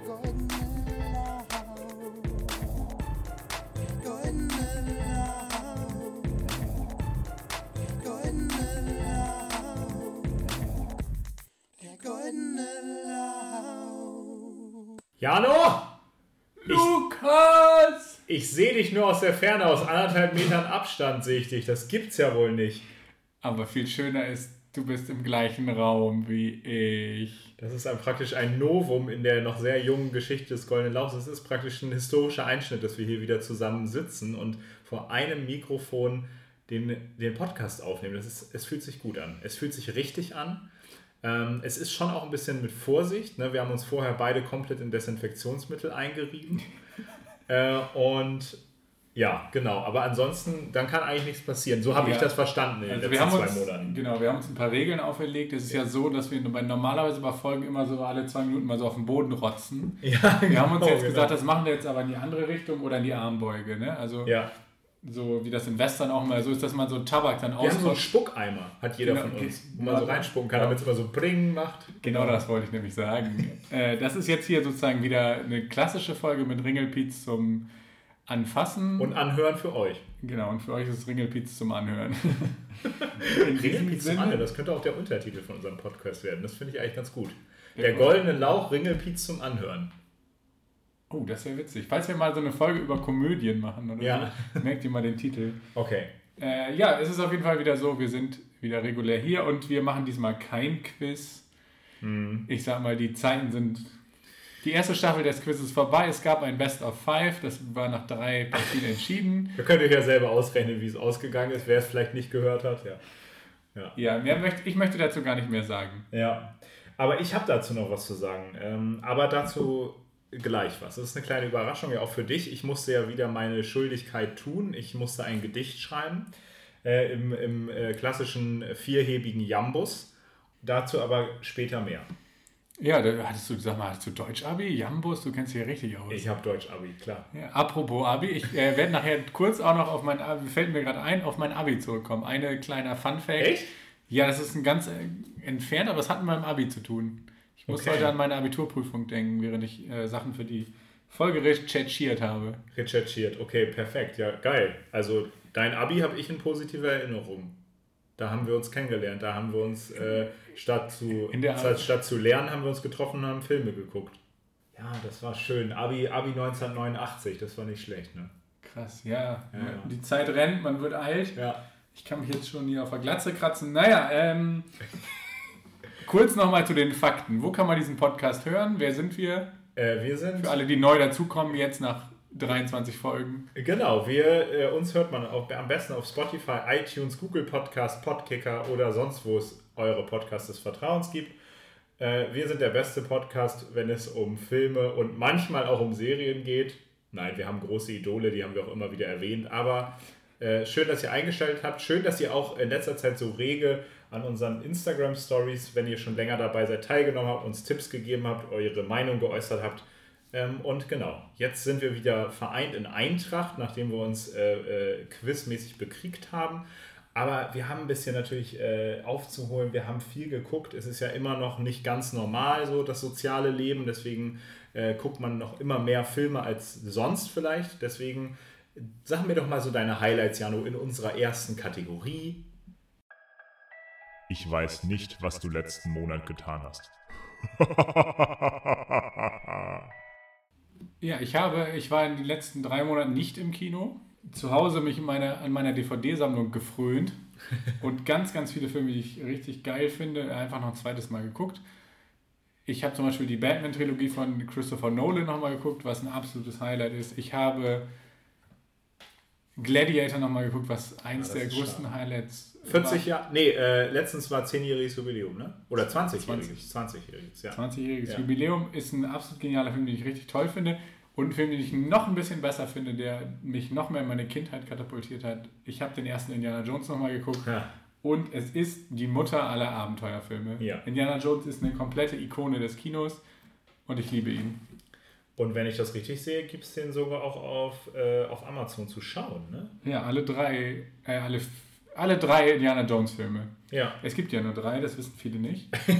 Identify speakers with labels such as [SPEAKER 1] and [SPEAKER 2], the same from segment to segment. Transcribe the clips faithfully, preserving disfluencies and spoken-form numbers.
[SPEAKER 1] Jano!
[SPEAKER 2] Lukas!
[SPEAKER 1] Ich, ich sehe dich nur aus der Ferne, aus anderthalb Metern Abstand sehe ich dich. Das gibt's ja wohl nicht.
[SPEAKER 2] Aber viel schöner ist, du bist im gleichen Raum wie ich.
[SPEAKER 1] Das ist ein, praktisch ein Novum in der noch sehr jungen Geschichte des Goldenen Lauchs. Es ist praktisch ein historischer Einschnitt, dass wir hier wieder zusammen sitzen und vor einem Mikrofon den, den Podcast aufnehmen. Das ist, es fühlt sich gut an. Es fühlt sich richtig an. Ähm, es ist schon auch ein bisschen mit Vorsicht. Ne? Wir haben uns vorher beide komplett in Desinfektionsmittel eingerieben. äh, und ja, genau. Aber ansonsten, dann kann eigentlich nichts passieren. So habe
[SPEAKER 2] ja.
[SPEAKER 1] ich das verstanden in den
[SPEAKER 2] also
[SPEAKER 1] letzten
[SPEAKER 2] wir haben
[SPEAKER 1] zwei
[SPEAKER 2] uns,
[SPEAKER 1] Monaten.
[SPEAKER 2] Genau, wir haben uns ein paar Regeln auferlegt. Es ist ja, ja so, dass wir bei, normalerweise bei Folgen immer so alle zwei Minuten mal so auf den Boden rotzen.
[SPEAKER 1] Ja,
[SPEAKER 2] wir
[SPEAKER 1] genau,
[SPEAKER 2] haben uns jetzt
[SPEAKER 1] genau.
[SPEAKER 2] gesagt, das machen wir jetzt aber in die andere Richtung oder in die Armbeuge. Ne? Also
[SPEAKER 1] ja.
[SPEAKER 2] so wie das in Western auch mal so ist, dass man so einen Tabak dann
[SPEAKER 1] ausrotzt. Wir haben so einen
[SPEAKER 2] ausrotzt.
[SPEAKER 1] Spuckeimer, hat jeder
[SPEAKER 2] Genau,
[SPEAKER 1] von uns, wo
[SPEAKER 2] genau.
[SPEAKER 1] man so reinspucken kann, damit es immer so Bring macht.
[SPEAKER 2] Genau das wollte ich nämlich sagen. äh, das ist jetzt hier sozusagen wieder eine klassische Folge mit Ringelpiez zum Anfassen.
[SPEAKER 1] Und Anhören für euch.
[SPEAKER 2] Genau, und für euch ist Ringelpiez zum Anhören.
[SPEAKER 1] Ringelpiez zum Anhören, das könnte auch der Untertitel von unserem Podcast werden. Das finde ich eigentlich ganz gut. Der goldene Lauch, Ringelpiez zum Anhören.
[SPEAKER 2] Oh, das wäre witzig. Falls wir mal so eine Folge über Komödien machen oder
[SPEAKER 1] ja.
[SPEAKER 2] so, merkt ihr mal den Titel.
[SPEAKER 1] Okay.
[SPEAKER 2] Äh, ja, es ist auf jeden Fall wieder so, wir sind wieder regulär hier und wir machen diesmal kein Quiz.
[SPEAKER 1] Hm.
[SPEAKER 2] Ich sag mal, die Zeiten sind... Die erste Staffel des Quizzes ist vorbei. Es gab ein Best of Five. Das war nach drei Partien entschieden.
[SPEAKER 1] Ihr könnt euch ja selber ausrechnen, wie es ausgegangen ist, wer es vielleicht nicht gehört hat. Ja,
[SPEAKER 2] ja. ja mehr möchte, ich möchte dazu gar nicht mehr sagen.
[SPEAKER 1] Ja, aber ich habe dazu noch was zu sagen. Ähm, aber dazu gleich was. Das ist eine kleine Überraschung, ja auch für dich. Ich musste ja wieder meine Schuldigkeit tun. Ich musste ein Gedicht schreiben äh, im, im äh, klassischen vierhebigen Jambus. Dazu aber später mehr.
[SPEAKER 2] Ja, da hattest du, sag mal, hattest du Deutsch-Abi? Jambus, du kennst dich ja richtig aus.
[SPEAKER 1] Ich habe Deutsch-Abi, klar.
[SPEAKER 2] Ja, apropos Abi, ich äh, werde nachher kurz auch noch auf mein Abi, fällt mir gerade ein, auf mein Abi zurückkommen. Eine kleiner Fun-Fact.
[SPEAKER 1] Echt?
[SPEAKER 2] Ja, das ist ein ganz äh, entfernt, aber es hat mit meinem Abi zu tun. Ich muss
[SPEAKER 1] okay.
[SPEAKER 2] heute an meine Abiturprüfung denken, während ich äh, Sachen für die Folge recherchiert habe.
[SPEAKER 1] Recherchiert, okay, perfekt, ja, geil. Also dein Abi habe ich in positiver Erinnerung. Da haben wir uns kennengelernt, da haben wir uns äh, statt, zu, statt, statt zu lernen, haben wir uns getroffen und haben Filme geguckt. Ja, das war schön. Abi, Abi neunzehnhundertneunundachtzig, das war nicht schlecht, ne?
[SPEAKER 2] Krass, ja.
[SPEAKER 1] ja, ja.
[SPEAKER 2] Die Zeit rennt, man wird alt.
[SPEAKER 1] Ja.
[SPEAKER 2] Ich kann mich jetzt schon hier auf der Glatze kratzen. Naja, ähm, kurz nochmal zu den Fakten. Wo kann man diesen Podcast hören? Wer sind wir?
[SPEAKER 1] Äh, wir sind...
[SPEAKER 2] Für alle, die neu dazukommen, jetzt nach dreiundzwanzig Folgen.
[SPEAKER 1] Genau, wir, äh, uns hört man auf, am besten auf Spotify, iTunes, Google Podcast, Podkicker oder sonst, wo es eure Podcasts des Vertrauens gibt. Äh, wir sind der beste Podcast, wenn es um Filme und manchmal auch um Serien geht. Nein, wir haben große Idole, die haben wir auch immer wieder erwähnt, aber äh, schön, dass ihr eingeschaltet habt. Schön, dass ihr auch in letzter Zeit so rege an unseren Instagram-Stories, wenn ihr schon länger dabei seid, teilgenommen habt, uns Tipps gegeben habt, eure Meinung geäußert habt. Ähm, und genau, jetzt sind wir wieder vereint in Eintracht, nachdem wir uns äh, äh, quizmäßig bekriegt haben. Aber wir haben ein bisschen natürlich äh, aufzuholen. Wir haben viel geguckt. Es ist ja immer noch nicht ganz normal, so das soziale Leben. Deswegen äh, guckt man noch immer mehr Filme als sonst vielleicht. Deswegen sag mir doch mal so deine Highlights, Jano, in unserer ersten Kategorie.
[SPEAKER 3] Ich weiß nicht, was du letzten Monat getan hast.
[SPEAKER 2] Ja, ich habe, ich war in den letzten drei Monaten nicht im Kino. Zu Hause mich in meiner, an meiner D V D-Sammlung gefrönt und ganz, ganz viele Filme, die ich richtig geil finde, einfach noch ein zweites Mal geguckt. Ich habe zum Beispiel die Batman-Trilogie von Christopher Nolan nochmal geguckt, was ein absolutes Highlight ist. Ich habe Gladiator nochmal geguckt, was eins ja, der größten stark. Highlights
[SPEAKER 1] vierzig Jahre, nee, äh, letztens war zehnjähriges Jubiläum, ne? Oder zwanzigjähriges. zwanzigjähriges, ja.
[SPEAKER 2] zwanzigjähriges
[SPEAKER 1] ja.
[SPEAKER 2] Jubiläum ist ein absolut genialer Film, den ich richtig toll finde. Und ein Film, den ich noch ein bisschen besser finde, der mich noch mehr in meine Kindheit katapultiert hat. Ich habe den ersten Indiana Jones nochmal geguckt.
[SPEAKER 1] Ja.
[SPEAKER 2] Und es ist die Mutter aller Abenteuerfilme.
[SPEAKER 1] Ja.
[SPEAKER 2] Indiana Jones ist eine komplette Ikone des Kinos und ich liebe ihn.
[SPEAKER 1] Und wenn ich das richtig sehe, gibt es den sogar auch auf, äh, auf Amazon zu schauen, ne?
[SPEAKER 2] Ja, alle drei, äh, alle, alle drei Indiana Jones Filme.
[SPEAKER 1] Ja.
[SPEAKER 2] Es gibt ja nur drei, das wissen viele nicht.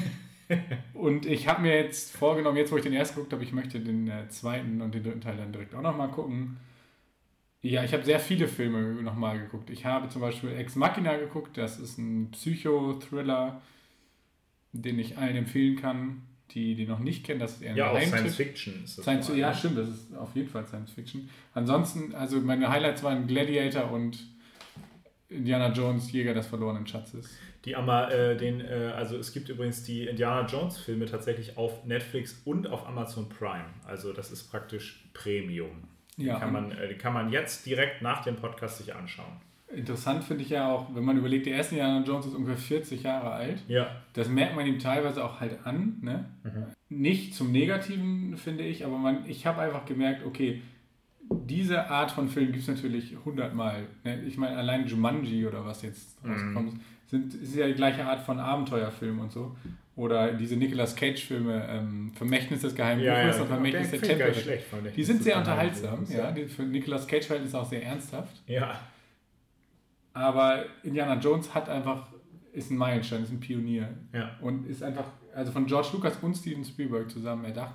[SPEAKER 2] Und ich habe mir jetzt vorgenommen, jetzt wo ich den ersten geguckt habe, ich möchte den äh, zweiten und den dritten Teil dann direkt auch nochmal gucken. Ja, ich habe sehr viele Filme nochmal geguckt. Ich habe zum Beispiel Ex Machina geguckt, das ist ein Psycho-Thriller, den ich allen empfehlen kann, die die noch nicht kennen. Das ist eher ein
[SPEAKER 1] Ja, auch
[SPEAKER 2] Geheimtipp.
[SPEAKER 1] Science Fiction ist das.
[SPEAKER 2] Science,
[SPEAKER 1] mal,
[SPEAKER 2] ja,
[SPEAKER 1] ne?
[SPEAKER 2] stimmt, das ist auf jeden Fall Science Fiction. Ansonsten, also meine Highlights waren Gladiator und Indiana Jones, Jäger des verlorenen Schatzes.
[SPEAKER 1] Die aber äh, den, äh, also es gibt übrigens die Indiana Jones Filme tatsächlich auf Netflix und auf Amazon Prime. Also das ist praktisch Premium. Die,
[SPEAKER 2] Ja,
[SPEAKER 1] kann, man, äh, die kann man jetzt direkt nach dem Podcast sich anschauen.
[SPEAKER 2] Interessant finde ich ja auch, wenn man überlegt, der erste Indiana Jones ist ungefähr vierzig Jahre alt.
[SPEAKER 1] Ja.
[SPEAKER 2] Das merkt man ihm teilweise auch halt an. Ne?
[SPEAKER 1] Mhm.
[SPEAKER 2] Nicht zum Negativen, finde ich, aber man, ich habe einfach gemerkt, okay, diese Art von Film gibt es natürlich hundertmal. Ne? Ich meine, allein Jumanji oder was jetzt rauskommt, mhm. sind, ist ja die gleiche Art von Abenteuerfilm und so. Oder diese Nicolas Cage-Filme, ähm, Vermächtnis des Geheimen
[SPEAKER 1] ja,
[SPEAKER 2] Buches
[SPEAKER 1] ja,
[SPEAKER 2] und Vermächtnis der Tempel. Die sind sehr unterhaltsam. Ja, die, für Nicolas Cage ist auch sehr ernsthaft.
[SPEAKER 1] Ja.
[SPEAKER 2] Aber Indiana Jones hat einfach, ist ein Meilenstein, ist ein Pionier.
[SPEAKER 1] Ja.
[SPEAKER 2] Und ist einfach, also von George Lucas und Steven Spielberg zusammen erdacht.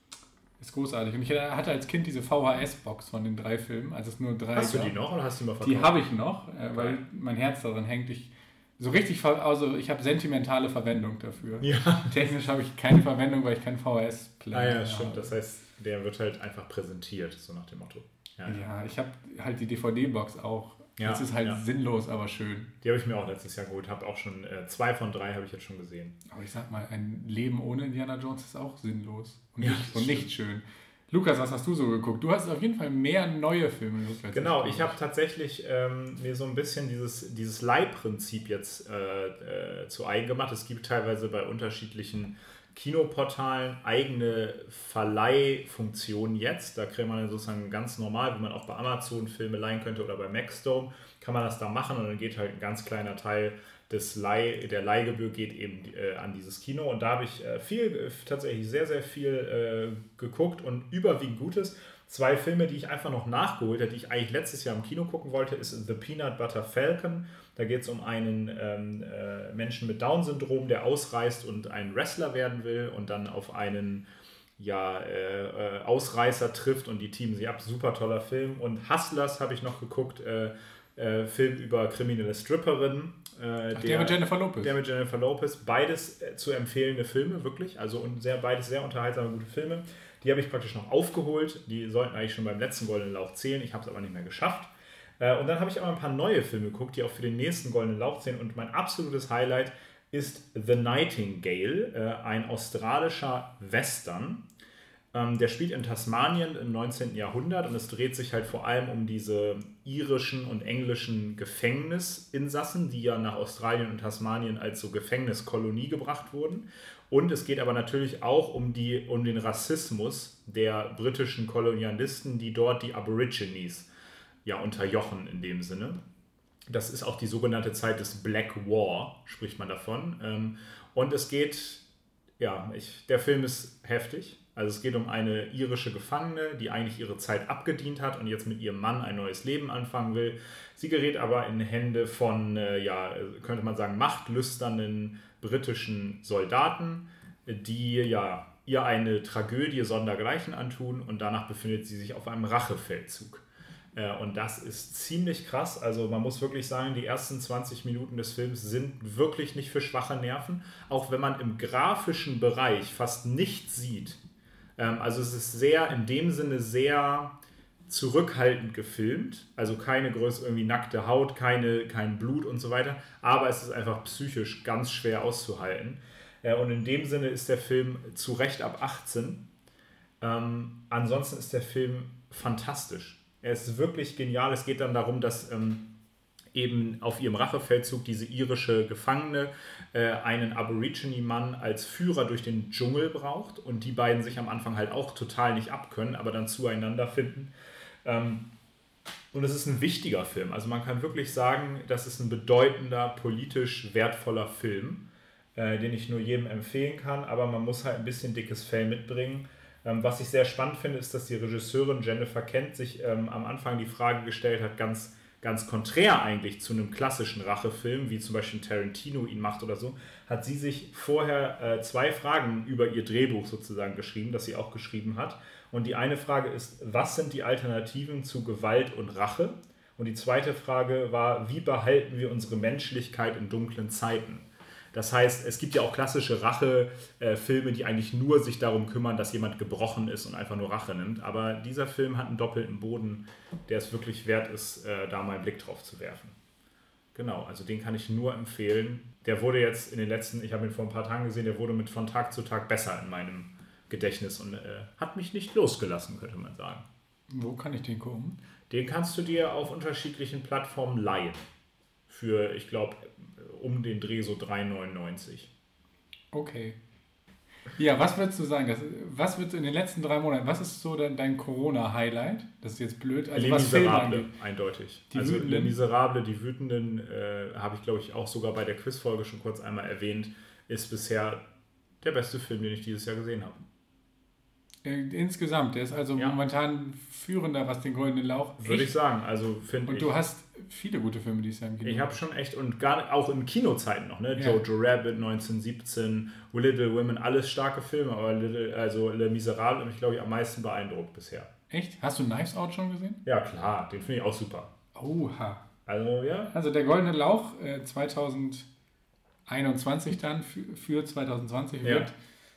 [SPEAKER 2] Ist großartig. Und ich hatte als Kind diese V H S-Box von den drei Filmen, als es nur drei
[SPEAKER 1] Hast
[SPEAKER 2] gab.
[SPEAKER 1] du die noch oder hast du die mal verkauft?
[SPEAKER 2] Die habe ich noch, äh, weil mein Herz daran hängt. Ich, so richtig, also ich habe sentimentale Verwendung dafür.
[SPEAKER 1] Ja.
[SPEAKER 2] Technisch habe ich keine Verwendung, weil ich keinen V H S-Player
[SPEAKER 1] habe. Ah ja,
[SPEAKER 2] habe.
[SPEAKER 1] stimmt. Das heißt, der wird halt einfach präsentiert, so nach dem Motto.
[SPEAKER 2] Ja, ja ich habe halt die D V D-Box auch.
[SPEAKER 1] Ja,
[SPEAKER 2] das ist halt
[SPEAKER 1] ja.
[SPEAKER 2] sinnlos, aber schön.
[SPEAKER 1] Die habe ich mir auch letztes Jahr geholt. Habe auch schon äh, zwei von drei habe ich jetzt schon gesehen.
[SPEAKER 2] Aber ich sag mal, ein Leben ohne Indiana Jones ist auch sinnlos und,
[SPEAKER 1] Ja,
[SPEAKER 2] nicht, und nicht schön. Lukas, was hast du so geguckt? Du hast auf jeden Fall mehr neue Filme geguckt. Als
[SPEAKER 1] genau, ich habe tatsächlich ähm, mir so ein bisschen dieses, dieses Leihprinzip jetzt äh, äh, zu eigen gemacht. Es gibt teilweise bei unterschiedlichen Kinoportalen eigene Verleihfunktionen jetzt. Da kriegt man sozusagen ganz normal, wie man auch bei Amazon Filme leihen könnte oder bei Maxdome, kann man das da machen und dann geht halt ein ganz kleiner Teil des Leih, der Leihgebühr geht eben äh, an dieses Kino. Und da habe ich äh, viel, äh, tatsächlich sehr, sehr viel äh, geguckt und überwiegend Gutes. Zwei Filme, die ich einfach noch nachgeholt habe, die ich eigentlich letztes Jahr im Kino gucken wollte, ist The Peanut Butter Falcon. Da geht es um einen ähm, äh, Menschen mit Down-Syndrom, der ausreist und ein Wrestler werden will und dann auf einen ja, äh, äh, Ausreißer trifft und die teamen sich ab. Super toller Film. Und Hustlers habe ich noch geguckt, äh, äh, Film über kriminelle Stripperinnen. Äh,
[SPEAKER 2] Ach,
[SPEAKER 1] der,
[SPEAKER 2] der mit Jennifer Lopez.
[SPEAKER 1] Der mit Jennifer Lopez. Beides äh, zu empfehlende Filme, wirklich. Also und sehr, beides sehr unterhaltsame, gute Filme. Die habe ich praktisch noch aufgeholt. Die sollten eigentlich schon beim letzten Goldenen Lauch zählen. Ich habe es aber nicht mehr geschafft. Äh, und dann habe ich aber ein paar neue Filme geguckt, die auch für den nächsten Goldenen Lauch zählen. Und mein absolutes Highlight ist The Nightingale, äh, ein australischer Western. Ähm, der spielt in Tasmanien im neunzehnten Jahrhundert und es dreht sich halt vor allem um diese irischen und englischen Gefängnisinsassen, die ja nach Australien und Tasmanien als so Gefängniskolonie gebracht wurden. Und es geht aber natürlich auch um, die, um den Rassismus der britischen Kolonialisten, die dort die Aborigines ja unterjochen in dem Sinne. Das ist auch die sogenannte Zeit des Black War, spricht man davon. Ähm, und es geht, ja, ich, der Film ist heftig. Also es geht um eine irische Gefangene, die eigentlich ihre Zeit abgedient hat und jetzt mit ihrem Mann ein neues Leben anfangen will. Sie gerät aber in Hände von, äh, ja, könnte man sagen, machtlüsternen britischen Soldaten, die ja ihr eine Tragödie sondergleichen antun und danach befindet sie sich auf einem Rachefeldzug. Äh, und das ist ziemlich krass. Also man muss wirklich sagen, die ersten zwanzig Minuten des Films sind wirklich nicht für schwache Nerven, auch wenn man im grafischen Bereich fast nichts sieht. Also es ist sehr, in dem Sinne sehr zurückhaltend gefilmt, also keine größere irgendwie nackte Haut, keine, kein Blut und so weiter, aber es ist einfach psychisch ganz schwer auszuhalten. Und in dem Sinne ist der Film zu Recht ab achtzehn. Ähm, ansonsten ist der Film fantastisch. Er ist wirklich genial. Es geht dann darum, dass ähm, eben auf ihrem Rachefeldzug diese irische Gefangene äh, einen Aborigine-Mann als Führer durch den Dschungel braucht und die beiden sich am Anfang halt auch total nicht abkönnen, aber dann zueinander finden. Ähm, und es ist ein wichtiger Film. Also man kann wirklich sagen, das ist ein bedeutender, politisch wertvoller Film, äh, den ich nur jedem empfehlen kann, aber man muss halt ein bisschen dickes Fell mitbringen. Ähm, was ich sehr spannend finde, ist, dass die Regisseurin Jennifer Kent sich ähm, am Anfang die Frage gestellt hat, ganz ganz konträr eigentlich zu einem klassischen Rachefilm, wie zum Beispiel Tarantino ihn macht oder so, hat sie sich vorher äh, zwei Fragen über ihr Drehbuch sozusagen geschrieben, das sie auch geschrieben hat. Und die eine Frage ist, was sind die Alternativen zu Gewalt und Rache? Und die zweite Frage war, wie behalten wir unsere Menschlichkeit in dunklen Zeiten? Das heißt, es gibt ja auch klassische Rache-Filme, die eigentlich nur sich darum kümmern, dass jemand gebrochen ist und einfach nur Rache nimmt. Aber dieser Film hat einen doppelten Boden, der es wirklich wert ist, da mal einen Blick drauf zu werfen. Genau, also den kann ich nur empfehlen. Der wurde jetzt in den letzten, ich habe ihn vor ein paar Tagen gesehen, der wurde mit von Tag zu Tag besser in meinem Gedächtnis und äh, hat mich nicht losgelassen, könnte man sagen.
[SPEAKER 2] Wo kann ich den gucken?
[SPEAKER 1] Den kannst du dir auf unterschiedlichen Plattformen leihen. Für, ich glaube, um den Dreh so drei neunundneunzig.
[SPEAKER 2] Okay. Ja, was würdest du sagen? Das, was wird in den letzten drei Monaten, was ist so dein, dein Corona-Highlight? Das ist jetzt blöd. Also
[SPEAKER 1] Les
[SPEAKER 2] was
[SPEAKER 1] Miserables, eindeutig.
[SPEAKER 2] Die
[SPEAKER 1] also
[SPEAKER 2] Wütenden.
[SPEAKER 1] Les Miserables, die Wütenden, äh, habe ich glaube ich auch sogar bei der Quizfolge schon kurz einmal erwähnt, ist bisher der beste Film, den ich dieses Jahr gesehen habe.
[SPEAKER 2] Insgesamt, der ist also ja. momentan führender, was den Goldenen Lauch.
[SPEAKER 1] Würde ich sagen, also finde ich.
[SPEAKER 2] Und du hast viele gute Filme dieses Jahr im Kino.
[SPEAKER 1] Ich habe schon echt, und gar auch in Kinozeiten noch, ne?
[SPEAKER 2] Ja.
[SPEAKER 1] Jojo Rabbit neunzehnhundertsiebzehn, Little Women, alles starke Filme, aber Little, also Les Miserables hat mich, glaube ich, am meisten beeindruckt bisher.
[SPEAKER 2] Echt? Hast du Knives Out schon gesehen?
[SPEAKER 1] Ja, klar, den finde ich auch super.
[SPEAKER 2] Oha.
[SPEAKER 1] Also, ja.
[SPEAKER 2] Also der Goldene Lauch äh, zweitausendeinundzwanzig dann für, für zwanzig zwanzig wird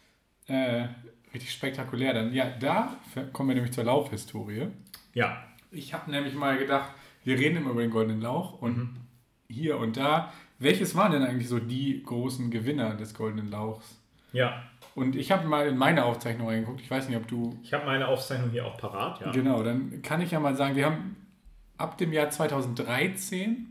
[SPEAKER 2] ja. äh, richtig spektakulär dann. Ja, da kommen wir nämlich zur Lauchhistorie.
[SPEAKER 1] Ja.
[SPEAKER 2] Ich habe nämlich mal gedacht, wir reden immer über den Goldenen Lauch und mhm. hier und da. Welches waren denn eigentlich so die großen Gewinner des Goldenen Lauchs?
[SPEAKER 1] Ja.
[SPEAKER 2] Und ich habe mal in meine Aufzeichnung reingeguckt. Ich weiß nicht, ob du...
[SPEAKER 1] Ich habe meine Aufzeichnung hier auch parat, ja.
[SPEAKER 2] Genau, dann kann ich ja mal sagen, wir haben ab dem Jahr zweitausenddreizehn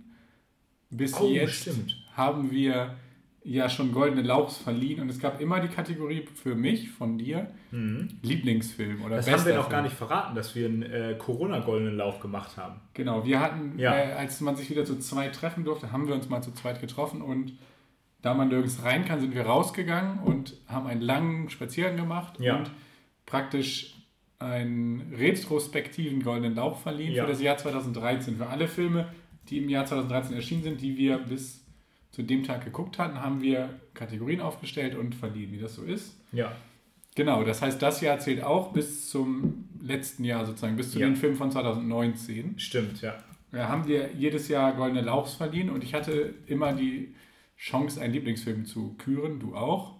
[SPEAKER 2] bis
[SPEAKER 1] oh,
[SPEAKER 2] jetzt
[SPEAKER 1] stimmt.
[SPEAKER 2] haben wir ja schon Goldene Lauchs verliehen und es gab immer die Kategorie für mich, von dir, mhm. Lieblingsfilm oder
[SPEAKER 1] das
[SPEAKER 2] bester
[SPEAKER 1] haben wir noch
[SPEAKER 2] Film.
[SPEAKER 1] gar nicht verraten, dass wir einen äh, Corona-Goldenen Lauch gemacht haben.
[SPEAKER 2] Genau, wir hatten,
[SPEAKER 1] ja.
[SPEAKER 2] äh, als man sich wieder zu zweit treffen durfte, haben wir uns mal zu zweit getroffen und da man nirgends rein kann, sind wir rausgegangen und haben einen langen Spaziergang gemacht
[SPEAKER 1] ja.
[SPEAKER 2] und praktisch einen retrospektiven Goldenen Lauch verliehen ja. für das Jahr zweitausenddreizehn. Für alle Filme, die im Jahr zweitausenddreizehn erschienen sind, die wir bis zu dem Tag geguckt hatten, haben wir Kategorien aufgestellt und verliehen, wie das so ist.
[SPEAKER 1] Ja.
[SPEAKER 2] Genau, das heißt, das Jahr zählt auch bis zum letzten Jahr sozusagen, bis zu
[SPEAKER 1] ja.
[SPEAKER 2] den Filmen von zweitausendneunzehn.
[SPEAKER 1] Stimmt, ja.
[SPEAKER 2] Da haben wir jedes Jahr Goldene Lauchs verliehen und ich hatte immer die Chance, einen Lieblingsfilm zu küren, du auch.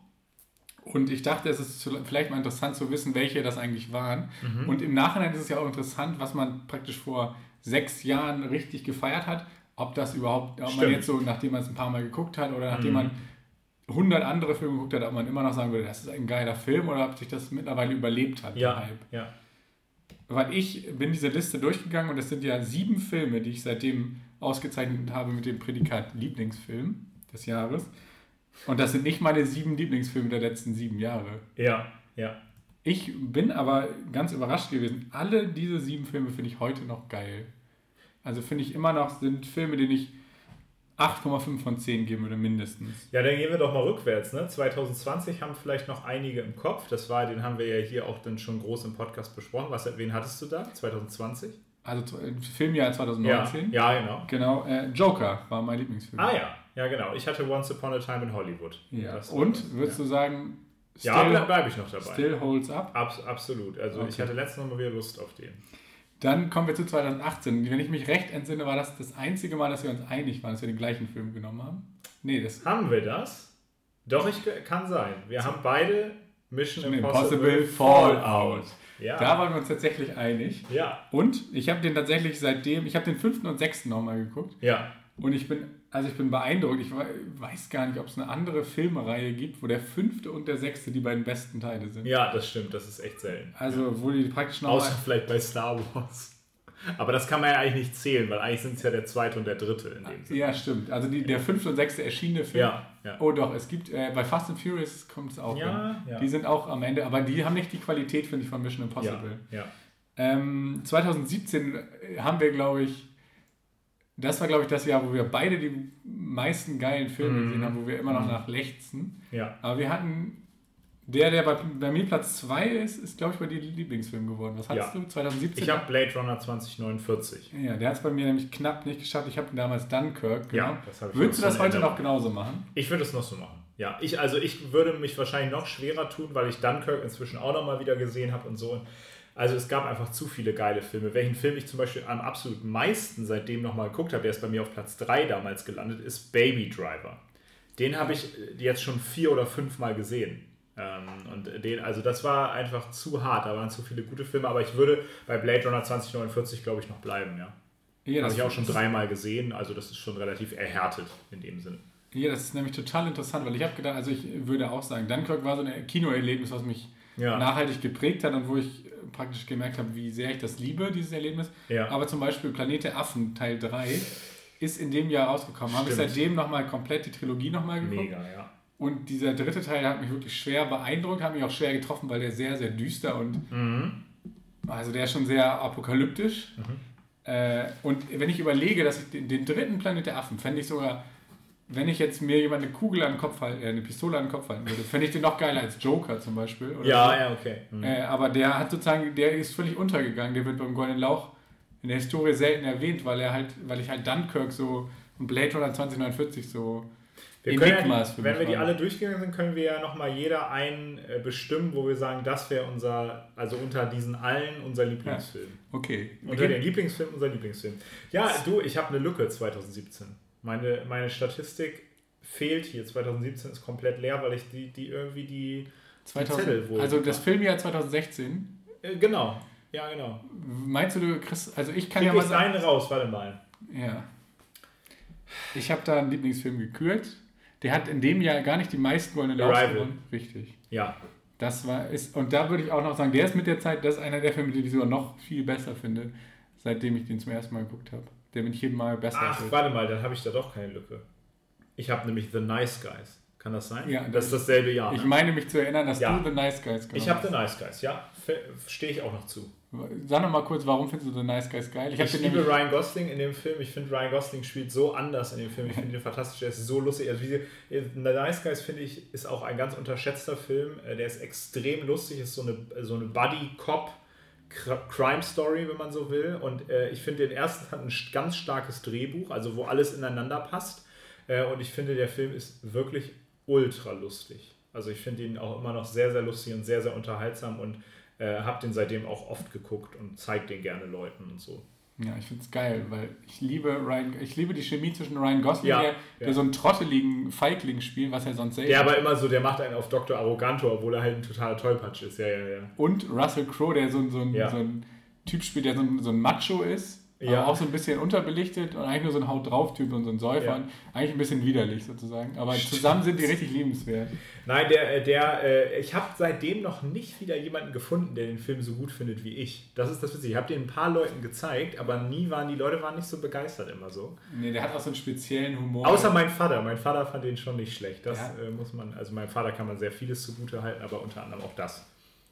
[SPEAKER 2] Und ich dachte, es ist vielleicht mal interessant zu wissen, welche das eigentlich waren. Mhm. Und im Nachhinein ist es ja auch interessant, was man praktisch vor sechs Jahren richtig gefeiert hat. Ob das überhaupt, ob man jetzt so, nachdem man es ein paar Mal geguckt hat oder nachdem mhm. man hundert andere Filme geguckt hat, ob man immer noch sagen würde, das ist ein geiler Film oder ob sich das mittlerweile überlebt hat,
[SPEAKER 1] ja,
[SPEAKER 2] der Hype.
[SPEAKER 1] Ja.
[SPEAKER 2] Weil ich bin diese Liste durchgegangen und es sind ja sieben Filme, die ich seitdem ausgezeichnet habe mit dem Prädikat Lieblingsfilm des Jahres. Und das sind nicht meine sieben Lieblingsfilme der letzten sieben Jahre.
[SPEAKER 1] Ja, ja.
[SPEAKER 2] Ich bin aber ganz überrascht gewesen. Alle diese sieben Filme finde ich heute noch geil. Also finde ich immer noch, sind Filme, denen ich acht Komma fünf von zehn geben würde, mindestens.
[SPEAKER 1] Ja, dann gehen wir doch mal rückwärts. Ne? zwanzig zwanzig haben vielleicht noch einige im Kopf. Das war, den haben wir ja hier auch dann schon groß im Podcast besprochen. Was, wen hattest du da? zwanzig zwanzig?
[SPEAKER 2] Also Filmjahr zweitausendneunzehn.
[SPEAKER 1] Ja, ja genau.
[SPEAKER 2] Genau, äh, Joker war mein Lieblingsfilm.
[SPEAKER 1] Ah ja, ja genau. Ich hatte Once Upon a Time in Hollywood.
[SPEAKER 2] Ja. Und, würdest ja. du sagen...
[SPEAKER 1] Still, ja, bleibe bleib ich noch dabei.
[SPEAKER 2] Still holds up?
[SPEAKER 1] Abs- absolut. Also okay. Ich hatte letztens noch mal wieder Lust auf den.
[SPEAKER 2] Dann kommen wir zu zweitausendachtzehn. Wenn ich mich recht entsinne, war das das einzige Mal, dass wir uns einig waren, dass wir den gleichen Film genommen haben. Nee, das...
[SPEAKER 1] Haben wir das? Doch, ich kann sein. Wir so. haben beide Mission
[SPEAKER 2] Impossible, Impossible Fallout. Ja. Da waren wir uns tatsächlich einig.
[SPEAKER 1] Ja.
[SPEAKER 2] Und ich habe den tatsächlich seitdem, ich habe den fünften und sechsten nochmal geguckt.
[SPEAKER 1] Ja.
[SPEAKER 2] Und ich bin, also ich bin beeindruckt. Ich weiß gar nicht, ob es eine andere Filmreihe gibt, wo der fünfte und der sechste die beiden besten Teile sind.
[SPEAKER 1] Ja, das stimmt. Das ist echt selten.
[SPEAKER 2] Also,
[SPEAKER 1] ja.
[SPEAKER 2] wo die praktisch noch
[SPEAKER 1] außer vielleicht bei Star Wars. Aber das kann man ja eigentlich nicht zählen, weil eigentlich sind es ja der zweite und der dritte in dem Sinne.
[SPEAKER 2] Ja, stimmt. Also die, der fünfte und sechste erschienene Film.
[SPEAKER 1] Ja, ja.
[SPEAKER 2] Oh doch, es gibt, äh, bei Fast and Furious kommt es auch.
[SPEAKER 1] Ja, ja.
[SPEAKER 2] Die sind auch am Ende, aber die haben nicht die Qualität, finde ich, von Mission Impossible.
[SPEAKER 1] Ja, ja.
[SPEAKER 2] Ähm, zweitausendsiebzehn haben wir, glaube ich, das war, glaube ich, das Jahr, wo wir beide die meisten geilen Filme mhm. gesehen haben, wo wir immer noch nach lechzen.
[SPEAKER 1] Ja.
[SPEAKER 2] Aber wir hatten Der, der bei, bei mir Platz zwei ist, ist, glaube ich, bei dir Lieblingsfilm geworden. Was hattest
[SPEAKER 1] Ja.
[SPEAKER 2] du? zwanzig siebzehn?
[SPEAKER 1] Ich habe Blade Runner zwanzig neunundvierzig.
[SPEAKER 2] Ja, der hat es bei mir nämlich knapp nicht geschafft. Ich habe ihn damals Dunkirk genommen.
[SPEAKER 1] Ja, das habe ich
[SPEAKER 2] Würdest du
[SPEAKER 1] auch
[SPEAKER 2] das
[SPEAKER 1] so
[SPEAKER 2] heute
[SPEAKER 1] in
[SPEAKER 2] noch
[SPEAKER 1] Erinnerung.
[SPEAKER 2] genauso machen?
[SPEAKER 1] Ich würde es noch so machen. Ja, ich, also ich würde mich wahrscheinlich noch schwerer tun, weil ich Dunkirk inzwischen auch noch mal wieder gesehen habe und so. Also es gab einfach zu viele geile Filme. Welchen Film ich zum Beispiel am absolut meisten seitdem noch mal geguckt habe, der ist bei mir auf Platz drei damals gelandet, ist Baby Driver. Den habe ich jetzt schon vier oder fünf Mal gesehen. Ähm, und den, also das war einfach zu hart, da waren zu viele gute Filme, aber ich würde bei Blade Runner zwanzig neunundvierzig, glaube ich, noch bleiben, ja.
[SPEAKER 2] Ja,
[SPEAKER 1] Habe ich auch schon dreimal gesehen, also das ist schon relativ erhärtet in dem Sinne.
[SPEAKER 2] Ja, das ist nämlich total interessant, weil ich habe gedacht, also ich würde auch sagen, Dunkirk war so ein Kinoerlebnis, was mich
[SPEAKER 1] Ja.
[SPEAKER 2] nachhaltig geprägt hat und wo ich praktisch gemerkt habe, wie sehr ich das liebe, dieses Erlebnis.
[SPEAKER 1] Ja.
[SPEAKER 2] Aber zum Beispiel Planet der Affen Teil drei ist in dem Jahr rausgekommen. Habe ich
[SPEAKER 1] Stimmt.
[SPEAKER 2] seitdem nochmal komplett die Trilogie nochmal geguckt.
[SPEAKER 1] Mega, ja.
[SPEAKER 2] Und dieser dritte Teil hat mich wirklich schwer beeindruckt, hat mich auch schwer getroffen, weil der sehr, sehr düster und
[SPEAKER 1] Mhm.
[SPEAKER 2] also der ist schon sehr apokalyptisch.
[SPEAKER 1] Mhm.
[SPEAKER 2] Äh, und wenn ich überlege, dass ich den, den dritten Planet der Affen, fände ich sogar, wenn ich jetzt mir jemand eine Kugel an den Kopf halten, äh, eine Pistole an den Kopf halten würde, fände ich den noch geiler als Joker zum Beispiel. Oder
[SPEAKER 1] Ja,
[SPEAKER 2] so.
[SPEAKER 1] ja, okay. Mhm.
[SPEAKER 2] Äh, aber der hat sozusagen, der ist völlig untergegangen. Der wird beim Goldenen Lauch in der Historie selten erwähnt, weil er halt, weil ich halt Dunkirk so und Blade Runner zwanzig neunundvierzig so
[SPEAKER 1] Wir können ja
[SPEAKER 2] Enigmas
[SPEAKER 1] die,
[SPEAKER 2] für
[SPEAKER 1] wenn
[SPEAKER 2] mich
[SPEAKER 1] wir die
[SPEAKER 2] waren.
[SPEAKER 1] alle durchgegangen sind, können wir ja nochmal jeder einen äh, bestimmen, wo wir sagen, das wäre unser, also unter diesen allen unser Lieblingsfilm.
[SPEAKER 2] Okay.
[SPEAKER 1] Unter den Lieblingsfilm unser Lieblingsfilm. Ja, du, ich habe eine Lücke zwanzig siebzehn. Meine, meine Statistik fehlt hier. zwanzig siebzehn ist komplett leer, weil ich die, die irgendwie die, die
[SPEAKER 2] zweitausend,
[SPEAKER 1] Zettel wohl...
[SPEAKER 2] also das Filmjahr zwanzig sechzehn.
[SPEAKER 1] Äh, genau, ja genau.
[SPEAKER 2] Meinst du, du kriegst, also ich kann
[SPEAKER 1] Krieg
[SPEAKER 2] ja mal
[SPEAKER 1] ich
[SPEAKER 2] sagen,
[SPEAKER 1] einen raus, warte mal.
[SPEAKER 2] ja. Ich habe da einen Lieblingsfilm gekürt. Der hat in dem Jahr gar nicht die meisten Goldene Lauchs
[SPEAKER 1] Arrival.
[SPEAKER 2] gewonnen. Richtig.
[SPEAKER 1] Ja,
[SPEAKER 2] Das war, ist, und da würde ich auch noch sagen, der ist mit der Zeit, das ist einer der Filme, die ich sogar noch viel besser finde, seitdem ich den zum ersten Mal geguckt habe. Der mit jedem Mal besser
[SPEAKER 1] ach,
[SPEAKER 2] wird.
[SPEAKER 1] warte mal, dann habe ich da doch keine Lücke. Ich habe nämlich The Nice Guys. Kann das sein?
[SPEAKER 2] Ja,
[SPEAKER 1] das
[SPEAKER 2] das-
[SPEAKER 1] ist dasselbe Jahr.
[SPEAKER 2] Ich
[SPEAKER 1] Ne?
[SPEAKER 2] meine mich zu erinnern, dass
[SPEAKER 1] Ja.
[SPEAKER 2] du The Nice Guys
[SPEAKER 1] Ich habe The Nice Guys, ja. Stehe ich auch noch zu.
[SPEAKER 2] Sag noch mal kurz, warum findest du The Nice Guys geil?
[SPEAKER 1] Ich,
[SPEAKER 2] hab den
[SPEAKER 1] liebe
[SPEAKER 2] nämlich-
[SPEAKER 1] Ryan Gosling in dem Film. Ich finde, Ryan Gosling spielt so anders in dem Film. Ich finde ihn fantastisch. Er ist so lustig. Also wie sie, The Nice Guys, finde ich, ist auch ein ganz unterschätzter Film. Äh, Der ist extrem lustig. Ist so eine, so eine Buddy-Cop-Crime-Story, wenn man so will. Und äh, ich finde, den ersten hat ein ganz starkes Drehbuch, also wo alles ineinander passt. Äh, und ich finde, der Film ist wirklich ultra lustig. Also ich finde ihn auch immer noch sehr, sehr lustig und sehr, sehr unterhaltsam und äh, habe den seitdem auch oft geguckt und zeige den gerne Leuten und so.
[SPEAKER 2] Ja, ich finde es geil, weil ich liebe Ryan, ich liebe die Chemie zwischen Ryan Gosling,
[SPEAKER 1] Ja,
[SPEAKER 2] der,
[SPEAKER 1] ja.
[SPEAKER 2] der so einen trotteligen Feigling spielt, was er sonst selten
[SPEAKER 1] Der aber immer so, der macht einen auf Doktor Arroganto, obwohl er halt ein totaler Tollpatsch ist. Ja, ja, ja.
[SPEAKER 2] Und Russell Crowe, der so, ein- so, ein,
[SPEAKER 1] Ja.
[SPEAKER 2] so ein Typ spielt, der so ein, so ein Macho ist,
[SPEAKER 1] Ja.
[SPEAKER 2] aber auch so ein bisschen unterbelichtet und eigentlich nur so ein Haut-drauf-Typ und so ein Säufer.
[SPEAKER 1] Ja.
[SPEAKER 2] Und eigentlich ein bisschen widerlich sozusagen. Aber zusammen sind die richtig liebenswert.
[SPEAKER 1] Nein, der, der, äh, ich habe seitdem noch nicht wieder jemanden gefunden, der den Film so gut findet wie ich. Das ist das Witzige. Ich habe den ein paar Leuten gezeigt, aber nie waren die Leute waren nicht so begeistert immer so.
[SPEAKER 2] Nee, der hat auch so einen speziellen Humor.
[SPEAKER 1] Außer mein Vater. Mein Vater fand den schon nicht schlecht. Das
[SPEAKER 2] Ja.
[SPEAKER 1] äh, muss man, also meinem Vater kann man sehr vieles zugute halten, aber unter anderem auch das.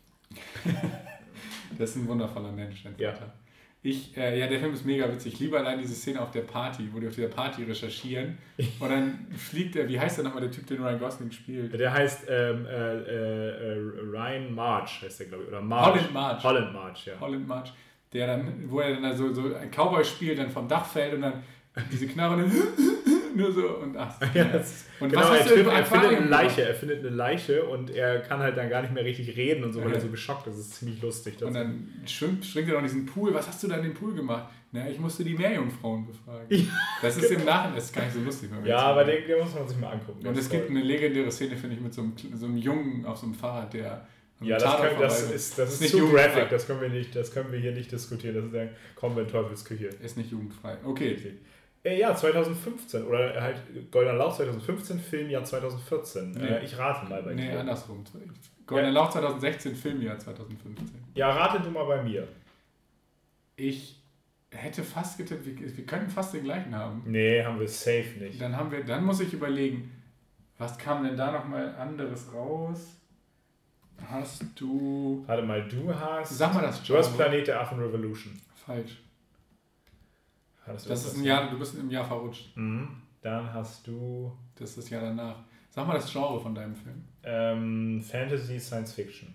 [SPEAKER 2] Das ist ein wundervoller Mensch, dein
[SPEAKER 1] Ja.
[SPEAKER 2] Vater. Ich, äh, ja, der Film ist mega witzig. Ich liebe allein diese Szene auf der Party, wo die auf dieser Party recherchieren. Und dann fliegt er, wie heißt der nochmal, der Typ, den Ryan Gosling spielt?
[SPEAKER 1] Der heißt ähm, äh, äh, Ryan March, heißt der, glaube ich. Oder March.
[SPEAKER 2] Holland March.
[SPEAKER 1] Holland March, ja.
[SPEAKER 2] Holland March. Der dann, wo er dann da so, so ein Cowboy spielt, dann vom Dach fällt und dann diese Knarre und dann nur so und ach.
[SPEAKER 1] Ja, das,
[SPEAKER 2] Und
[SPEAKER 1] genau,
[SPEAKER 2] was
[SPEAKER 1] er,
[SPEAKER 2] hast du
[SPEAKER 1] trifft,
[SPEAKER 2] für
[SPEAKER 1] er findet eine
[SPEAKER 2] Erfahrungen
[SPEAKER 1] Leiche,
[SPEAKER 2] gemacht?
[SPEAKER 1] er findet eine Leiche und er kann halt dann gar nicht mehr richtig reden und so, weil
[SPEAKER 2] Ja.
[SPEAKER 1] er so geschockt ist. Das ist ziemlich lustig. Das
[SPEAKER 2] Und dann schwimmt, springt er noch in diesen Pool. Was hast du da in den Pool gemacht? Na, ich musste die Meerjungfrauen befragen.
[SPEAKER 1] Ja,
[SPEAKER 2] das ist im Nachhinein, das ist gar nicht so lustig. wenn wir
[SPEAKER 1] ja,
[SPEAKER 2] jetzt
[SPEAKER 1] aber
[SPEAKER 2] sagen.
[SPEAKER 1] den, den muss man sich mal angucken.
[SPEAKER 2] Und
[SPEAKER 1] Das
[SPEAKER 2] es
[SPEAKER 1] ist
[SPEAKER 2] gibt
[SPEAKER 1] toll.
[SPEAKER 2] eine legendäre Szene, finde ich, mit so einem, so einem Jungen auf so einem Fahrrad, der am
[SPEAKER 1] Ja, das,
[SPEAKER 2] Tatort
[SPEAKER 1] können, das
[SPEAKER 2] vorbei-
[SPEAKER 1] ist, das ist,
[SPEAKER 2] nicht
[SPEAKER 1] zu
[SPEAKER 2] jugendfrei.
[SPEAKER 1] graphic, das können, wir nicht, das können wir hier nicht diskutieren. Das ist der kommen wir in Teufelsküche.
[SPEAKER 2] Ist nicht jugendfrei. Okay.
[SPEAKER 1] Äh, ja, zwanzig fünfzehn oder halt Goldener Lauch zwanzig fünfzehn, Filmjahr zwanzig vierzehn.
[SPEAKER 2] Nee.
[SPEAKER 1] Äh, ich rate mal bei
[SPEAKER 2] Nee,
[SPEAKER 1] dir.
[SPEAKER 2] andersrum. Goldener Lauch zwanzig sechzehn, Filmjahr zwanzig fünfzehn.
[SPEAKER 1] Ja, rate du mal bei mir.
[SPEAKER 2] Ich hätte fast getippt, wir, wir könnten fast den gleichen haben.
[SPEAKER 1] Nee, haben wir safe nicht.
[SPEAKER 2] Dann haben wir, dann muss ich überlegen, was kam denn da nochmal anderes raus? Hast du.
[SPEAKER 1] Warte mal, du hast.
[SPEAKER 2] Sag mal das
[SPEAKER 1] Du hast
[SPEAKER 2] Genre.
[SPEAKER 1] Planet der Affen Revolution.
[SPEAKER 2] Falsch.
[SPEAKER 1] Hattest du
[SPEAKER 2] Das ist ein Jahr, du bist im Jahr verrutscht.
[SPEAKER 1] Mhm. Dann hast du.
[SPEAKER 2] Das ist das Jahr danach. Sag mal das Genre von deinem Film.
[SPEAKER 1] Ähm, Fantasy, Science Fiction.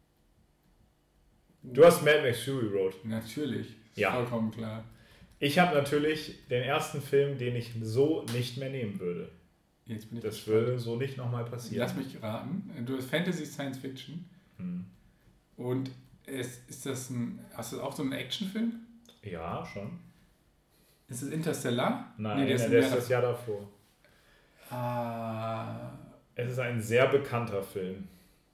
[SPEAKER 1] Du hast Mad Max Fury Road.
[SPEAKER 2] Natürlich, ist
[SPEAKER 1] ja.
[SPEAKER 2] vollkommen klar.
[SPEAKER 1] Ich habe natürlich den ersten Film, den ich so nicht mehr nehmen würde.
[SPEAKER 2] Jetzt bin ich
[SPEAKER 1] das
[SPEAKER 2] gespannt.
[SPEAKER 1] würde so nicht nochmal passieren.
[SPEAKER 2] Lass mich raten. Du hast Fantasy, Science Fiction.
[SPEAKER 1] Hm.
[SPEAKER 2] Und ist, ist das ein, hast du auch so einen Actionfilm?
[SPEAKER 1] Ja, schon.
[SPEAKER 2] Ist es Interstellar?
[SPEAKER 1] Nein,
[SPEAKER 2] nee, der ist,
[SPEAKER 1] der ist das Jahr davor.
[SPEAKER 2] Ah,
[SPEAKER 1] Es ist ein sehr bekannter Film.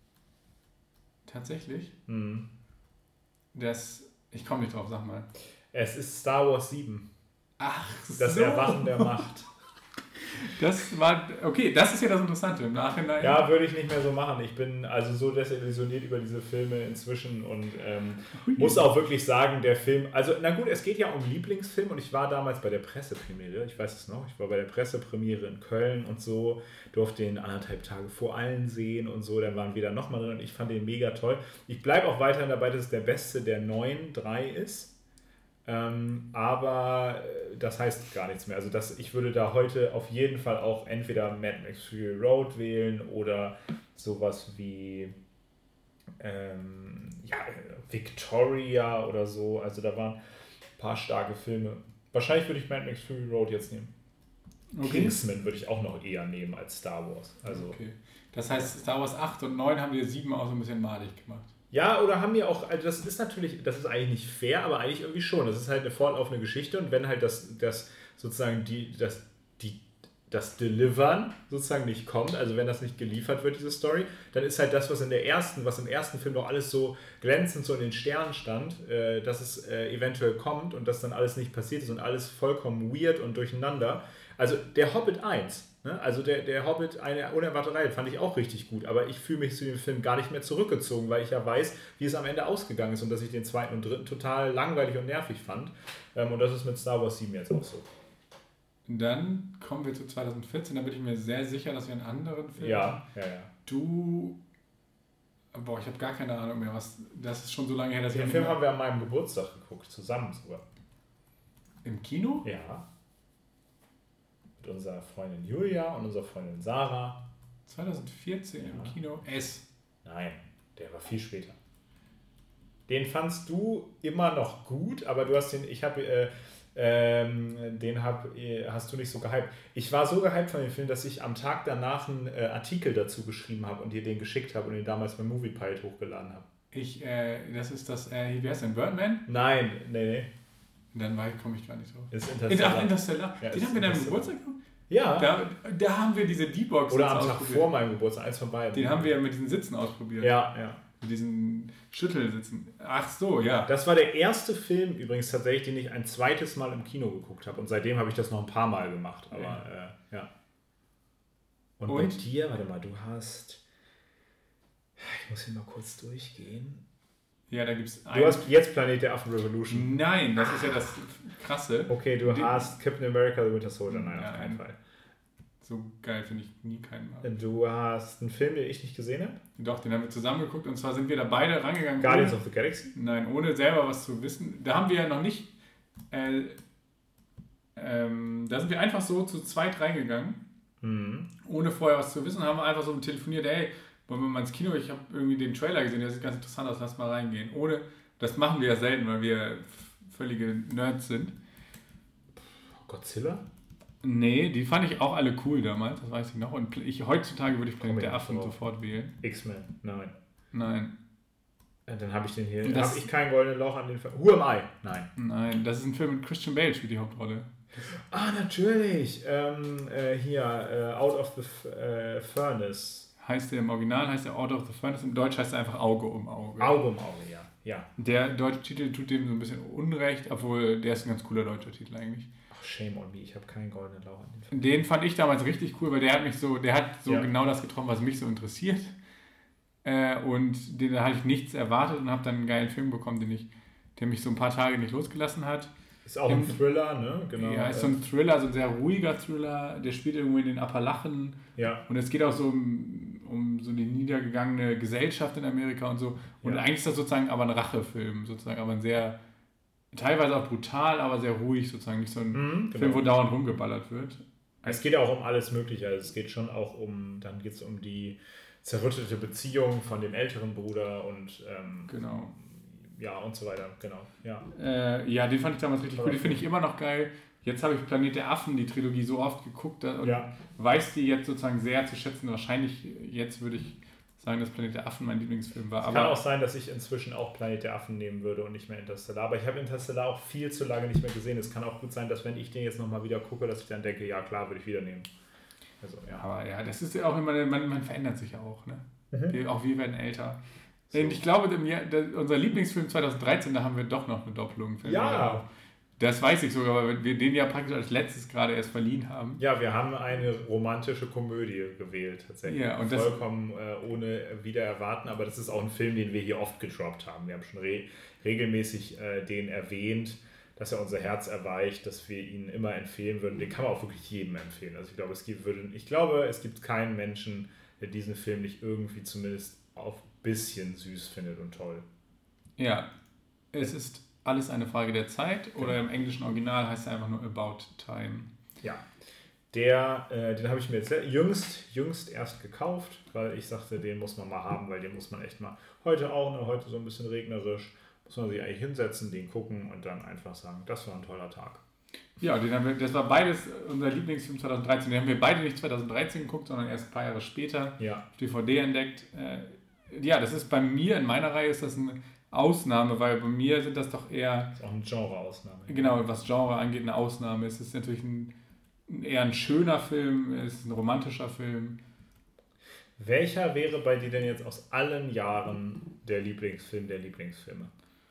[SPEAKER 2] tatsächlich?
[SPEAKER 1] Hm.
[SPEAKER 2] Das, ich komme nicht drauf, sag mal.
[SPEAKER 1] Es ist Star Wars sieben.
[SPEAKER 2] Ach
[SPEAKER 1] Das
[SPEAKER 2] so.
[SPEAKER 1] Erwachen der Macht.
[SPEAKER 2] Das war, okay, das ist ja das Interessante im Nachhinein.
[SPEAKER 1] Ja, würde ich nicht mehr so machen. Ich bin also so desillusioniert über diese Filme inzwischen und ähm, muss auch wirklich sagen, der Film, also na gut, es geht ja um Lieblingsfilm und ich war damals bei der Pressepremiere, ich weiß es noch, ich war bei der Pressepremiere in Köln und so, durfte den anderthalb Tage vor allen sehen und so, dann waren wir da nochmal drin und ich fand den mega toll. Ich bleibe auch weiterhin dabei, dass es der beste der neuen drei ist. Ähm, aber das heißt gar nichts mehr. Also das, ich würde da heute auf jeden Fall auch entweder Mad Max Fury Road wählen oder sowas wie ähm, ja, Victoria oder so. Also da waren ein paar starke Filme. Wahrscheinlich würde ich Mad Max Fury Road jetzt nehmen. Okay. Kingsman würde ich auch noch eher nehmen als Star Wars. Also
[SPEAKER 2] okay. Das heißt, Star Wars acht und neun haben wir sieben auch so ein bisschen madig gemacht.
[SPEAKER 1] Ja, oder haben wir auch, also das ist natürlich, das ist eigentlich nicht fair, aber eigentlich irgendwie schon. Das ist halt eine fortlaufende Geschichte und wenn halt das, das sozusagen die, das, die, das Delivern sozusagen nicht kommt, also wenn das nicht geliefert wird, diese Story, dann ist halt das, was in der ersten, was im ersten Film noch alles so glänzend so in den Sternen stand, äh, dass es äh, eventuell kommt und dass dann alles nicht passiert ist und alles vollkommen weird und durcheinander. Also der Hobbit eins, ne? Also der, der Hobbit, eine unerwartete Reihe, fand ich auch richtig gut, aber ich fühle mich zu dem Film gar nicht mehr zurückgezogen, weil ich ja weiß, wie es am Ende ausgegangen ist und dass ich den zweiten und dritten total langweilig und nervig fand. Ähm, und das ist mit Star Wars sieben jetzt auch so.
[SPEAKER 2] Dann kommen wir zu zwanzig vierzehn, da bin ich mir sehr sicher, dass wir einen anderen Film
[SPEAKER 1] Ja,
[SPEAKER 2] haben.
[SPEAKER 1] ja, ja.
[SPEAKER 2] Du, boah, ich habe gar keine Ahnung mehr, was, das ist schon so lange her, dass
[SPEAKER 1] Den
[SPEAKER 2] ich...
[SPEAKER 1] Film haben wir an meinem Geburtstag geguckt, zusammen sogar.
[SPEAKER 2] Im Kino?
[SPEAKER 1] Ja. Mit unserer Freundin Julia und unserer Freundin Sarah.
[SPEAKER 2] zwanzig vierzehn ja. Im Kino. S.
[SPEAKER 1] Nein, der war viel später. Den fandst du immer noch gut, aber du hast den, ich habe, äh, ähm, den hab, äh, hast du nicht so gehypt. Ich war so gehypt von dem Film, dass ich am Tag danach einen äh, Artikel dazu geschrieben habe und dir den geschickt habe und den damals beim Movie Pilot hochgeladen habe.
[SPEAKER 2] Ich, äh, das ist das, äh, wie heißt denn, Birdman?
[SPEAKER 1] Nein, nee, nee.
[SPEAKER 2] Dann komme ich gar nicht drauf.
[SPEAKER 1] Ist Interstellar.
[SPEAKER 2] Ach, Interstellar.
[SPEAKER 1] Ja,
[SPEAKER 2] den haben wir dann am Geburtstag gemacht?
[SPEAKER 1] Ja.
[SPEAKER 2] Da, da haben wir diese D-Box
[SPEAKER 1] Oder am Tag vor meinem Geburtstag, eins von beiden.
[SPEAKER 2] Den haben wir ja mit diesen Sitzen ausprobiert.
[SPEAKER 1] Ja, ja.
[SPEAKER 2] Mit diesen Schüttelsitzen. Ach so, ja.
[SPEAKER 1] Das war der erste Film übrigens tatsächlich, den ich ein zweites Mal im Kino geguckt habe. Und seitdem habe ich das noch ein paar Mal gemacht. Aber ja. Äh, ja. Und, Und bei dir, warte mal, du hast... Ich muss hier mal kurz durchgehen.
[SPEAKER 2] Ja, da gibt's
[SPEAKER 1] Du hast jetzt Planet der Affen Revolution.
[SPEAKER 2] Nein, das ist ja das Krasse.
[SPEAKER 1] Okay, du Den, hast Captain America The Winter Soldier. Nein,
[SPEAKER 2] ja,
[SPEAKER 1] auf keinen Fall.
[SPEAKER 2] So geil finde ich nie keinen Mal.
[SPEAKER 1] Du hast einen Film, den ich nicht gesehen habe?
[SPEAKER 2] Doch, den haben wir zusammen geguckt und zwar sind wir da beide rangegangen.
[SPEAKER 1] Guardians
[SPEAKER 2] ohne,
[SPEAKER 1] of the Galaxy?
[SPEAKER 2] Nein, ohne selber was zu wissen. Da haben wir ja noch nicht... Äh, ähm, da sind wir einfach so zu zweit reingegangen. Mhm. Ohne vorher was zu wissen. Haben wir einfach so telefoniert, ey, wollen wir mal ins Kino? Ich habe irgendwie den Trailer gesehen, der sieht ganz interessant aus, lass mal reingehen. Ohne... Das machen wir ja selten, weil wir völlige Nerds sind.
[SPEAKER 1] Godzilla?
[SPEAKER 2] Nee, die fand ich auch alle cool damals, das weiß ich noch. Und ich, heutzutage würde ich Planet der Affen drauf. sofort wählen.
[SPEAKER 1] X-Men, nein.
[SPEAKER 2] Nein.
[SPEAKER 1] Dann habe ich den hier. Da habe ich keinen goldenen Lauch an den Film. Who am I? Nein.
[SPEAKER 2] Nein, das ist ein Film mit Christian Bale, spielt die Hauptrolle.
[SPEAKER 1] Ah, natürlich. Ähm, äh, hier, äh, Out of the F- äh, Furnace.
[SPEAKER 2] Heißt der im Original, heißt der Out of the Furnace. Im Deutsch heißt er einfach Auge um Auge.
[SPEAKER 1] Auge um Auge, ja. ja.
[SPEAKER 2] Der deutsche Titel tut dem so ein bisschen Unrecht, obwohl der ist ein ganz cooler deutscher Titel eigentlich.
[SPEAKER 1] Ach, shame on me, ich habe keinen goldenen Lauch an den Film.
[SPEAKER 2] Den fand ich damals richtig cool, weil der hat mich so, der hat so
[SPEAKER 1] ja.
[SPEAKER 2] genau das getroffen, was mich so interessiert. Äh, und den, da hatte ich nichts erwartet und habe dann einen geilen Film bekommen, den ich, der mich so ein paar Tage nicht losgelassen hat.
[SPEAKER 1] Ist auch ein Thriller, ne?
[SPEAKER 2] Genau. Ja, ist so ein Thriller, so ein sehr ruhiger Thriller. Der spielt irgendwo in den Appalachen.
[SPEAKER 1] Ja.
[SPEAKER 2] Und es geht auch so um, um so die niedergegangene Gesellschaft in Amerika und so. Und ja. eigentlich ist das sozusagen aber ein Rachefilm, sozusagen, aber ein sehr, teilweise auch brutal, aber sehr ruhig sozusagen. Nicht so ein mhm, Film, genau. wo dauernd rumgeballert wird.
[SPEAKER 1] Es geht auch um alles Mögliche. Also es geht schon auch um, dann geht es um die zerrüttete Beziehung von dem älteren Bruder und ähm,
[SPEAKER 2] genau.
[SPEAKER 1] ja und so weiter. Genau. Ja,
[SPEAKER 2] äh, ja den fand ich damals richtig cool. Die finde ich immer noch geil. Jetzt habe ich Planet der Affen, die Trilogie, so oft geguckt und
[SPEAKER 1] ja.
[SPEAKER 2] weiß die jetzt sozusagen sehr zu schätzen. Wahrscheinlich jetzt würde ich sagen, dass Planet der Affen mein Lieblingsfilm war.
[SPEAKER 1] Es
[SPEAKER 2] aber
[SPEAKER 1] kann auch sein, dass ich inzwischen auch Planet der Affen nehmen würde und nicht mehr Interstellar. Aber ich habe Interstellar auch viel zu lange nicht mehr gesehen. Es kann auch gut sein, dass wenn ich den jetzt nochmal wieder gucke, dass ich dann denke, ja klar, würde ich wieder nehmen. Also, ja.
[SPEAKER 2] Aber ja, das ist ja auch immer, man, man verändert sich ja auch. Ne?
[SPEAKER 1] Mhm.
[SPEAKER 2] Wir, auch wir werden älter.
[SPEAKER 1] So.
[SPEAKER 2] Und ich glaube, im Jahr, der, unser Lieblingsfilm zwanzig dreizehn, da haben wir doch noch eine Doppelung.
[SPEAKER 1] Ja.
[SPEAKER 2] Das weiß ich sogar, weil wir den ja praktisch als letztes gerade erst verliehen haben.
[SPEAKER 1] Ja, wir haben eine romantische Komödie gewählt, tatsächlich.
[SPEAKER 2] Ja, und
[SPEAKER 1] vollkommen das, äh, ohne wieder erwarten, aber das ist auch ein Film, den wir hier oft gedroppt haben. Wir haben schon re- regelmäßig äh, den erwähnt, dass er unser Herz erweicht, dass wir ihn immer empfehlen würden. Den kann man auch wirklich jedem empfehlen. Also ich glaube, es gibt, würde, ich glaube, es gibt keinen Menschen, der diesen Film nicht irgendwie zumindest auf ein bisschen süß findet und toll.
[SPEAKER 2] Ja, es ist alles eine Frage der Zeit oder im englischen Original heißt er einfach nur About Time.
[SPEAKER 1] Ja, der, äh, den habe ich mir jetzt jüngst, jüngst erst gekauft, weil ich sagte, den muss man mal haben, weil den muss man echt mal, heute auch, ne, heute so ein bisschen regnerisch, muss man sich eigentlich hinsetzen, den gucken und dann einfach sagen, das war ein toller Tag.
[SPEAKER 2] Ja, den haben wir, das war beides unser Lieblingsfilm zwanzig dreizehn. Den haben wir beide nicht zwanzig dreizehn geguckt, sondern erst ein paar Jahre später
[SPEAKER 1] ja.
[SPEAKER 2] auf D V D entdeckt. Äh, ja, das ist bei mir, in meiner Reihe ist das eine Ausnahme, weil bei mir sind das doch eher...
[SPEAKER 1] Das ist auch eine Genre-Ausnahme.
[SPEAKER 2] Genau, was Genre angeht, eine Ausnahme. Es ist natürlich ein, eher ein schöner Film, es ist ein romantischer Film.
[SPEAKER 1] Welcher wäre bei dir denn jetzt aus allen Jahren der Lieblingsfilm der Lieblingsfilme?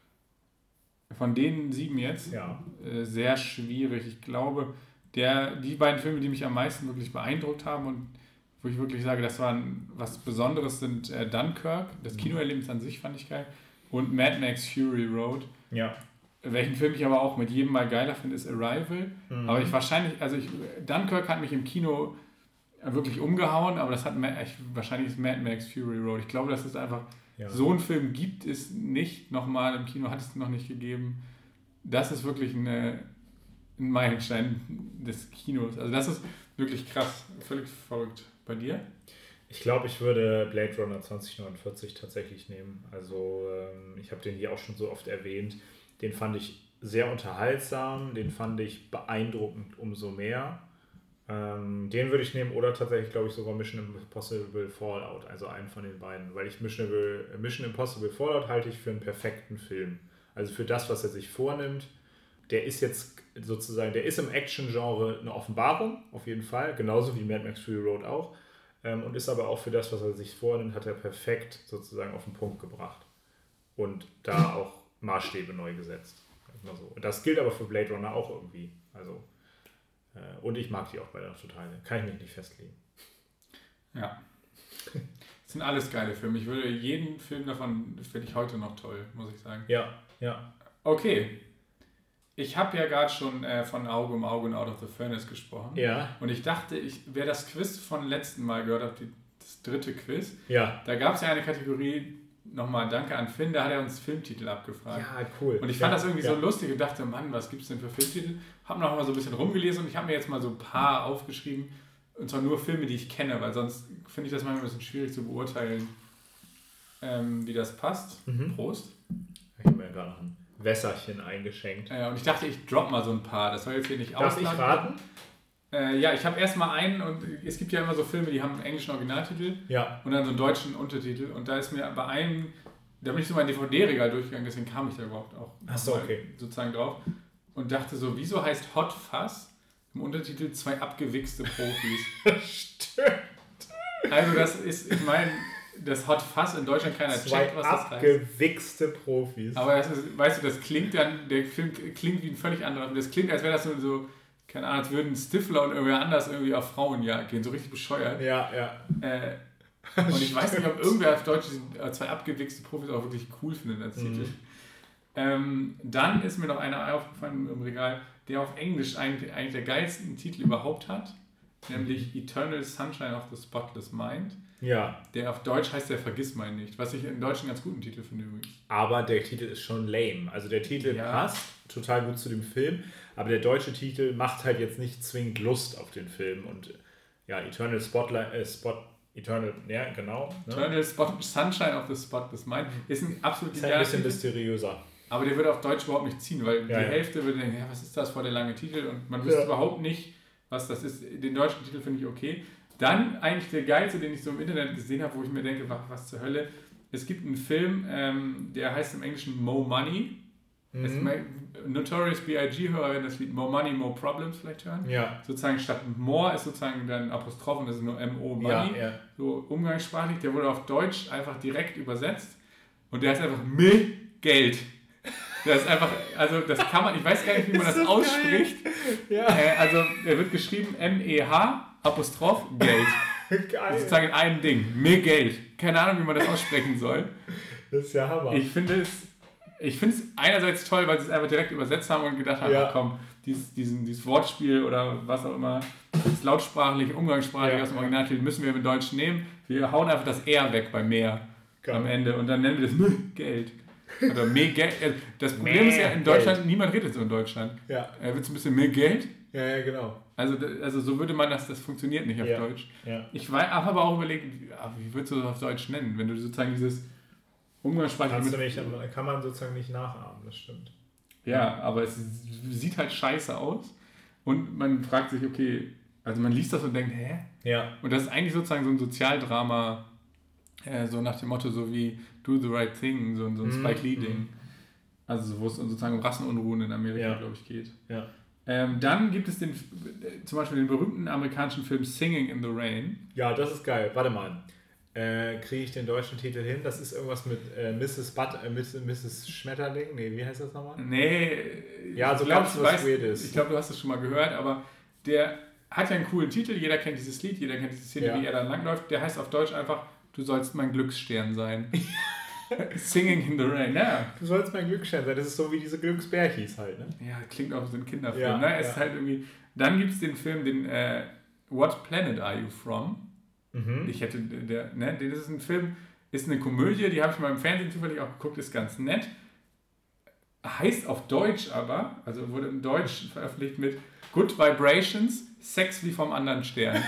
[SPEAKER 2] Von den sieben jetzt?
[SPEAKER 1] Ja.
[SPEAKER 2] Äh, sehr schwierig. Ich glaube, der, die beiden Filme, die mich am meisten wirklich beeindruckt haben und wo ich wirklich sage, das war ein, was Besonderes, sind äh, Dunkirk. Das Kinoerlebnis an sich fand ich geil. Und Mad Max Fury Road.
[SPEAKER 1] Ja.
[SPEAKER 2] Welchen Film ich aber auch mit jedem Mal geiler finde, ist Arrival. Mhm. Aber ich wahrscheinlich, also ich, Dunkirk hat mich im Kino wirklich umgehauen, aber das hat ich, wahrscheinlich ist Mad Max Fury Road. Ich glaube, dass es einfach ja. so einen Film gibt es nicht nochmal im Kino, hat es noch nicht gegeben. Das ist wirklich eine, ein Meilenstein des Kinos. Also das ist wirklich krass, völlig verrückt. Bei dir?
[SPEAKER 1] Ich glaube, ich würde Blade Runner zwanzig neunundvierzig tatsächlich nehmen. Also ähm, ich habe den hier auch schon so oft erwähnt. Den fand ich sehr unterhaltsam, den fand ich beeindruckend umso mehr. Ähm, den würde ich nehmen oder tatsächlich, glaube ich, sogar Mission Impossible Fallout, also einen von den beiden. Weil ich Mission, Mission Impossible Fallout halte ich für einen perfekten Film. Also für das, was er sich vornimmt. Der ist jetzt sozusagen, der ist im Action-Genre eine Offenbarung, auf jeden Fall. Genauso wie Mad Max Fury Road auch. Und ist aber auch für das, was er sich vornimmt, hat er perfekt sozusagen auf den Punkt gebracht. Und da auch Maßstäbe neu gesetzt. So. Das gilt aber für Blade Runner auch irgendwie. Also, äh, und ich mag die auch beide total. Kann ich mich nicht festlegen.
[SPEAKER 2] Ja. Das sind alles geile Filme. Ich würde jeden Film davon, finde ich heute noch toll, muss ich sagen.
[SPEAKER 1] Ja, ja.
[SPEAKER 2] Okay. Ich habe ja gerade schon äh, von Auge um Auge und Out of the Furnace gesprochen.
[SPEAKER 1] Ja.
[SPEAKER 2] Und ich dachte, ich, wer das Quiz von letzten Mal gehört hat, die, das dritte Quiz,
[SPEAKER 1] ja.
[SPEAKER 2] da gab es ja eine Kategorie, nochmal danke an Finn, da hat er uns Filmtitel abgefragt.
[SPEAKER 1] Ja, cool.
[SPEAKER 2] Und ich
[SPEAKER 1] ja,
[SPEAKER 2] fand das irgendwie
[SPEAKER 1] ja.
[SPEAKER 2] so lustig und dachte, Mann, was gibt es denn für Filmtitel? Habe noch mal so ein bisschen rumgelesen und ich habe mir jetzt mal so ein paar aufgeschrieben. Und zwar nur Filme, die ich kenne, weil sonst finde ich das manchmal ein bisschen schwierig zu beurteilen, ähm, wie das passt.
[SPEAKER 1] Mhm.
[SPEAKER 2] Prost.
[SPEAKER 1] Ich habe mir gerade noch ein Wässerchen eingeschenkt.
[SPEAKER 2] Äh, und ich dachte, ich drop mal so ein paar. Das soll jetzt hier nicht
[SPEAKER 1] Darf ich raten?
[SPEAKER 2] Äh, ja, ich habe erstmal einen und es gibt ja immer so Filme, die haben einen englischen Originaltitel
[SPEAKER 1] ja.
[SPEAKER 2] und dann so einen deutschen Untertitel. Und da ist mir bei einem, da bin ich so mein D V D-Regal durchgegangen, deswegen kam ich da überhaupt auch
[SPEAKER 1] Ach so, okay.
[SPEAKER 2] sozusagen drauf. Und dachte so, wieso heißt Hot Fuzz im Untertitel zwei abgewichste Profis?
[SPEAKER 1] Stimmt.
[SPEAKER 2] Also das ist, ich meine, das Hot Fuzz in Deutschland keiner
[SPEAKER 1] zwei
[SPEAKER 2] checkt, was das heißt.
[SPEAKER 1] Abgewichste Profis.
[SPEAKER 2] Aber das ist, weißt du, das klingt dann, der Film klingt wie ein völlig anderer. Das klingt, als wäre das nur so, keine Ahnung, als würden Stifler und irgendwer anders irgendwie auf Frauenjagd gehen, so richtig bescheuert.
[SPEAKER 1] Ja, ja.
[SPEAKER 2] Äh, und ich weiß nicht, ob irgendwer auf Deutsch diese zwei abgewichste Profis auch wirklich cool findet als Titel. Mhm. Ähm, dann ist mir noch einer aufgefallen im Regal, der auf Englisch eigentlich, eigentlich der geilsten Titel überhaupt hat. nämlich Eternal Sunshine of the Spotless Mind.
[SPEAKER 1] Ja.
[SPEAKER 2] Der auf Deutsch heißt der Vergissmein nicht, was ich in Deutsch einen ganz guten Titel finde übrigens.
[SPEAKER 1] Aber der Titel ist schon lame. Also der Titel ja. passt total gut zu dem Film, aber der deutsche Titel macht halt jetzt nicht zwingend Lust auf den Film. Und ja, Eternal Spotlight, äh, Spot, Eternal, ja genau. Ne?
[SPEAKER 2] Eternal Spot, Sunshine of the Spotless Mind ist ein absolut
[SPEAKER 1] ist ein bisschen mysteriöser.
[SPEAKER 2] Aber der würde auf Deutsch überhaupt nicht ziehen, weil
[SPEAKER 1] ja,
[SPEAKER 2] die
[SPEAKER 1] ja.
[SPEAKER 2] Hälfte würde denken, ja, was ist das vor der lange Titel? Und man wüsste ja. überhaupt nicht, was das ist. Den deutschen Titel finde ich okay. Dann eigentlich der geilste, den ich so im Internet gesehen habe, wo ich mir denke, was zur Hölle. Es gibt einen Film, ähm, der heißt im Englischen Mo Money. Mhm. Notorious B I G-Hörer werden das Lied Mo Money, Mo Problems vielleicht hören.
[SPEAKER 1] Ja.
[SPEAKER 2] Sozusagen statt More ist sozusagen dann Apostrophen, das ist nur M O Money.
[SPEAKER 1] Ja, ja.
[SPEAKER 2] So umgangssprachlich. Der wurde auf Deutsch einfach direkt übersetzt. Und der heißt einfach M Geld. Das ist einfach, also das kann man, ich weiß gar nicht, wie man das, das ausspricht. Ja. Äh, also er wird geschrieben M E H Apostroph Geld.
[SPEAKER 1] Geil.
[SPEAKER 2] Sozusagen in einem Ding. Mehr Geld. Keine Ahnung, wie man das aussprechen soll.
[SPEAKER 1] Das ist ja Hammer.
[SPEAKER 2] Ich finde es, ich finde es einerseits toll, weil sie es einfach direkt übersetzt haben und gedacht haben,
[SPEAKER 1] ja.
[SPEAKER 2] ach komm, dieses, diesen, dieses Wortspiel oder was auch immer, das lautsprachliche, umgangssprachliche ja. aus dem Originaltitel müssen wir im Deutschen nehmen. Wir hauen einfach das R weg bei mehr Geil. Am Ende und dann nennen wir das Geld. Oder mehr Geld. Das Problem mehr ist ja in Deutschland, Geld. Niemand redet so in Deutschland.
[SPEAKER 1] Ja.
[SPEAKER 2] Äh, willst du ein bisschen mehr Geld?
[SPEAKER 1] Ja, ja, genau.
[SPEAKER 2] Also, also so würde man das, das funktioniert nicht auf
[SPEAKER 1] ja.
[SPEAKER 2] Deutsch.
[SPEAKER 1] Ja.
[SPEAKER 2] Ich habe aber auch überlegt, wie, wie würdest du das auf Deutsch nennen, wenn du sozusagen dieses umgangssprachliche...
[SPEAKER 1] Kannst du nicht, kann man sozusagen nicht nachahmen, das stimmt.
[SPEAKER 2] Ja, aber es sieht halt scheiße aus und man fragt sich, okay, also man liest das und denkt, hä?
[SPEAKER 1] Ja.
[SPEAKER 2] Und das ist eigentlich sozusagen so ein Sozialdrama, äh, so nach dem Motto, so wie Do the Right Thing, so, so ein Spike Lee-Ding. Mm. Also wo es sozusagen um Rassenunruhen in Amerika, ja. glaube ich, geht.
[SPEAKER 1] Ja.
[SPEAKER 2] Ähm, dann gibt es den, zum Beispiel den berühmten amerikanischen Film Singing in the Rain.
[SPEAKER 1] Ja, das ist geil. Warte mal. Äh, kriege ich den deutschen Titel hin? Das ist irgendwas mit äh, Misses Butt, äh, Misses Schmetterling? Nee, wie heißt das nochmal?
[SPEAKER 2] Nee.
[SPEAKER 1] Ja, so ganz was Weirdes.
[SPEAKER 2] Ich glaube, du hast das schon mal gehört, aber der hat ja einen coolen Titel. Jeder kennt dieses Lied, jeder kennt diese Szene, ja. wie er dann langläuft. Der heißt auf Deutsch einfach, du sollst mein Glücksstern sein. Singing in the Rain, ja.
[SPEAKER 1] Du sollst mein Glücksstern sein. Das ist so wie diese Glücksbärchis halt, ne?
[SPEAKER 2] Ja, klingt auch so ein Kinderfilm,
[SPEAKER 1] ja,
[SPEAKER 2] ne? Es
[SPEAKER 1] ja.
[SPEAKER 2] ist halt irgendwie... Dann gibt es den Film, den äh, What Planet Are You From? Mhm. Ich hätte... Der, ne? Das ist ein Film, ist eine Komödie, die habe ich mal im Fernsehen zufällig auch geguckt, ist ganz nett. Heißt auf Deutsch aber, also wurde in Deutsch veröffentlicht mit Good Vibrations, Sex wie vom anderen Stern.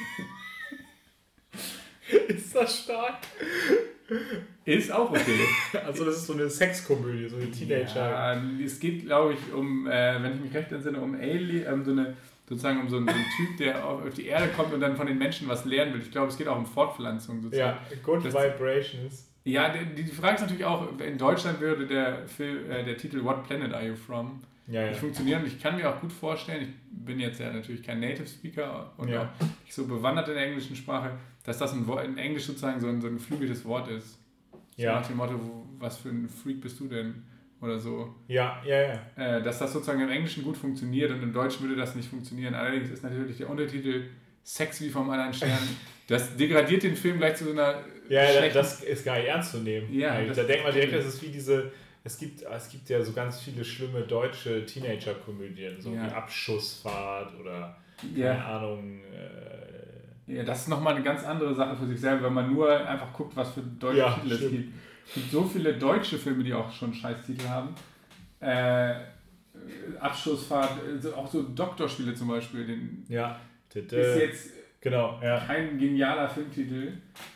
[SPEAKER 1] Ist das stark?
[SPEAKER 2] Ist auch okay.
[SPEAKER 1] Also das ist so eine Sexkomödie, so eine Teenager.
[SPEAKER 2] Ja, es geht, glaube ich, um, äh, wenn ich mich recht entsinne, um Alien, ähm, so eine, sozusagen um so einen, so einen Typ, der auf die Erde kommt und dann von den Menschen was lernen will. Ich glaube, es geht auch um Fortpflanzung sozusagen.
[SPEAKER 1] Ja, Good das, Vibrations.
[SPEAKER 2] Ja, die, die Frage ist natürlich auch, in Deutschland würde der, Film, äh, der Titel What Planet Are You From
[SPEAKER 1] ja, ja.
[SPEAKER 2] nicht funktionieren. Und ich kann mir auch gut vorstellen, ich bin jetzt ja natürlich kein Native Speaker und
[SPEAKER 1] ja.
[SPEAKER 2] auch nicht so bewandert in der englischen Sprache, dass das ein Wort, in Englisch sozusagen so ein, so ein geflügeltes Wort ist. So ja. nach dem Motto, was für ein Freak bist du denn? Oder so.
[SPEAKER 1] Ja, ja, ja.
[SPEAKER 2] Äh, dass das sozusagen im Englischen gut funktioniert und im Deutschen würde das nicht funktionieren. Allerdings ist natürlich der Untertitel Sex wie vom anderen Stern. Das degradiert den Film gleich zu so einer.
[SPEAKER 1] Ja, schlechten... das ist gar nicht ernst zu nehmen.
[SPEAKER 2] Ja,
[SPEAKER 1] da denkt man direkt, das ist wie diese. Es gibt, es gibt ja so ganz viele schlimme deutsche Teenager-Komödien, so
[SPEAKER 2] ja.
[SPEAKER 1] wie Abschussfahrt oder
[SPEAKER 2] ja.
[SPEAKER 1] keine Ahnung. Äh,
[SPEAKER 2] ja, das ist nochmal eine ganz andere Sache für sich selber, wenn man nur einfach guckt, was für deutsche
[SPEAKER 1] ja,
[SPEAKER 2] Titel
[SPEAKER 1] stimmt.
[SPEAKER 2] es gibt. Es gibt so viele deutsche Filme, die auch schon Scheißtitel haben. Äh, Abschussfahrt, also auch so Doktorspiele zum Beispiel. Den
[SPEAKER 1] ja,
[SPEAKER 2] ist jetzt
[SPEAKER 1] genau, ja.
[SPEAKER 2] kein genialer Filmtitel.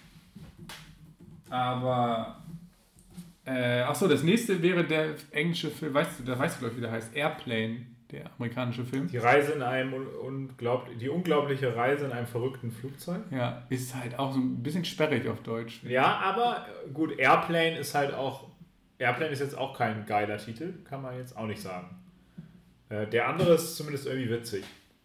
[SPEAKER 2] Aber äh, achso, das nächste wäre der englische Film, weißt du, da weißt du glaube ich, wie der heißt, Airplane, der amerikanische Film.
[SPEAKER 1] Die Reise in einem unglaublich, die unglaubliche Reise in einem verrückten Flugzeug.
[SPEAKER 2] Ja, ist halt auch so ein bisschen sperrig auf Deutsch.
[SPEAKER 1] Ja, aber gut, Airplane ist halt auch, Airplane ist jetzt auch kein geiler Titel, kann man jetzt auch nicht sagen. Äh, der andere ist zumindest irgendwie witzig.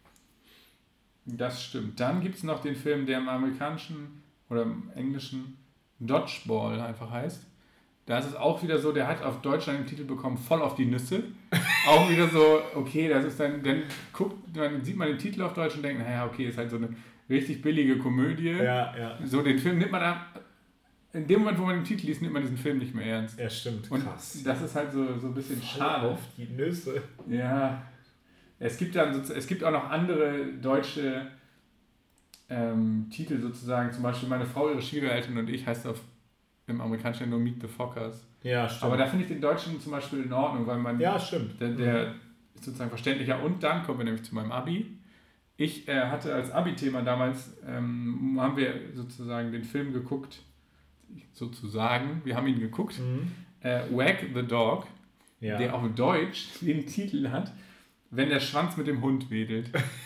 [SPEAKER 2] Das stimmt. Dann gibt es noch den Film, der im amerikanischen oder im englischen Dodgeball einfach heißt. Da ist es auch wieder so, der hat auf Deutsch einen Titel bekommen, voll auf die Nüsse. Auch wieder so, okay, das ist dann, dann guckt, dann sieht man den Titel auf Deutsch und denkt, naja, okay, ist halt so eine richtig billige Komödie.
[SPEAKER 1] Ja, ja.
[SPEAKER 2] So, den Film nimmt man da, in dem Moment, wo man den Titel liest, nimmt man diesen Film nicht mehr ernst.
[SPEAKER 1] Ja, stimmt,
[SPEAKER 2] und
[SPEAKER 1] krass.
[SPEAKER 2] Das ist halt so, so ein bisschen
[SPEAKER 1] voll
[SPEAKER 2] schade.
[SPEAKER 1] Auf die Nüsse.
[SPEAKER 2] Ja. Es gibt dann, es gibt auch noch andere deutsche ähm, Titel sozusagen, zum Beispiel meine Frau, ihre Schwiegereltern und ich, heißt auf im amerikanischen nur Meet the Fockers.
[SPEAKER 1] Ja, stimmt.
[SPEAKER 2] Aber da finde ich den Deutschen zum Beispiel in Ordnung, weil man...
[SPEAKER 1] Ja, stimmt.
[SPEAKER 2] Der, der ist sozusagen verständlicher. Und dann kommen wir nämlich zu meinem Abi. Ich äh, hatte als Abi-Thema damals, ähm, haben wir sozusagen den Film geguckt, sozusagen, wir haben ihn geguckt,
[SPEAKER 1] Mhm.
[SPEAKER 2] äh, Wag the Dog,
[SPEAKER 1] Ja.
[SPEAKER 2] der auf Deutsch den Titel hat, wenn der Schwanz mit dem Hund wedelt.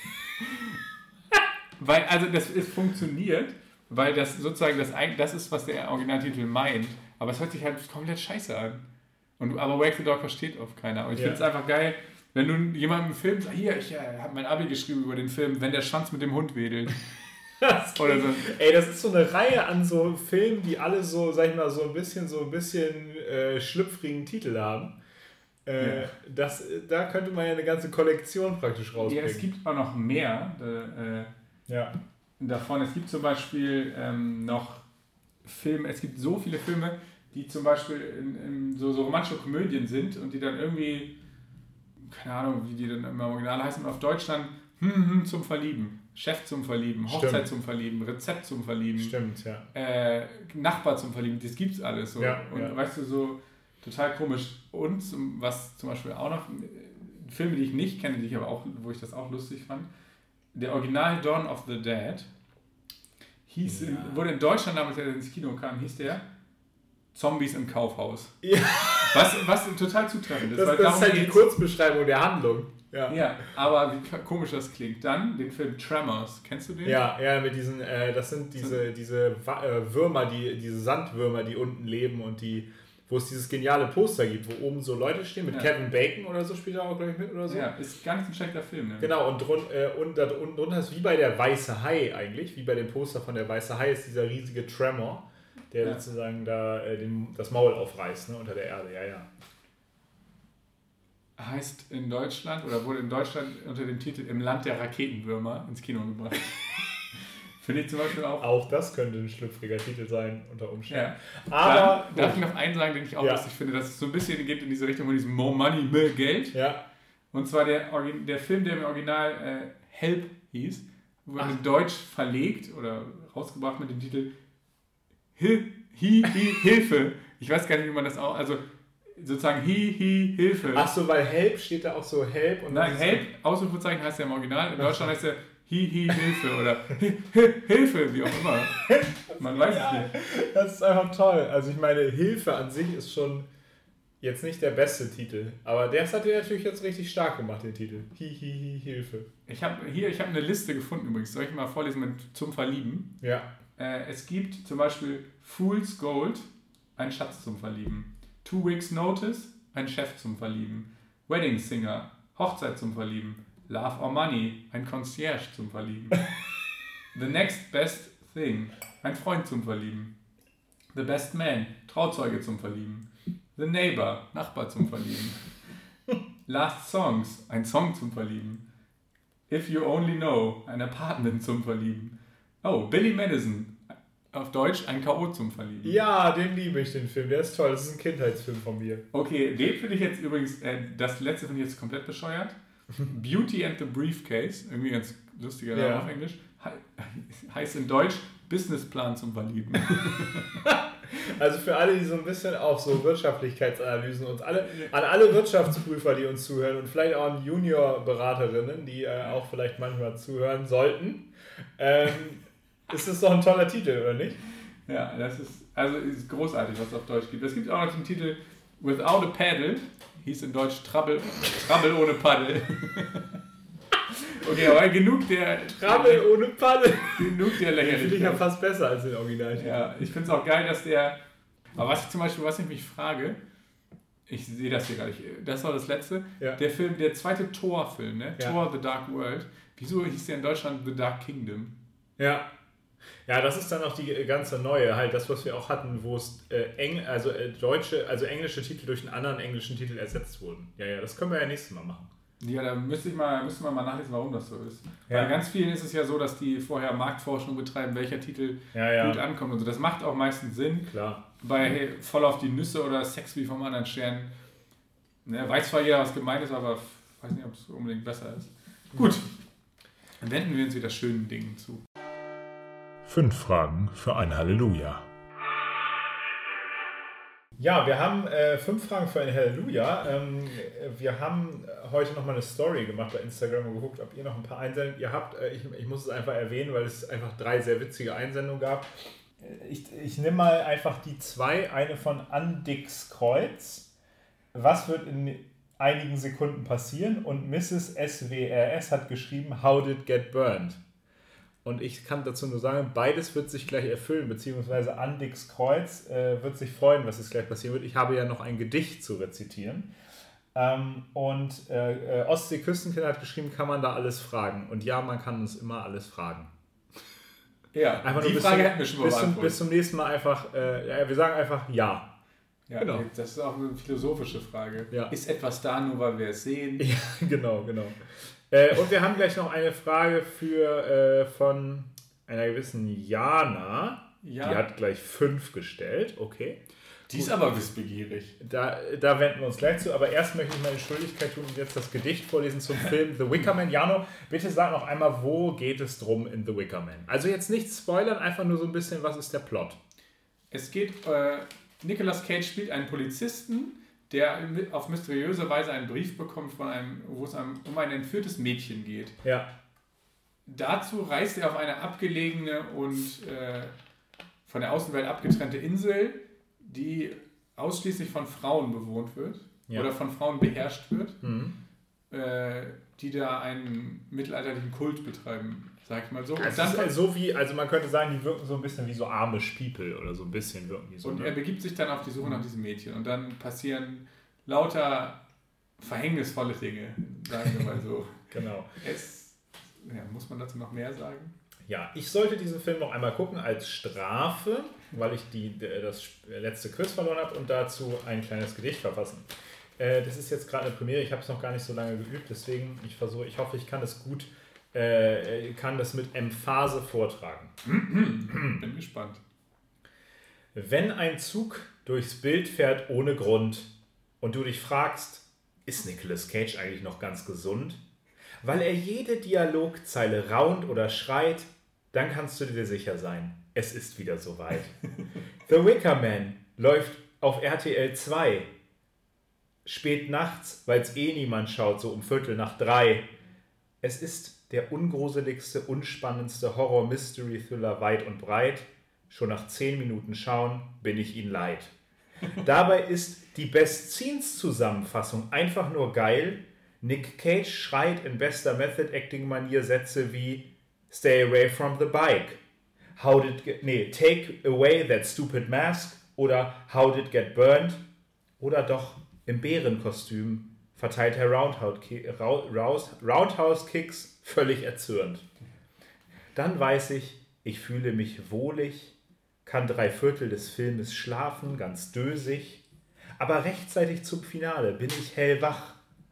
[SPEAKER 2] Weil, also das ist, funktioniert, weil das sozusagen das, das ist, was der Originaltitel meint, aber es hört sich halt komplett scheiße an. Und, aber Wag the Dog versteht oft keiner. Und ich
[SPEAKER 1] Ja.
[SPEAKER 2] finde es einfach geil, wenn du jemandem einen Film sagst, hier, ich äh, habe mein Abi geschrieben über den Film, wenn der Schwanz mit dem Hund wedelt.
[SPEAKER 1] Das
[SPEAKER 2] Oder so.
[SPEAKER 1] Ey, das ist so eine Reihe an so Filmen, die alle so, sag ich mal, so ein bisschen, so ein bisschen äh, schlüpfrigen Titel haben. Äh,
[SPEAKER 2] Ja.
[SPEAKER 1] das, da könnte man ja eine ganze Kollektion praktisch
[SPEAKER 2] Ja,
[SPEAKER 1] rausbringen.
[SPEAKER 2] es gibt auch noch mehr äh,
[SPEAKER 1] Ja.
[SPEAKER 2] davon. Es gibt zum Beispiel ähm, noch Filme, es gibt so viele Filme, die zum Beispiel in, in so, so romantische Komödien sind und die dann irgendwie, keine Ahnung, wie die dann im Original heißen, und auf Deutsch dann hm, hm, zum Verlieben, Chef zum Verlieben, Hochzeit
[SPEAKER 1] Stimmt.
[SPEAKER 2] zum Verlieben, Rezept zum Verlieben,
[SPEAKER 1] Stimmt, ja.
[SPEAKER 2] äh, Nachbar zum Verlieben, das gibt's alles so.
[SPEAKER 1] Ja,
[SPEAKER 2] und
[SPEAKER 1] ja.
[SPEAKER 2] weißt du, so total komisch. Und zum, was zum Beispiel auch noch, äh, Filme, die ich nicht kenne, die ich aber auch, wo ich das auch lustig fand, der Original Dawn of the Dead hieß,
[SPEAKER 1] Ja.
[SPEAKER 2] in, wurde in Deutschland damals, als er ins Kino kam, hieß der Zombies im Kaufhaus.
[SPEAKER 1] Ja.
[SPEAKER 2] Was, was total zutreffend ist.
[SPEAKER 1] Das,
[SPEAKER 2] weil
[SPEAKER 1] das
[SPEAKER 2] darum
[SPEAKER 1] ist halt die
[SPEAKER 2] geht's.
[SPEAKER 1] Kurzbeschreibung der Handlung. Ja.
[SPEAKER 2] Ja, aber wie k- komisch das klingt. Dann den Film Tremors. Kennst du den?
[SPEAKER 1] Ja, ja, mit diesen, äh, das sind diese, diese Wa- äh, Würmer, die, diese Sandwürmer, die unten leben und die, wo es dieses geniale Poster gibt, wo oben so Leute stehen, mit
[SPEAKER 2] Ja.
[SPEAKER 1] Kevin Bacon oder so spielt er auch, glaube ich, mit oder so.
[SPEAKER 2] Ja, ist gar nicht ein schlechter Film. Ne?
[SPEAKER 1] Genau, und, drun, äh, und da unten drunter ist wie bei der Weiße Hai eigentlich, wie bei dem Poster von der Weiße Hai ist dieser riesige Tremor, der
[SPEAKER 2] Ja.
[SPEAKER 1] sozusagen da äh, den, das Maul aufreißt, ne, unter der Erde, ja, ja.
[SPEAKER 2] Heißt in Deutschland oder wurde in Deutschland unter dem Titel Im Land der Raketenwürmer ins Kino gebracht. Finde ich zum Beispiel auch.
[SPEAKER 1] Auch das könnte ein schlüpfriger Titel sein, unter Umständen.
[SPEAKER 2] Ja.
[SPEAKER 1] Aber,
[SPEAKER 2] Dann, darf ich noch einen sagen, den ich auch
[SPEAKER 1] Ja.
[SPEAKER 2] lustig finde, dass es so ein bisschen geht in diese Richtung von diesem More Money, mehr Geld.
[SPEAKER 1] ja,
[SPEAKER 2] Und zwar der, Orgi- der Film, der im Original äh, Help hieß, wurde
[SPEAKER 1] Ach.
[SPEAKER 2] in Deutsch verlegt oder rausgebracht mit dem Titel Hil Hi, Hi, Hilfe. Ich weiß gar nicht, wie man das auch, also sozusagen Hi, Hi, Hilfe.
[SPEAKER 1] ach so, weil Help steht da auch so Help und
[SPEAKER 2] Nein,
[SPEAKER 1] dann-
[SPEAKER 2] Help, Ausrufezeichen heißt ja im Original, in Deutschland heißt er Hi, Hi, Hilfe oder Hi, Hi, Hilfe, wie auch immer. Man weiß es nicht.
[SPEAKER 1] Das ist einfach toll. Also ich meine, Hilfe an sich ist schon jetzt nicht der beste Titel, aber das hat dir natürlich jetzt richtig stark gemacht, den Titel. Hi, hi, hi, Hilfe.
[SPEAKER 2] Ich habe hier, ich habe eine Liste gefunden übrigens, soll ich mal vorlesen mit zum Verlieben?
[SPEAKER 1] Ja.
[SPEAKER 2] Äh, es gibt zum Beispiel Fool's Gold, ein Schatz zum Verlieben. Two Weeks Notice, ein Chef zum Verlieben. Wedding Singer, Hochzeit zum Verlieben. Love or Money, ein Concierge zum Verlieben. The Next Best Thing, ein Freund zum Verlieben. The Best Man, Trauzeuge zum Verlieben. The Neighbor, Nachbar zum Verlieben. Last Songs, ein Song zum Verlieben. If You Only Know, ein Apartment zum Verlieben. Oh, Billy Madison, auf Deutsch ein K O zum Verlieben.
[SPEAKER 1] Ja, den liebe ich, den Film. Der ist toll. Das ist ein Kindheitsfilm von mir.
[SPEAKER 2] Okay, den finde ich jetzt übrigens, äh, das letzte finde ich jetzt komplett bescheuert. Beauty and the Briefcase, irgendwie ganz lustiger Name
[SPEAKER 1] Ja.
[SPEAKER 2] auf Englisch, he heißt in Deutsch Businessplan zum Verlieben.
[SPEAKER 1] Also für alle, die so ein bisschen auch so Wirtschaftlichkeitsanalysen und alle, an alle Wirtschaftsprüfer, die uns zuhören und vielleicht auch an Juniorberaterinnen, die äh, auch vielleicht manchmal zuhören sollten, ähm, ist es doch ein toller Titel, oder nicht?
[SPEAKER 2] Ja, das ist, also ist großartig, was es auf Deutsch gibt. Es gibt auch noch den Titel Without a Paddle, hieß in Deutsch Trouble, Trouble ohne Paddel. Okay, aber genug der...
[SPEAKER 1] Krabbel ohne Paddel.
[SPEAKER 2] Genug der
[SPEAKER 1] Den finde ich ja
[SPEAKER 2] Lächerlichkeit.
[SPEAKER 1] fast besser als den Original.
[SPEAKER 2] Ja, ich finde es auch geil, dass der... Aber was ich zum Beispiel, was ich mich frage, ich sehe das hier gar nicht, das war das letzte,
[SPEAKER 1] Ja.
[SPEAKER 2] der Film, der zweite Thor-Film, ne?
[SPEAKER 1] Ja.
[SPEAKER 2] Thor The Dark World. Wieso hieß der in Deutschland The Dark Kingdom?
[SPEAKER 1] Ja. Ja, das ist dann auch die ganze neue, halt das, was wir auch hatten, wo es äh, eng, also äh, deutsche, also englische Titel durch einen anderen englischen Titel ersetzt wurden. Ja, ja, das können wir ja nächstes Mal machen.
[SPEAKER 2] Ja, da müsste ich mal, müsste man mal nachlesen, warum das so ist.
[SPEAKER 1] Ja.
[SPEAKER 2] Bei ganz vielen ist es ja so, dass die vorher Marktforschung betreiben, welcher Titel
[SPEAKER 1] Ja, ja.
[SPEAKER 2] gut ankommt und so. Das macht auch meistens Sinn.
[SPEAKER 1] Klar.
[SPEAKER 2] Bei hey, Voll auf die Nüsse oder Sex wie vom anderen Stern. Ne, weiß zwar jeder, was gemeint ist, aber weiß nicht, ob es unbedingt besser ist. Gut, dann wenden wir uns wieder schönen Dingen zu.
[SPEAKER 3] Fünf Fragen für ein Halleluja.
[SPEAKER 1] Ja, wir haben äh, fünf Fragen für ein Halleluja. Ähm, wir haben heute nochmal eine Story gemacht bei Instagram und geguckt, ob ihr noch ein paar Einsendungen ihr habt. Äh, ich, ich muss es einfach erwähnen, weil es einfach drei sehr witzige Einsendungen gab. Ich, ich nehme mal einfach die zwei. Eine von Andix Kreuz. Was wird in einigen Sekunden passieren? Und Misses S W R S hat geschrieben, How did get burned? Und ich kann dazu nur sagen, beides wird sich gleich erfüllen, beziehungsweise Andix Kreuz äh, wird sich freuen, was jetzt gleich passieren wird. Ich habe ja noch ein Gedicht zu rezitieren. Ähm, und äh, äh, Ostsee-Küstenkinder hat geschrieben, kann man da alles fragen? Und ja, man kann uns immer alles fragen.
[SPEAKER 2] Ja,
[SPEAKER 1] einfach
[SPEAKER 2] die
[SPEAKER 1] nur
[SPEAKER 2] Frage
[SPEAKER 1] zum,
[SPEAKER 2] hätten wir schon mal
[SPEAKER 1] bis zum,
[SPEAKER 2] beantwortet.
[SPEAKER 1] bis zum nächsten Mal einfach, äh, ja, wir sagen einfach ja.
[SPEAKER 2] Ja,
[SPEAKER 1] genau.
[SPEAKER 2] Das ist auch eine philosophische Frage.
[SPEAKER 1] Ja.
[SPEAKER 2] Ist etwas da, nur weil wir es sehen?
[SPEAKER 1] Ja, genau, genau. Äh, und wir haben gleich noch eine Frage für äh, von einer gewissen Jana.
[SPEAKER 2] Ja.
[SPEAKER 1] Die hat gleich fünf gestellt. Okay.
[SPEAKER 2] Die ist aber wissbegierig.
[SPEAKER 1] Da, da wenden wir uns gleich zu. Aber erst möchte ich meine Schuldigkeit tun und jetzt das Gedicht vorlesen zum Film The Wicker Man. Jano, bitte sag noch einmal, wo geht es drum in The Wicker Man? Also jetzt nicht spoilern, einfach nur so ein bisschen, was ist der Plot?
[SPEAKER 2] Es geht, äh, Nicolas Cage spielt einen Polizisten, der auf mysteriöse Weise einen Brief bekommt, von einem, wo es einem, um ein entführtes Mädchen geht.
[SPEAKER 1] Ja.
[SPEAKER 2] Dazu reist er auf eine abgelegene und äh, von der Außenwelt abgetrennte Insel, die ausschließlich von Frauen bewohnt wird, ja, oder von Frauen beherrscht wird, mhm, äh, die da einen mittelalterlichen Kult betreiben, sag ich mal so.
[SPEAKER 1] Also, und dann halt so wie, also man könnte sagen, die wirken so ein bisschen wie so Amish People oder so ein bisschen wirken die so.
[SPEAKER 2] Und
[SPEAKER 1] ne?
[SPEAKER 2] er begibt sich dann auf die Suche nach diesem Mädchen und dann passieren lauter verhängnisvolle Dinge, sagen wir mal so.
[SPEAKER 1] Genau.
[SPEAKER 2] Es, ja, muss man dazu noch mehr sagen?
[SPEAKER 1] Ja, ich sollte diesen Film noch einmal gucken als Strafe, weil ich die, das letzte Quiz verloren habe und dazu ein kleines Gedicht verfassen. Das ist jetzt gerade eine Premiere, ich habe es noch gar nicht so lange geübt, deswegen ich versuche, ich hoffe, ich kann es gut, äh, kann das mit Emphase vortragen.
[SPEAKER 2] Bin gespannt.
[SPEAKER 1] Wenn ein Zug durchs Bild fährt ohne Grund und du dich fragst, ist Nicolas Cage eigentlich noch ganz gesund? Weil er jede Dialogzeile raunt oder schreit, dann kannst du dir sicher sein, es ist wieder soweit. The Wicker Man läuft auf R T L zwei. Spät nachts, weil es eh niemand schaut, so um Viertel nach drei. Es ist der ungruseligste, unspannendste Horror-Mystery-Thriller weit und breit. Schon nach zehn Minuten schauen, bin ich ihn leid. Dabei ist die Best-Scenes-Zusammenfassung einfach nur geil. Nick Cage schreit in bester Method-Acting-Manier Sätze wie Stay away from the bike. How did get, nee, take away that stupid mask oder How did get burned oder doch im Bärenkostüm verteilt er Roundhouse-Kicks völlig erzürnt. Dann weiß ich, ich fühle mich wohlig, kann drei Viertel des Filmes schlafen, ganz dösig, aber rechtzeitig zum Finale bin ich hellwach.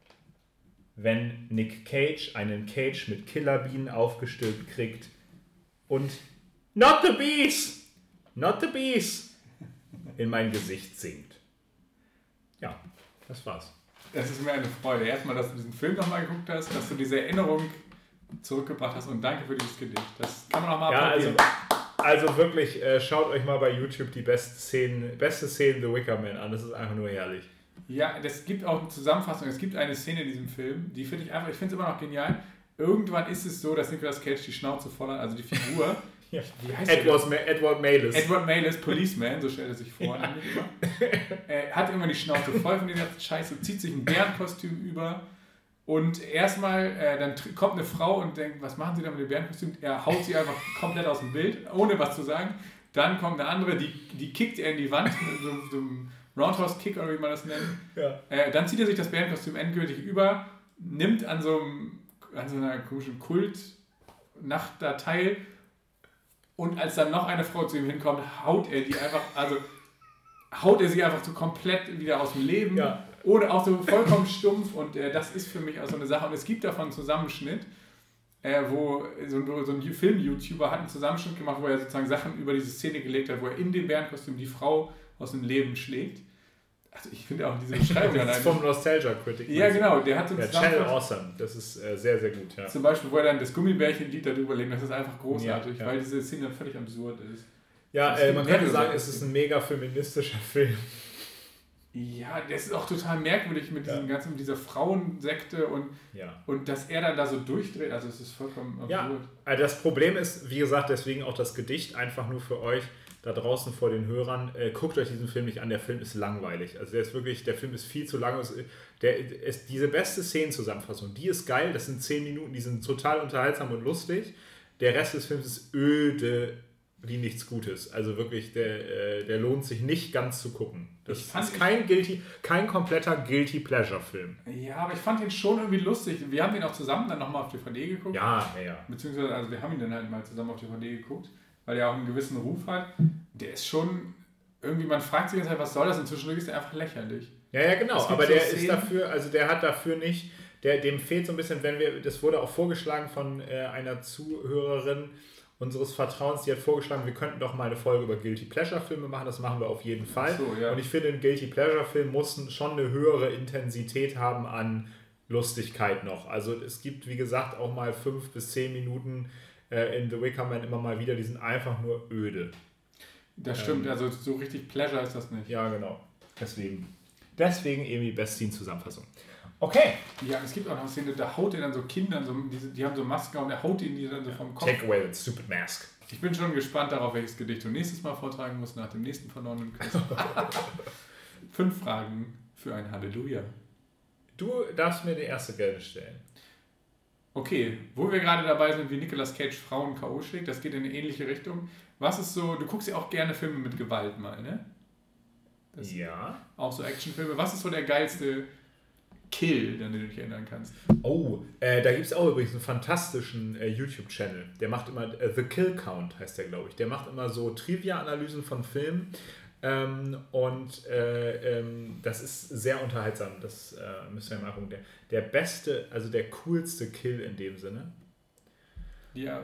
[SPEAKER 1] Wenn Nick Cage einen Cage mit Killerbienen aufgestülpt kriegt und Not the Bees! Not the Bees! in mein Gesicht singt. Ja, das war's.
[SPEAKER 2] Es ist mir eine Freude. Erstmal, dass du diesen Film nochmal geguckt hast, dass du diese Erinnerung zurückgebracht hast und danke für dieses Gedicht. Das kann man auch mal
[SPEAKER 1] ja,
[SPEAKER 2] probieren.
[SPEAKER 1] Also, also wirklich, äh, schaut euch mal bei YouTube die beste Szene, beste Szene The Wicker Man an. Das ist einfach nur herrlich.
[SPEAKER 2] Ja, es gibt auch eine Zusammenfassung. Es gibt eine Szene in diesem Film, die finde ich einfach, ich finde es immer noch genial. Irgendwann ist es so, dass Nicolas Cage die Schnauze voll hat, also die Figur.
[SPEAKER 1] ja. Wie heißt Edward, Ma- Edward Malis.
[SPEAKER 2] Edward Malis, Policeman, so stellt er sich vor. Ja. Er hat irgendwann die Schnauze voll von der ganzen Scheiße, zieht sich ein Bärenkostüm über und erstmal, äh, dann tr- kommt eine Frau und denkt, was machen Sie da mit dem Bärenkostüm? Er haut sie einfach komplett aus dem Bild, ohne was zu sagen. Dann kommt eine andere, die, die kickt er in die Wand mit so, so einem Roundhouse-Kick oder wie man das nennt. Ja. Äh, dann zieht er sich das Bärenkostüm endgültig über, nimmt an so, einem, an so einer komischen Kult-Nacht-da teil und als dann noch eine Frau zu ihm hinkommt, haut er die einfach, also haut er sie einfach so komplett wieder aus dem Leben, ja. Oder auch so vollkommen stumpf und äh, das ist für mich auch so eine Sache und es gibt davon einen Zusammenschnitt, äh, wo so, so ein Film-YouTuber hat einen Zusammenschnitt gemacht, wo er sozusagen Sachen über diese Szene gelegt hat, wo er in dem Bärenkostüm die Frau aus dem Leben schlägt. Also ich finde auch diese Beschreibung
[SPEAKER 1] das ist vom Nostalgia Critic.
[SPEAKER 2] Ja, genau, der hat so
[SPEAKER 1] ja, Channel Awesome, das ist äh, sehr, sehr gut. Ja.
[SPEAKER 2] Zum Beispiel, wo er dann das Gummibärchen-Lied darüber legt, das ist einfach großartig,
[SPEAKER 1] ja, ja.
[SPEAKER 2] weil diese Szene dann völlig absurd ist.
[SPEAKER 1] Ja, äh, man könnte sagen, es ist ein mega feministischer Film.
[SPEAKER 2] Ja, das ist auch total merkwürdig mit diesem ja. ganzen, mit dieser Frauensekte und,
[SPEAKER 1] ja.
[SPEAKER 2] und dass er dann da so durchdreht, also es ist vollkommen absurd.
[SPEAKER 1] Ja, also das Problem ist, wie gesagt, deswegen auch das Gedicht einfach nur für euch da draußen vor den Hörern, äh, guckt euch diesen Film nicht an, der Film ist langweilig. Also der ist wirklich, der Film ist viel zu lang. Der ist diese beste Szenenzusammenfassung, die ist geil, das sind zehn Minuten, die sind total unterhaltsam und lustig. Der Rest des Films ist öde wie nichts Gutes. Also wirklich, der, äh, der lohnt sich nicht ganz zu gucken. Das ist kein guilty, kein kompletter Guilty Pleasure Film.
[SPEAKER 2] Ja, aber ich fand ihn schon irgendwie lustig. Wir haben ihn auch zusammen dann nochmal auf D V D geguckt.
[SPEAKER 1] Ja, ja, ja.
[SPEAKER 2] Beziehungsweise, also wir haben ihn dann halt mal zusammen auf D V D geguckt, weil er auch einen gewissen Ruf hat. Der ist schon irgendwie, man fragt sich jetzt halt, was soll das? Und zwischendurch ist er einfach lächerlich.
[SPEAKER 1] Ja, ja, genau. Aber so der Szenen, ist dafür, also der hat dafür nicht, der, dem fehlt so ein bisschen, wenn wir, das wurde auch vorgeschlagen von äh, einer Zuhörerin unseres Vertrauens, die hat vorgeschlagen, wir könnten doch mal eine Folge über Guilty Pleasure Filme machen, das machen wir auf jeden Fall. So, ja. Und ich finde, ein Guilty Pleasure Film muss schon eine höhere Intensität haben an Lustigkeit noch. Also es gibt, wie gesagt, auch mal fünf bis zehn Minuten äh, in The Wicker Man immer mal wieder, die sind einfach nur öde.
[SPEAKER 2] Das stimmt, ähm, also so richtig Pleasure ist das nicht.
[SPEAKER 1] Ja, genau. Deswegen. Deswegen eben die Best-Scene-Zusammenfassung. Okay.
[SPEAKER 2] Ja, es gibt auch noch eine Szene, da haut er dann so Kinder, so, diese, die haben so Masken und er haut ihnen die dann so vom Kopf.
[SPEAKER 1] Take away that stupid mask.
[SPEAKER 2] Ich bin schon gespannt darauf, welches Gedicht du nächstes Mal vortragen musst, nach dem nächsten verlorenen Quiz. Fünf Fragen für ein Halleluja.
[SPEAKER 1] Du darfst mir die erste gerne stellen.
[SPEAKER 2] Okay, wo wir gerade dabei sind, wie Nicolas Cage Frauen K O schlägt, das geht in eine ähnliche Richtung. Was ist so, du guckst ja auch gerne Filme mit Gewalt mal, ne? Das
[SPEAKER 1] ja.
[SPEAKER 2] Auch so Actionfilme. Was ist so der geilste Kill, an den du dich erinnern kannst?
[SPEAKER 1] Oh, äh, da gibt es auch übrigens einen fantastischen äh, YouTube-Channel. Der macht immer, äh, The Kill Count heißt der, glaube ich. Der macht immer so Trivia-Analysen von Filmen. Ähm, und äh, ähm, das ist sehr unterhaltsam. Das äh, müssen wir mal gucken. Der, der beste, also der coolste Kill in dem Sinne.
[SPEAKER 2] Ja.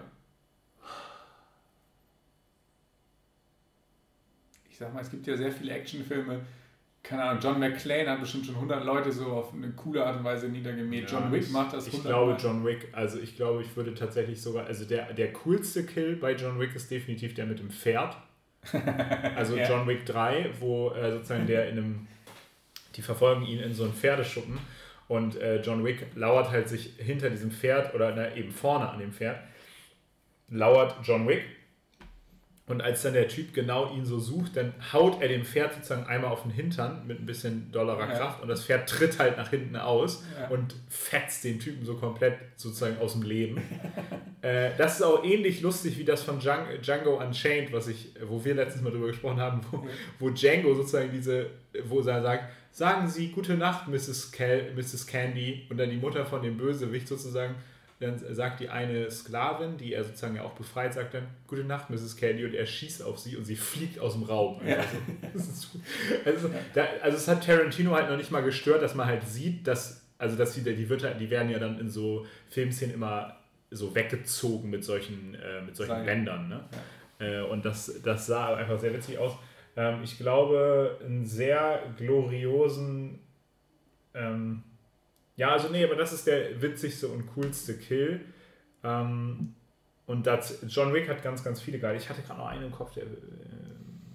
[SPEAKER 2] Ich sag mal, es gibt ja sehr viele Actionfilme. Keine Ahnung, John McClane hat bestimmt schon hundert Leute so auf eine coole Art und Weise niedergemäht. Ja, John Wick macht das
[SPEAKER 1] hundert Ich glaube, Mal. John Wick, also ich glaube, ich würde tatsächlich sogar, also der, der coolste Kill bei John Wick ist definitiv der mit dem Pferd. Also ja. John Wick drei, wo äh, sozusagen der in einem, die verfolgen ihn in so einen Pferdeschuppen und äh, John Wick lauert halt sich hinter diesem Pferd oder na, eben vorne an dem Pferd, lauert John Wick. Und als dann der Typ genau ihn so sucht, dann haut er dem Pferd sozusagen einmal auf den Hintern mit ein bisschen dollerer ja. Kraft und das Pferd tritt halt nach hinten aus ja. und fetzt den Typen so komplett sozusagen aus dem Leben. äh, das ist auch ähnlich lustig wie das von Django Unchained, was ich, wo wir letztens mal drüber gesprochen haben, wo, wo Django sozusagen diese, wo er sagt, sagen Sie gute Nacht, Misses Cal, Misses Candy, und dann die Mutter von dem Bösewicht sozusagen. Dann sagt die eine Sklavin, die er sozusagen ja auch befreit, sagt dann, gute Nacht, Misses Candy, und er schießt auf sie und sie fliegt aus dem Raum. Ja. Also, das ist, also, da, also es hat Tarantino halt noch nicht mal gestört, dass man halt sieht, dass, also dass die, die, wird, die werden ja dann in so Filmszenen immer so weggezogen mit solchen, äh, mit solchen Bändern. Ne? Ja. Äh, und das, das sah einfach sehr witzig aus. Ähm, ich glaube, einen sehr gloriosen... Ähm, Ja, also nee, aber das ist der witzigste und coolste Kill. Ähm, und das, John Wick hat ganz, ganz viele geile. Ich hatte gerade noch einen im Kopf, der äh,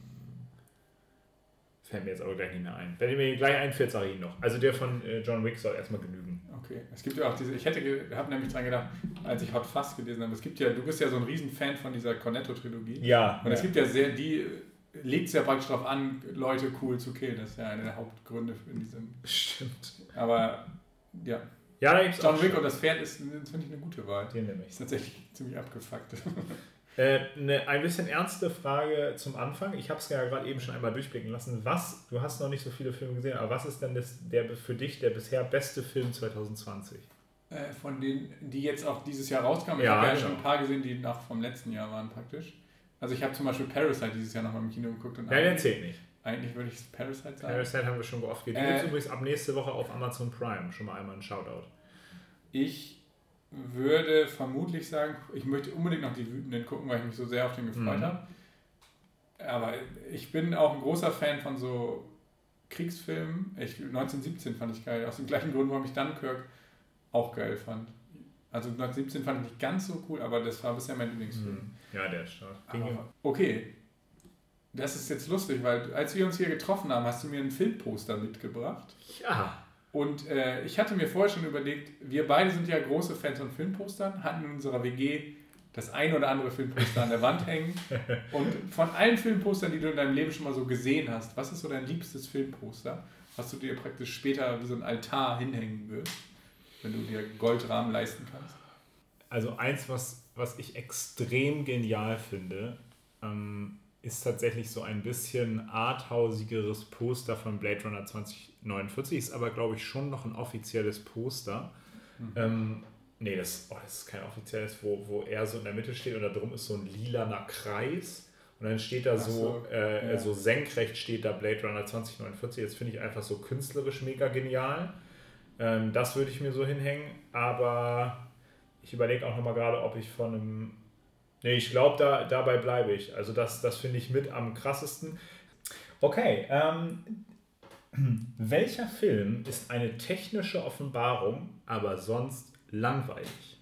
[SPEAKER 1] fällt mir jetzt aber gleich nicht mehr ein. Wenn mir gleich einfällt, sage ich ihn noch. Also der von äh, John Wick soll erstmal genügen.
[SPEAKER 2] Okay, es gibt ja auch diese, ich hätte, habe nämlich dran gedacht, als ich Hot Fuzz gelesen habe, es gibt ja, du bist ja so ein Riesenfan von dieser Cornetto-Trilogie.
[SPEAKER 1] Ja.
[SPEAKER 2] Und es
[SPEAKER 1] ja.
[SPEAKER 2] gibt ja sehr, die legt es ja praktisch darauf an, Leute cool zu killen. Das ist ja einer der Hauptgründe in diesem.
[SPEAKER 1] Stimmt.
[SPEAKER 2] Aber ja.
[SPEAKER 1] Ja, da gibt's
[SPEAKER 2] John Wick und das Pferd ist, das finde ich eine gute Wahl.
[SPEAKER 1] Den nehme ich.
[SPEAKER 2] Ist tatsächlich ziemlich abgefuckt.
[SPEAKER 1] äh, eine ein bisschen ernste Frage zum Anfang. Ich habe es ja gerade eben schon einmal durchblicken lassen. Was, du hast noch nicht so viele Filme gesehen, aber was ist denn das, der für dich der bisher beste Film zwanzig zwanzig?
[SPEAKER 2] Äh, von denen, die jetzt auch dieses Jahr rauskamen. Ich
[SPEAKER 1] ja,
[SPEAKER 2] habe ja
[SPEAKER 1] genau.
[SPEAKER 2] schon ein paar gesehen, die nach vom letzten Jahr waren praktisch. Also ich habe zum Beispiel Parasite dieses Jahr nochmal im Kino geguckt. Und
[SPEAKER 1] Nein, der zählt nicht.
[SPEAKER 2] Eigentlich würde ich Parasite sagen.
[SPEAKER 1] Parasite haben wir schon oft gesehen.
[SPEAKER 2] Äh,
[SPEAKER 1] übrigens ab nächste Woche auf Amazon Prime. Schon mal einmal ein Shoutout.
[SPEAKER 2] Ich würde vermutlich sagen, ich möchte unbedingt noch die Wütenden gucken, weil ich mich so sehr auf den gefreut mhm. habe. Aber ich bin auch ein großer Fan von so Kriegsfilm. Ich, neunzehnhundertsiebzehn fand ich geil. Aus dem gleichen Grund, warum ich Dunkirk auch geil fand. Also neunzehnhundertsiebzehn fand ich nicht ganz so cool, aber das war bisher mein Lieblingsfilm.
[SPEAKER 1] Ja, der ist stark.
[SPEAKER 2] Aber, okay, das ist jetzt lustig, weil als wir uns hier getroffen haben, hast du mir ein Filmposter mitgebracht.
[SPEAKER 1] Ja.
[SPEAKER 2] Und äh, ich hatte mir vorher schon überlegt, wir beide sind ja große Fans von Filmpostern, hatten in unserer W G das ein oder andere Filmposter an der Wand hängen. Und von allen Filmpostern, die du in deinem Leben schon mal so gesehen hast, was ist so dein liebstes Filmposter, was du dir praktisch später wie so ein Altar hinhängen wirst, wenn du dir Goldrahmen leisten kannst?
[SPEAKER 1] Also eins, was, was ich extrem genial finde, ähm, ist tatsächlich so ein bisschen arthausigeres Poster von Blade Runner zwanzig neunundvierzig, ist aber, glaube ich, schon noch ein offizielles Poster. Mhm. Ähm, nee, das, oh, das ist kein offizielles, wo, wo er so in der Mitte steht und da drum ist so ein lilaner Kreis und dann steht da so, so, äh, ja. so senkrecht steht da Blade Runner zwanzig neunundvierzig. Das finde ich einfach so künstlerisch mega genial. Ähm, das würde ich mir so hinhängen, aber ich überlege auch nochmal gerade, ob ich von einem... Nee, ich glaube, da, dabei bleibe ich. Also das, das finde ich mit am krassesten. Okay, ähm, welcher Film ist eine technische Offenbarung, aber sonst langweilig?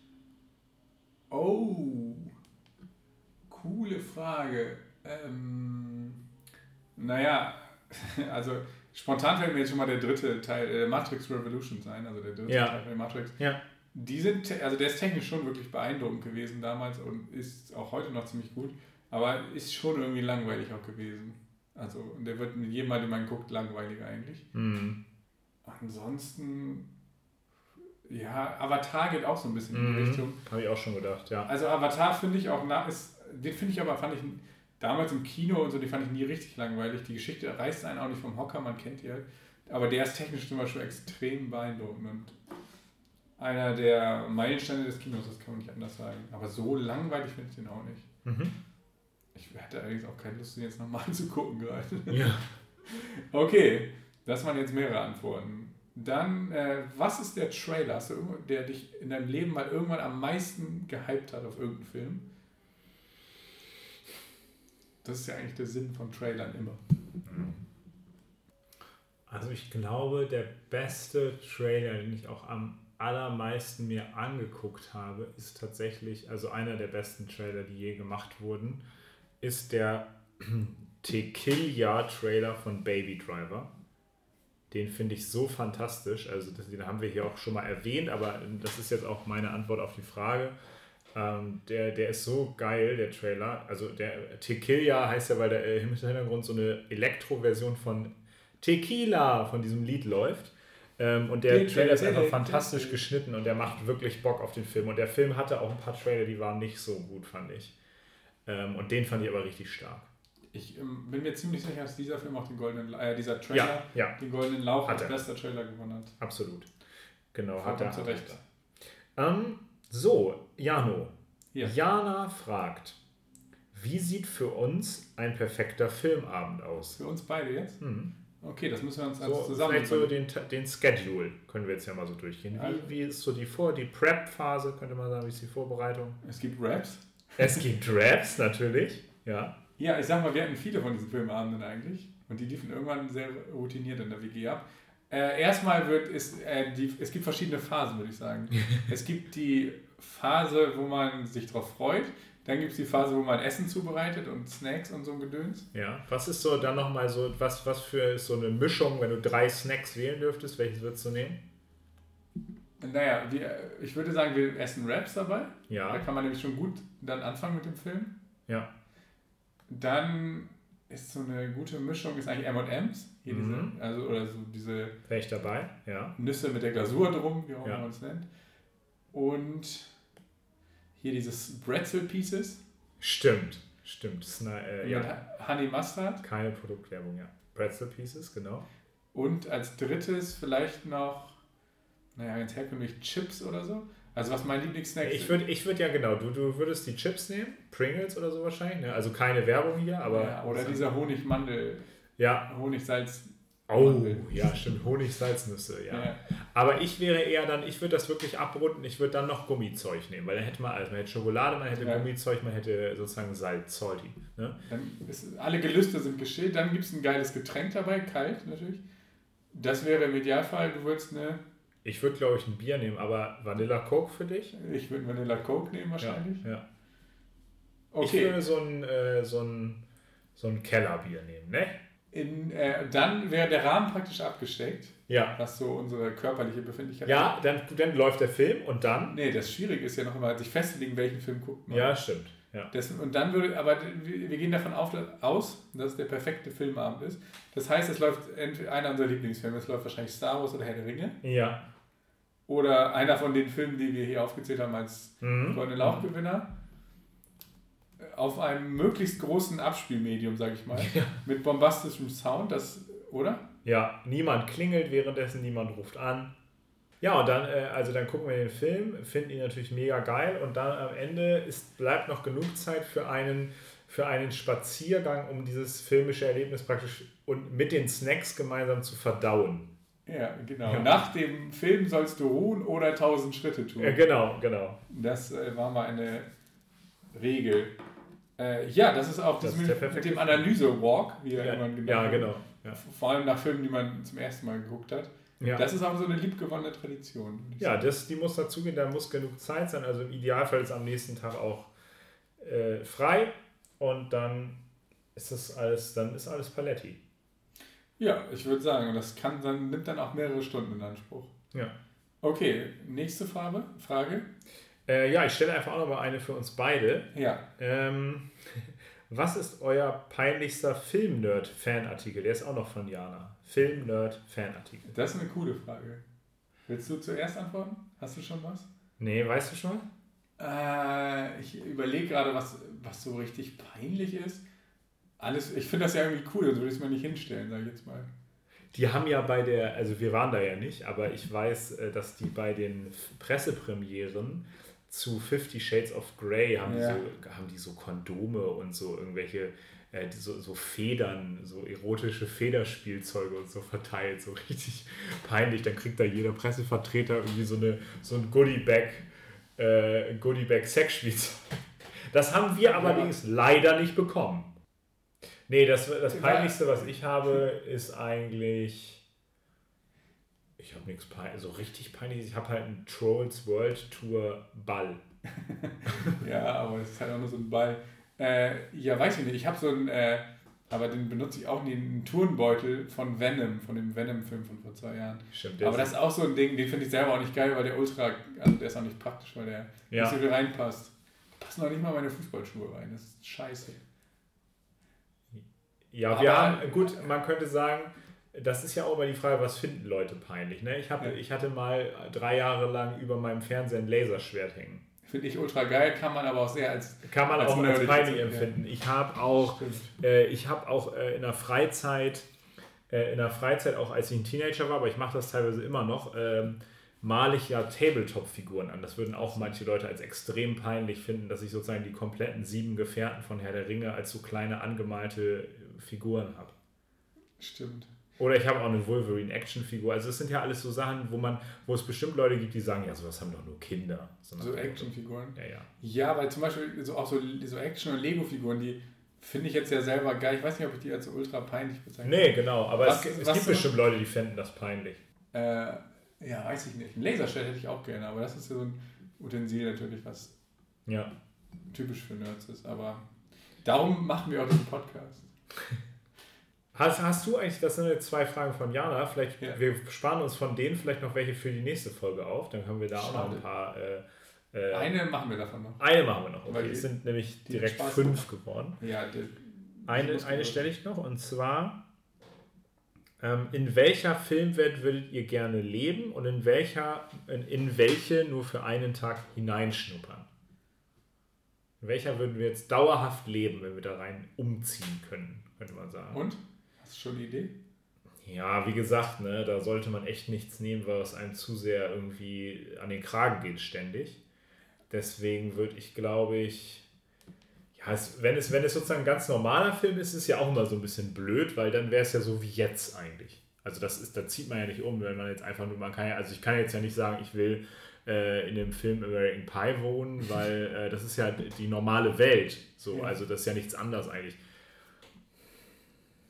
[SPEAKER 2] Oh, coole Frage. Ähm, naja, also spontan fällt mir jetzt schon mal der dritte Teil, äh, Matrix Revolutions ein, also der dritte
[SPEAKER 1] ja.
[SPEAKER 2] Teil von Matrix.
[SPEAKER 1] Ja.
[SPEAKER 2] Die sind, also der ist technisch schon wirklich beeindruckend gewesen damals und ist auch heute noch ziemlich gut, aber ist schon irgendwie langweilig auch gewesen. Also der wird mit jedem Mal, den man guckt, langweiliger eigentlich.
[SPEAKER 1] Mhm.
[SPEAKER 2] Ansonsten, ja, Avatar geht auch so ein bisschen in die
[SPEAKER 1] mhm.
[SPEAKER 2] Richtung.
[SPEAKER 1] Habe ich auch schon gedacht, ja.
[SPEAKER 2] Also Avatar finde ich auch, nach, ist, den finde ich aber, fand ich damals im Kino und so, den fand ich nie richtig langweilig. Die Geschichte reißt einen auch nicht vom Hocker, man kennt die halt. Aber der ist technisch zum Beispiel extrem beeindruckend und einer der Meilensteine des Kinos, das kann man nicht anders sagen. Aber so langweilig finde ich den auch nicht.
[SPEAKER 1] Mhm.
[SPEAKER 2] Ich hätte allerdings auch keine Lust, den jetzt nochmal anzugucken gerade.
[SPEAKER 1] Ja.
[SPEAKER 2] Okay, das waren jetzt mehrere Antworten. Dann, äh, was ist der Trailer, hast du, der dich in deinem Leben mal irgendwann am meisten gehypt hat auf irgendeinen Film? Das ist ja eigentlich der Sinn von Trailern immer.
[SPEAKER 1] Also ich glaube, der beste Trailer, den ich auch am allermeisten mir angeguckt habe, ist tatsächlich, also einer der besten Trailer, die je gemacht wurden, ist der Tequila-Trailer von Baby Driver. Den finde ich so fantastisch, also das, den haben wir hier auch schon mal erwähnt, aber das ist jetzt auch meine Antwort auf die Frage. Ähm, der, der ist so geil, der Trailer. Also der Tequila heißt ja, weil der äh, im Hintergrund so eine Elektro-Version von Tequila von diesem Lied läuft. Ähm, und der Trailer ist einfach fantastisch geschnitten und der macht wirklich Bock auf den Film. Und der Film hatte auch ein paar Trailer, die waren nicht so gut, fand ich. Ähm, und den fand ich aber richtig stark.
[SPEAKER 2] Ich ähm, bin mir ziemlich sicher, dass dieser Film auch den goldenen, äh, dieser Trailer
[SPEAKER 1] ja, ja.
[SPEAKER 2] den goldenen Lauch als bester Trailer gewonnen hat.
[SPEAKER 1] Absolut. Genau,
[SPEAKER 2] Vollkommen
[SPEAKER 1] hat er.
[SPEAKER 2] zu Recht.
[SPEAKER 1] Ähm, so, Jano.
[SPEAKER 2] Ja.
[SPEAKER 1] Jana fragt, wie sieht für uns ein perfekter Filmabend aus?
[SPEAKER 2] Für uns beide jetzt?
[SPEAKER 1] Hm.
[SPEAKER 2] Okay, das müssen wir uns also
[SPEAKER 1] so,
[SPEAKER 2] zusammen...
[SPEAKER 1] Vielleicht so den, den Schedule können wir jetzt ja mal so durchgehen.
[SPEAKER 2] Also,
[SPEAKER 1] wie, wie ist so die Vor-, die Prep-Phase, könnte man sagen, wie ist die Vorbereitung?
[SPEAKER 2] Es gibt Raps.
[SPEAKER 1] Es gibt Raps, natürlich, ja.
[SPEAKER 2] Ja, ich sag mal, wir hatten viele von diesen Filmabenden eigentlich und die liefen irgendwann sehr routiniert in der W G ab. Äh, erstmal wird es, äh, die, es gibt verschiedene Phasen, würde ich sagen. Es gibt die Phase, wo man sich drauf freut. Dann gibt es die Phase, wo man Essen zubereitet und Snacks und so ein Gedöns.
[SPEAKER 1] Ja, was ist so dann nochmal so, was, was für so eine Mischung, wenn du drei Snacks wählen dürftest, welches würdest du nehmen?
[SPEAKER 2] Naja, wir, ich würde sagen, wir essen Wraps dabei.
[SPEAKER 1] Ja.
[SPEAKER 2] Da kann man nämlich schon gut dann anfangen mit dem Film.
[SPEAKER 1] Ja.
[SPEAKER 2] Dann ist so eine gute Mischung, ist eigentlich M und M's. Hier
[SPEAKER 1] mhm.
[SPEAKER 2] diese, also, oder so diese
[SPEAKER 1] Wäre ich dabei, ja.
[SPEAKER 2] Nüsse mit der Glasur drum, wie auch immer
[SPEAKER 1] ja.
[SPEAKER 2] man es nennt. Und hier dieses Pretzel Pieces.
[SPEAKER 1] Stimmt, stimmt. Sna- äh, ja.
[SPEAKER 2] Mit Honey Mustard.
[SPEAKER 1] Keine Produktwerbung, ja. Pretzel Pieces, genau.
[SPEAKER 2] Und als drittes vielleicht noch, naja, ganz herkömmlich Chips oder so. Also was mein Lieblingssnack ist.
[SPEAKER 1] Ich würde ich würd ja genau, du, du würdest die Chips nehmen, Pringles oder so wahrscheinlich, ne? Also keine Werbung hier, aber...
[SPEAKER 2] Ja, oder dieser Honigmandel,
[SPEAKER 1] ja.
[SPEAKER 2] Honigsalz.
[SPEAKER 1] Oh, ja, stimmt, Honig-Salznüsse, ja.
[SPEAKER 2] ja.
[SPEAKER 1] Aber ich wäre eher dann, ich würde das wirklich abrunden, ich würde dann noch Gummizeug nehmen, weil dann hätte man alles. Man hätte Schokolade, man hätte ja. Gummizeug, man hätte sozusagen Salz, salty. Ne?
[SPEAKER 2] Dann ist, alle Gelüste sind gestillt, dann gibt es ein geiles Getränk dabei, kalt natürlich. Das wäre im Idealfall, du würdest eine...
[SPEAKER 1] Ich würde, glaube ich, ein Bier nehmen, aber Vanilla Coke für dich?
[SPEAKER 2] Ich würde Vanilla Coke nehmen wahrscheinlich.
[SPEAKER 1] Ja, ja.
[SPEAKER 2] Okay.
[SPEAKER 1] Ich würde so ein, äh, so ein, so ein Kellerbier nehmen, ne?
[SPEAKER 2] In, äh, dann wäre der Rahmen praktisch abgesteckt,
[SPEAKER 1] Ja.
[SPEAKER 2] was so unsere körperliche Befindlichkeit
[SPEAKER 1] Ja, dann, dann läuft der Film und dann...
[SPEAKER 2] Nee, das Schwierige ist ja noch immer, sich festzulegen, welchen Film guckt man.
[SPEAKER 1] Ja, stimmt. Ja.
[SPEAKER 2] Das, und dann würde, aber wir wir gehen davon auf, aus, dass es der perfekte Filmabend ist. Das heißt, es läuft entweder einer unserer Lieblingsfilme, es läuft wahrscheinlich Star Wars oder Herr der Ringe.
[SPEAKER 1] Ja.
[SPEAKER 2] Oder einer von den Filmen, die wir hier aufgezählt haben als
[SPEAKER 1] Mhm.
[SPEAKER 2] Goldene Lauchgewinner. Auf einem möglichst großen Abspielmedium, sage ich mal.
[SPEAKER 1] Ja.
[SPEAKER 2] Mit bombastischem Sound, das, oder?
[SPEAKER 1] Ja, niemand klingelt währenddessen, niemand ruft an. Ja, und dann, äh, also dann gucken wir den Film, finden ihn natürlich mega geil und dann am Ende ist, bleibt noch genug Zeit für einen, für einen Spaziergang, um dieses filmische Erlebnis praktisch und mit den Snacks gemeinsam zu verdauen.
[SPEAKER 2] Ja, genau.
[SPEAKER 1] Ja.
[SPEAKER 2] Nach dem Film sollst du ruhen oder tausend Schritte tun.
[SPEAKER 1] Ja, genau, genau.
[SPEAKER 2] Das äh, war mal eine Regel. Äh, ja, das ist auch das,
[SPEAKER 1] Das ist
[SPEAKER 2] mit,
[SPEAKER 1] der
[SPEAKER 2] mit
[SPEAKER 1] perfekte
[SPEAKER 2] dem Analyse-Walk, wie er
[SPEAKER 1] Ja,
[SPEAKER 2] irgendwann genannt
[SPEAKER 1] ja
[SPEAKER 2] wird.
[SPEAKER 1] genau. Ja.
[SPEAKER 2] Vor allem nach Filmen, die man zum ersten Mal geguckt hat.
[SPEAKER 1] Ja.
[SPEAKER 2] Das ist auch so eine liebgewonnene Tradition. würde ich
[SPEAKER 1] Ja,
[SPEAKER 2] sagen.
[SPEAKER 1] das, die muss dazugehen, da muss genug Zeit sein. Also im Idealfall ist am nächsten Tag auch äh, frei und dann ist das alles, dann ist alles Paletti.
[SPEAKER 2] Ja, ich würde sagen, und das kann dann, nimmt dann auch mehrere Stunden in Anspruch.
[SPEAKER 1] Ja.
[SPEAKER 2] Okay, nächste Frage. Frage.
[SPEAKER 1] Äh, ja, ich stelle einfach auch nochmal eine für uns beide.
[SPEAKER 2] Ja.
[SPEAKER 1] Ähm, was ist euer peinlichster Film-Nerd-Fanartikel? Der ist auch noch von Jana. Film-Nerd-Fanartikel.
[SPEAKER 2] Das ist eine coole Frage. Willst du zuerst antworten? Hast du schon was?
[SPEAKER 1] Nee, weißt du schon?
[SPEAKER 2] Äh, ich überlege gerade, was, was so richtig peinlich ist. Alles, ich finde das ja irgendwie cool, sonst würde ich es mal nicht hinstellen, sage ich jetzt mal.
[SPEAKER 1] Die haben ja bei der, also wir waren da ja nicht, aber ich weiß, äh, dass die bei den Pressepremieren zu Fifty Shades of Grey haben,
[SPEAKER 2] Ja.
[SPEAKER 1] die, so, haben die so Kondome und so irgendwelche, äh, die so, so Federn, so erotische Federspielzeuge und so verteilt, so richtig peinlich. Dann kriegt da jeder Pressevertreter irgendwie so, eine, so ein Goodie-Bag, äh, Goodie-Bag Sexspielzeug. Das haben wir allerdings leider nicht bekommen. Nee, das, das Peinlichste, was ich habe, ist eigentlich... Ich habe nichts peinliches, so richtig peinliches. Ich habe halt einen Trolls World Tour Ball.
[SPEAKER 2] Ja, aber es ist halt auch nur so ein Ball. Äh, ja, weiß ich nicht. Ich habe so einen, äh, aber den benutze ich auch nie, einen Turnbeutel von Venom, von dem Venom-Film von vor zwei Jahren.
[SPEAKER 1] Stimmt,
[SPEAKER 2] Aber das ist auch so ein Ding, den finde ich selber auch nicht geil, weil der ultra, also der ist auch nicht praktisch, weil der
[SPEAKER 1] Ja.
[SPEAKER 2] nicht so viel reinpasst. Da passen noch nicht mal meine Fußballschuhe rein, das ist scheiße.
[SPEAKER 1] Ja, wir
[SPEAKER 2] Aber-
[SPEAKER 1] haben, gut, man könnte sagen, das ist ja auch immer die Frage, was finden Leute peinlich. Ne? Ich, hab,
[SPEAKER 2] Ja.
[SPEAKER 1] ich hatte mal drei Jahre lang über meinem Fernseher ein Laserschwert hängen.
[SPEAKER 2] Finde ich ultra geil, kann man aber auch sehr als...
[SPEAKER 1] Kann man
[SPEAKER 2] Als
[SPEAKER 1] auch als
[SPEAKER 2] nerdig
[SPEAKER 1] peinlich
[SPEAKER 2] bezeichnen,
[SPEAKER 1] empfinden. Ich habe auch,
[SPEAKER 2] Stimmt.
[SPEAKER 1] äh, ich habe auch äh, in der Freizeit, äh, in der Freizeit, auch als ich ein Teenager war, aber ich mache das teilweise immer noch, ähm, male ich ja Tabletop-Figuren an. Das würden auch manche Leute als extrem peinlich finden, dass ich sozusagen die kompletten sieben Gefährten von Herr der Ringe als so kleine angemalte Figuren habe.
[SPEAKER 2] Stimmt.
[SPEAKER 1] Oder ich habe auch eine Wolverine-Action-Figur. Also es sind ja alles so Sachen, wo man, wo es bestimmt Leute gibt, die sagen, ja, sowas haben doch nur Kinder.
[SPEAKER 2] So Actionfiguren.
[SPEAKER 1] Ja, ja.
[SPEAKER 2] Ja, weil zum Beispiel so, auch so, so Action- und Lego-Figuren, die finde ich jetzt ja selber geil. Ich weiß nicht, ob ich die als so ultra peinlich bezeichne.
[SPEAKER 1] Nee, genau. Aber
[SPEAKER 2] Was-
[SPEAKER 1] es, es
[SPEAKER 2] was
[SPEAKER 1] gibt
[SPEAKER 2] so-
[SPEAKER 1] bestimmt Leute, die fänden das peinlich.
[SPEAKER 2] Äh, ja, weiß ich nicht. Ein Laserschwert hätte ich auch gerne, aber das ist ja so ein Utensil natürlich, was
[SPEAKER 1] Ja.
[SPEAKER 2] typisch für Nerds ist. Aber darum machen wir auch diesen Podcast.
[SPEAKER 1] Hast, hast du eigentlich, das sind jetzt zwei Fragen von Jana, vielleicht,
[SPEAKER 2] Ja.
[SPEAKER 1] wir sparen uns von denen vielleicht noch welche für die nächste Folge auf, dann haben wir da auch noch
[SPEAKER 2] Schade.
[SPEAKER 1] ein paar... Äh, äh,
[SPEAKER 2] Eine machen wir davon noch.
[SPEAKER 1] eine machen wir noch,
[SPEAKER 2] Weil
[SPEAKER 1] okay,
[SPEAKER 2] die-
[SPEAKER 1] es sind nämlich
[SPEAKER 2] die
[SPEAKER 1] direkt
[SPEAKER 2] Spaß
[SPEAKER 1] fünf geworden.
[SPEAKER 2] Ja, der,
[SPEAKER 1] Eine,
[SPEAKER 2] muss
[SPEAKER 1] eine
[SPEAKER 2] man-
[SPEAKER 1] stelle ich noch und zwar, ähm, in welcher Filmwelt würdet ihr gerne leben und in welcher, in, in welche nur für einen Tag hineinschnuppern? In welcher würden wir jetzt dauerhaft leben, wenn wir da rein umziehen können, könnte man sagen.
[SPEAKER 2] Und? Hast du schon eine Idee?
[SPEAKER 1] Ja, wie gesagt, ne, da sollte man echt nichts nehmen, was einem zu sehr irgendwie an den Kragen geht ständig. Deswegen würde ich, glaube ich, ja, es, wenn, es, wenn es sozusagen ein ganz normaler Film ist, ist es ja auch immer so ein bisschen blöd, weil dann wäre es ja so wie jetzt eigentlich. Also das ist, da zieht man ja nicht um, wenn man jetzt einfach nur, man kann ja, also ich kann jetzt ja nicht sagen, ich will äh, in dem Film American Pie wohnen, weil äh, das ist ja die normale Welt. So,
[SPEAKER 2] Ja.
[SPEAKER 1] also das ist ja nichts anderes eigentlich.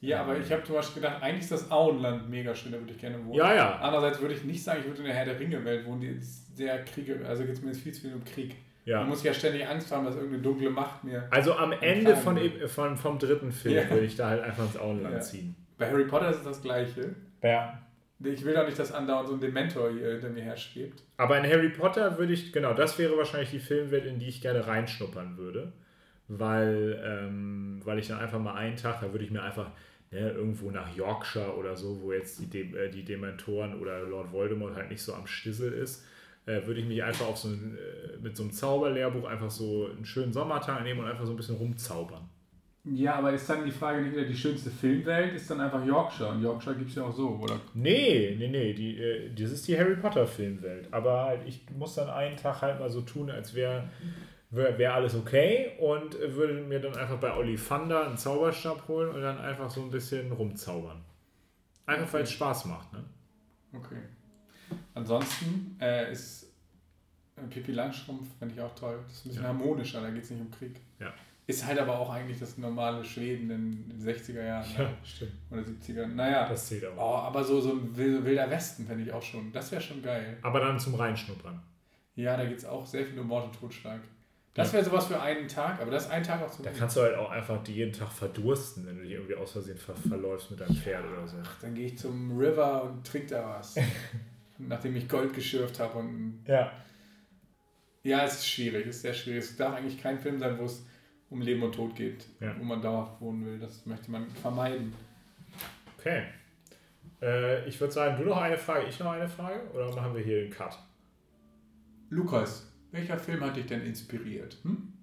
[SPEAKER 2] Ja, aber ich habe zum Beispiel gedacht, eigentlich ist das Auenland mega schön, da würde ich gerne wohnen.
[SPEAKER 1] Ja, ja.
[SPEAKER 2] Andererseits würde ich nicht sagen, ich würde in der Herr der Ringe-Welt wohnen, die ist sehr Kriege, also geht es mir jetzt viel zu viel um Krieg.
[SPEAKER 1] Ja.
[SPEAKER 2] Man muss ja ständig Angst haben, dass irgendeine dunkle Macht mir...
[SPEAKER 1] Also am Ende von, von, vom dritten Film ja. würde ich da halt einfach ins Auenland
[SPEAKER 2] ja.
[SPEAKER 1] ziehen.
[SPEAKER 2] Bei Harry Potter ist es das Gleiche.
[SPEAKER 1] Ja.
[SPEAKER 2] Ich will doch nicht, dass andauernd so ein Dementor hier hinter mir herschwebt.
[SPEAKER 1] Aber in Harry Potter würde ich, genau, das wäre wahrscheinlich die Filmwelt, in die ich gerne reinschnuppern würde. Weil, ähm, weil ich dann einfach mal einen Tag, da würde ich mir einfach ne, irgendwo nach Yorkshire oder so, wo jetzt die, De- äh, die Dementoren oder Lord Voldemort halt nicht so am Stissel ist, äh, würde ich mich einfach auf so ein, äh, mit so einem Zauberlehrbuch einfach so einen schönen Sommertag nehmen und einfach so ein bisschen rumzaubern.
[SPEAKER 2] Ja, aber ist dann die Frage nicht wieder die schönste Filmwelt, ist dann einfach Yorkshire. Und Yorkshire gibt es ja auch so, oder?
[SPEAKER 1] Nee, nee, nee, die, äh, das ist die Harry Potter Filmwelt. Aber halt, ich muss dann einen Tag halt mal so tun, als wäre wär, wär alles okay und würde mir dann einfach bei Ollivander einen Zauberstab holen und dann einfach so ein bisschen rumzaubern. Einfach, okay. Weil es Spaß macht, ne?
[SPEAKER 2] Okay. Ansonsten äh, ist Pippi Langstrumpf, finde ich auch toll. Das ist ein bisschen ja. harmonischer, da geht es nicht um Krieg.
[SPEAKER 1] Ja.
[SPEAKER 2] Ist halt aber auch eigentlich das normale Schweden in den sechziger Jahren.
[SPEAKER 1] Ja, stimmt.
[SPEAKER 2] Oder siebziger. Naja.
[SPEAKER 1] Das zählt aber.
[SPEAKER 2] Oh, aber so, so ein wilder Westen fände ich auch schon. Das wäre schon geil.
[SPEAKER 1] Aber dann zum Reinschnuppern.
[SPEAKER 2] Ja, da geht es auch sehr viel um Mord und Totschlag. Das wäre sowas für einen Tag, aber das ist ein Tag auch zu.
[SPEAKER 1] Da kannst du halt auch einfach jeden Tag verdursten, wenn du dich irgendwie aus Versehen ver- verläufst mit deinem Pferd oder so.
[SPEAKER 2] Ach, dann gehe ich zum River und trinke da was. Nachdem ich Gold geschürft habe. Und
[SPEAKER 1] ja.
[SPEAKER 2] Ja, es ist schwierig, es ist sehr schwierig. Es darf eigentlich kein Film sein, wo es um Leben und Tod geht, ja. wo man dauerhaft wohnen will. Das möchte man vermeiden.
[SPEAKER 1] Okay. Äh, ich würde sagen, du noch eine Frage, ich noch eine Frage? Oder machen wir hier den Cut?
[SPEAKER 2] Lukas, welcher Film hat dich denn inspiriert? Hm?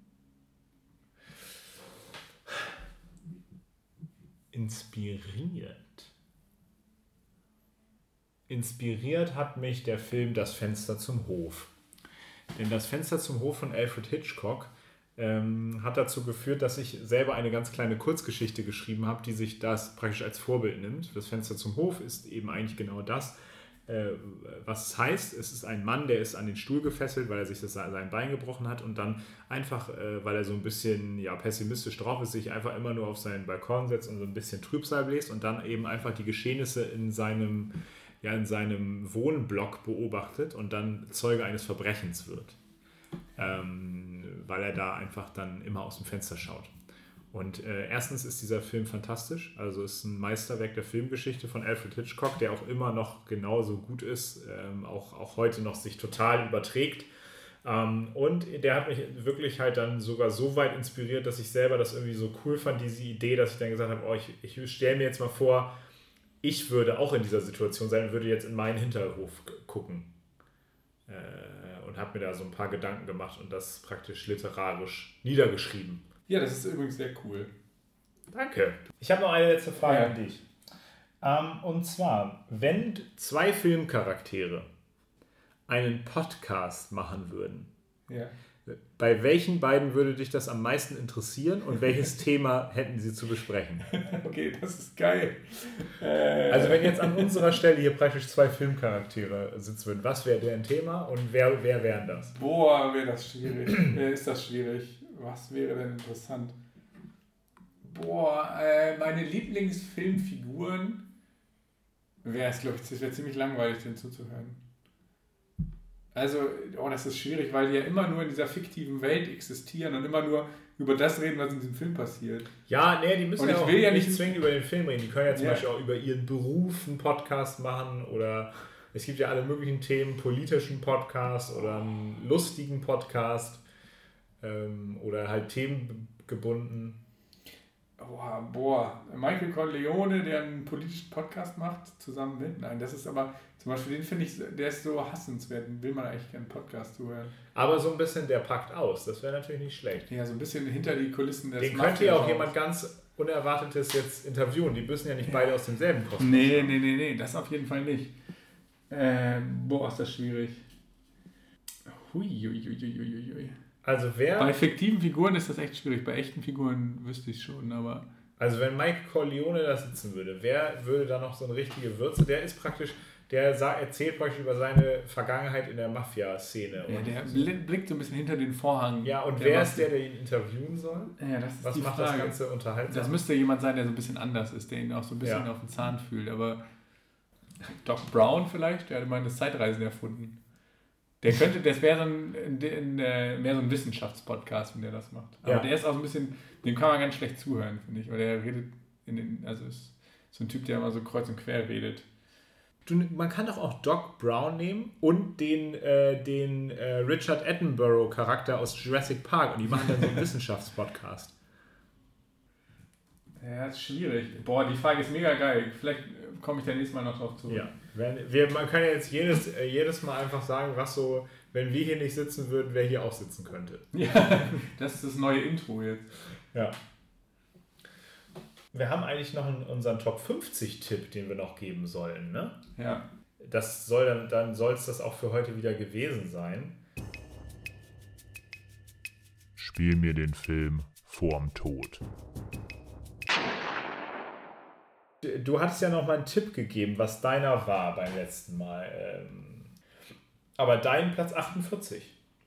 [SPEAKER 1] Inspiriert? Inspiriert hat mich der Film Das Fenster zum Hof. Denn Das Fenster zum Hof von Alfred Hitchcock ähm, hat dazu geführt, dass ich selber eine ganz kleine Kurzgeschichte geschrieben habe, die sich das praktisch als Vorbild nimmt. Das Fenster zum Hof ist eben eigentlich genau das, äh, was es heißt. Es ist ein Mann, der ist an den Stuhl gefesselt, weil er sich das, sein Bein gebrochen hat und dann einfach, äh, weil er so ein bisschen ja, pessimistisch drauf ist, sich einfach immer nur auf seinen Balkon setzt und so ein bisschen Trübsal bläst und dann eben einfach die Geschehnisse in seinem, ja, in seinem Wohnblock beobachtet und dann Zeuge eines Verbrechens wird. Ähm, weil er da einfach dann immer aus dem Fenster schaut. Und äh, erstens ist dieser Film fantastisch, also ist ein Meisterwerk der Filmgeschichte von Alfred Hitchcock, der auch immer noch genauso gut ist, ähm, auch, auch heute noch sich total überträgt. Ähm, und der hat mich wirklich halt dann sogar so weit inspiriert, dass ich selber das irgendwie so cool fand, diese Idee, dass ich dann gesagt habe, oh, ich, ich stelle mir jetzt mal vor, ich würde auch in dieser Situation sein und würde jetzt in meinen Hinterhof gucken. Äh, und habe mir da so ein paar Gedanken gemacht und das praktisch literarisch niedergeschrieben.
[SPEAKER 2] Ja, das ist übrigens sehr cool.
[SPEAKER 1] Danke. Ich habe noch eine letzte Frage
[SPEAKER 2] ja.
[SPEAKER 1] an dich. Ähm, und zwar, wenn zwei Filmcharaktere einen Podcast machen würden,
[SPEAKER 2] ja.
[SPEAKER 1] bei welchen beiden würde dich das am meisten interessieren und welches Thema hätten sie zu besprechen?
[SPEAKER 2] Okay, das ist geil.
[SPEAKER 1] Äh, also wenn jetzt an unserer Stelle hier praktisch zwei Filmcharaktere sitzen würden, was wäre deren Thema und wer, wer wären das?
[SPEAKER 2] Boah, wäre das schwierig. Wer ist das schwierig? Was wäre denn interessant? Boah, äh, meine Lieblingsfilmfiguren wäre es, glaube ich, das wäre ziemlich langweilig, denen zuzuhören. Also, oh, das ist schwierig, weil die ja immer nur in dieser fiktiven Welt existieren und immer nur über das reden, was in diesem Film passiert.
[SPEAKER 1] Ja, nee, die müssen
[SPEAKER 2] und
[SPEAKER 1] ja
[SPEAKER 2] ich
[SPEAKER 1] auch
[SPEAKER 2] will ja
[SPEAKER 1] nicht
[SPEAKER 2] nicht
[SPEAKER 1] zwingend über den Film reden. Die können ja zum
[SPEAKER 2] ja.
[SPEAKER 1] Beispiel auch über ihren Beruf einen Podcast machen oder es gibt ja alle möglichen Themen, politischen Podcast oder einen lustigen Podcast ähm, oder halt themengebunden.
[SPEAKER 2] Boah, boah, Michael Corleone, der einen politischen Podcast macht, zusammen mit, nein, das ist aber, zum Beispiel den finde ich, der ist so hassenswert, den will man eigentlich gerne einen Podcast zuhören.
[SPEAKER 1] Aber so ein bisschen, der packt aus, das wäre natürlich nicht schlecht.
[SPEAKER 2] Ja, so ein bisschen hinter die Kulissen des
[SPEAKER 1] Den könnte ja auch jemand ganz Unerwartetes jetzt interviewen, die müssen ja nicht beide aus demselben Kosmos.
[SPEAKER 2] Nee, nee, nee, nee, das auf jeden Fall nicht. Äh, boah, ist das schwierig. Hui, hui, hui, hui, hui.
[SPEAKER 1] Also wer...
[SPEAKER 2] Bei fiktiven Figuren ist das echt schwierig. Bei echten Figuren wüsste ich schon, aber...
[SPEAKER 1] Also wenn Mike Corleone da sitzen würde, wer würde da noch so eine richtige Würze? Der ist praktisch der sa- erzählt zum Beispiel über seine Vergangenheit in der Mafia-Szene.
[SPEAKER 2] Ja, der bl- blickt so ein bisschen hinter den Vorhang.
[SPEAKER 1] Ja, und
[SPEAKER 2] der
[SPEAKER 1] wer
[SPEAKER 2] macht-
[SPEAKER 1] ist der, der ihn interviewen soll?
[SPEAKER 2] Ja, das ist
[SPEAKER 1] Was
[SPEAKER 2] die
[SPEAKER 1] macht
[SPEAKER 2] Frage.
[SPEAKER 1] das Ganze unterhaltsam?
[SPEAKER 2] Das müsste jemand sein, der so ein bisschen anders ist, der ihn auch so ein bisschen
[SPEAKER 1] Ja.
[SPEAKER 2] auf den Zahn fühlt. Aber Doc Brown vielleicht, der hat mal das Zeitreisen erfunden. Der könnte, das wäre so ein, ein, ein, ein, mehr so ein Wissenschaftspodcast, wenn der das macht. Aber
[SPEAKER 1] Ja.
[SPEAKER 2] der ist auch so ein bisschen, dem kann man ganz schlecht zuhören, finde ich. Weil der redet in den, also ist so ein Typ, der immer so kreuz und quer redet.
[SPEAKER 1] Du, man kann doch auch Doc Brown nehmen und den, äh, den äh, Richard Attenborough-Charakter aus Jurassic Park und die machen dann so einen Wissenschaftspodcast.
[SPEAKER 2] Ja, ist schwierig. Boah, die Frage ist mega geil. Vielleicht komme ich da nächstes Mal noch drauf zurück.
[SPEAKER 1] Ja, wenn, wir, man kann ja jetzt jedes, äh, jedes Mal einfach sagen, was so, wenn wir hier nicht sitzen würden, wer hier auch sitzen könnte.
[SPEAKER 2] Ja, das ist das neue Intro jetzt.
[SPEAKER 1] Ja. Wir haben eigentlich noch einen, unseren Top fünfzig-Tipp, den wir noch geben sollen, ne?
[SPEAKER 2] Ja.
[SPEAKER 1] Das soll dann, dann soll es das auch für heute wieder gewesen sein.
[SPEAKER 3] Spiel mir den Film Vorm Tod.
[SPEAKER 1] Du hattest ja noch mal einen Tipp gegeben, was deiner war beim letzten Mal. Ähm, aber dein Platz achtundvierzig.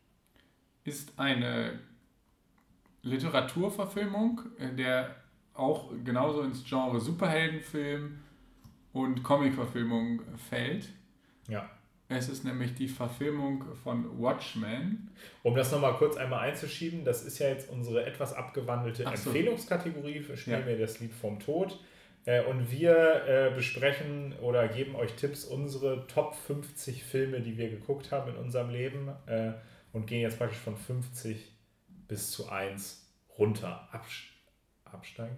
[SPEAKER 2] Ist eine Literaturverfilmung, der auch genauso ins Genre Superheldenfilm und Comicverfilmung fällt.
[SPEAKER 1] Ja.
[SPEAKER 2] Es ist nämlich die Verfilmung von Watchmen.
[SPEAKER 1] Um das nochmal kurz einmal einzuschieben, das ist ja jetzt unsere etwas abgewandelte
[SPEAKER 2] Ach so.
[SPEAKER 1] Empfehlungskategorie für Spiel
[SPEAKER 2] Ja.
[SPEAKER 1] mir das Lied vom Tod. Äh, und wir äh, besprechen oder geben euch Tipps, unsere Top fünfzig Filme, die wir geguckt haben in unserem Leben äh, und gehen jetzt praktisch von fünfzig bis zu eins runter. Absch- absteigend?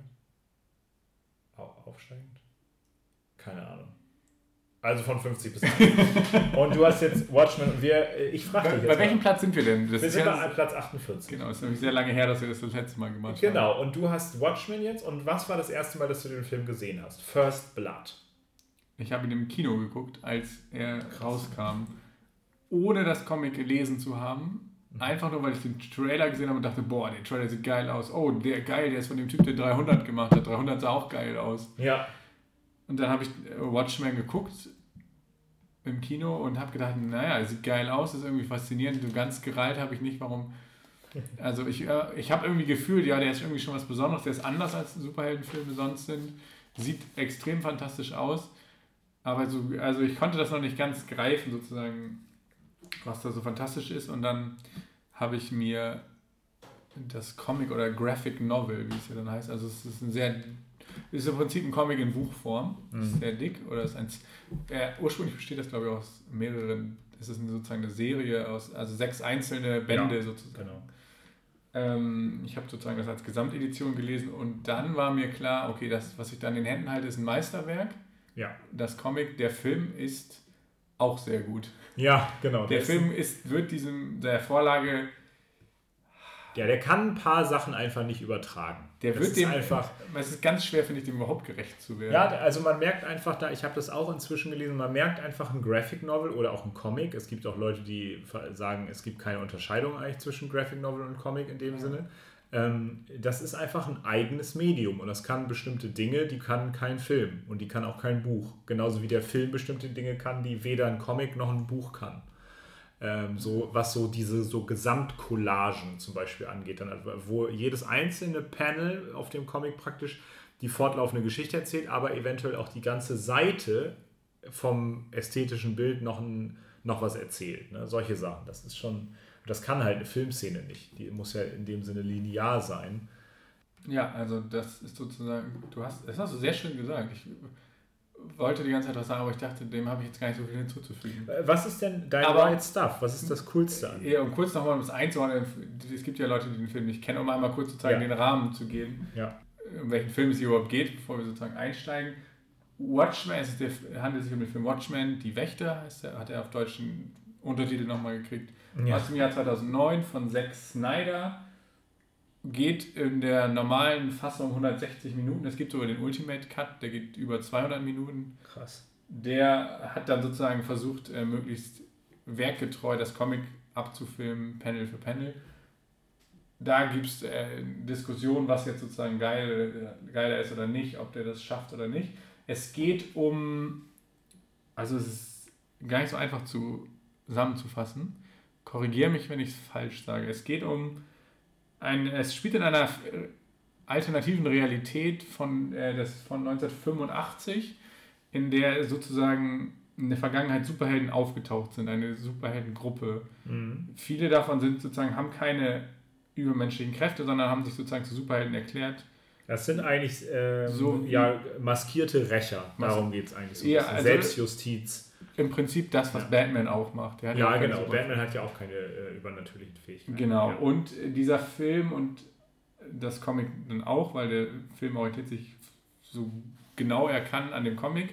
[SPEAKER 1] Au- aufsteigend? Keine Ahnung. Also von fünfzig bis eins. Und du hast jetzt Watchmen und wir, äh, ich frage
[SPEAKER 2] Bei,
[SPEAKER 1] dich jetzt
[SPEAKER 2] bei welchem
[SPEAKER 1] mal.
[SPEAKER 2] Platz sind wir denn? Das
[SPEAKER 1] Wir
[SPEAKER 2] ist
[SPEAKER 1] sind
[SPEAKER 2] ja,
[SPEAKER 1] bei Platz achtundvierzig.
[SPEAKER 2] genau, ist nämlich sehr lange her, dass wir das das letzte Mal gemacht haben.
[SPEAKER 1] Genau, und du hast Watchmen jetzt. Und was war das erste Mal, dass du den Film gesehen hast? First Blood.
[SPEAKER 2] Ich habe ihn im Kino geguckt, als er rauskam, ohne das Comic gelesen zu haben. Einfach nur, weil ich den Trailer gesehen habe und dachte, boah, der Trailer sieht geil aus. Oh, der geil, der ist von dem Typ, der dreihundert gemacht hat. dreihundert sah auch geil aus.
[SPEAKER 1] Ja.
[SPEAKER 2] Und dann habe ich Watchmen geguckt im Kino und habe gedacht, naja, er sieht geil aus, ist irgendwie faszinierend. So ganz gereilt habe ich nicht, warum. Also ich, äh, ich habe irgendwie gefühlt, ja, der ist irgendwie schon was Besonderes, der ist anders als Superheldenfilme sonst sind. Sieht extrem fantastisch aus. Aber so, also ich konnte das noch nicht ganz greifen, sozusagen, was da so fantastisch ist. Und dann habe ich mir das Comic oder Graphic Novel, wie es ja dann heißt, also es ist ein sehr, ist im Prinzip ein Comic in Buchform,
[SPEAKER 1] Mhm.
[SPEAKER 2] ist sehr dick oder ist ein, äh, ursprünglich besteht das glaube ich aus mehreren, es ist sozusagen eine Serie aus, also sechs einzelne Bände
[SPEAKER 1] Ja,
[SPEAKER 2] sozusagen.
[SPEAKER 1] genau.
[SPEAKER 2] Ähm, ich habe sozusagen das als Gesamtedition gelesen und dann war mir klar, okay, das, was ich da in den Händen halte, ist ein Meisterwerk.
[SPEAKER 1] Ja.
[SPEAKER 2] Das Comic, der Film ist auch sehr gut.
[SPEAKER 1] Ja, genau.
[SPEAKER 2] Der
[SPEAKER 1] ist-
[SPEAKER 2] Film ist, wird diesem, der Vorlage,
[SPEAKER 1] Ja, der kann ein paar Sachen einfach nicht übertragen.
[SPEAKER 2] der
[SPEAKER 1] Das
[SPEAKER 2] wird
[SPEAKER 1] ist
[SPEAKER 2] dem,
[SPEAKER 1] einfach.
[SPEAKER 2] es ist ganz schwer, finde ich, dem überhaupt gerecht zu werden.
[SPEAKER 1] Ja, also man merkt einfach da, ich habe das auch inzwischen gelesen, man merkt einfach ein Graphic Novel oder auch ein Comic. Es gibt auch Leute, die sagen, es gibt keine Unterscheidung eigentlich zwischen Graphic Novel und Comic in dem Sinne. Ähm, das ist einfach ein eigenes Medium und das kann bestimmte Dinge, die kann kein Film und die kann auch kein Buch. Genauso wie der Film bestimmte Dinge kann, die weder ein Comic noch ein Buch kann. Ähm, so, was so diese so Gesamtcollagen zum Beispiel angeht, dann, wo jedes einzelne Panel auf dem Comic praktisch die fortlaufende Geschichte erzählt, aber eventuell auch die ganze Seite vom ästhetischen Bild noch, ein, noch was erzählt. Ne? Solche Sachen. Das ist schon, das kann halt eine Filmszene nicht. Die muss ja in dem Sinne linear sein.
[SPEAKER 2] Ja, also das ist sozusagen, du hast, das hast du sehr schön gesagt. Ich wollte die ganze Zeit was sagen, aber ich dachte, dem habe ich jetzt gar nicht so viel hinzuzufügen.
[SPEAKER 1] Äh, Was ist denn dein
[SPEAKER 2] Aber-
[SPEAKER 1] Right Stuff? Was ist das Coolste an?
[SPEAKER 2] Ja, um kurz nochmal um das einzuordnen, es gibt ja Leute, die den Film nicht kennen, um einmal kurz sozusagen
[SPEAKER 1] Ja.
[SPEAKER 2] den Rahmen zu geben,
[SPEAKER 1] Ja.
[SPEAKER 2] um welchen Film es hier überhaupt geht, bevor wir sozusagen einsteigen. Watchmen, es ist der, handelt sich um den Film Watchmen, Die Wächter, heißt der, hat er auf deutschen Untertitel nochmal gekriegt.
[SPEAKER 1] Ja.
[SPEAKER 2] Aus dem Jahr zweitausendneun von Zack Snyder. Geht in der normalen Fassung hundertsechzig Minuten. Es gibt sogar den Ultimate Cut, der geht über zweihundert Minuten.
[SPEAKER 1] Krass.
[SPEAKER 2] Der hat dann sozusagen versucht, äh, möglichst werkgetreu das Comic abzufilmen, Panel für Panel. Da gibt es äh, Diskussionen, was jetzt sozusagen geil, äh, geiler ist oder nicht, ob der das schafft oder nicht. Es geht um, also es ist gar nicht so einfach zu, zusammenzufassen. Korrigiere mich, wenn ich es falsch sage. Es geht um ein, es spielt in einer alternativen Realität von, äh, das von neunzehnhundertfünfundachtzig, in der sozusagen in der Vergangenheit Superhelden aufgetaucht sind, eine Superheldengruppe. Mhm. Viele davon sind sozusagen, haben keine übermenschlichen Kräfte, sondern haben sich sozusagen zu Superhelden erklärt.
[SPEAKER 1] Das sind eigentlich ähm, so, ja, maskierte Rächer, darum geht es eigentlich so.
[SPEAKER 2] Ja, also
[SPEAKER 1] Selbstjustiz.
[SPEAKER 2] Im Prinzip das, was ja. Batman auch macht. Der hat
[SPEAKER 1] ja,
[SPEAKER 2] ja
[SPEAKER 1] genau. Batman hat ja auch keine äh, übernatürlichen Fähigkeiten.
[SPEAKER 2] Genau.
[SPEAKER 1] Ja.
[SPEAKER 2] Und dieser Film und das Comic dann auch, weil der Film orientiert sich so genau er kann an dem Comic,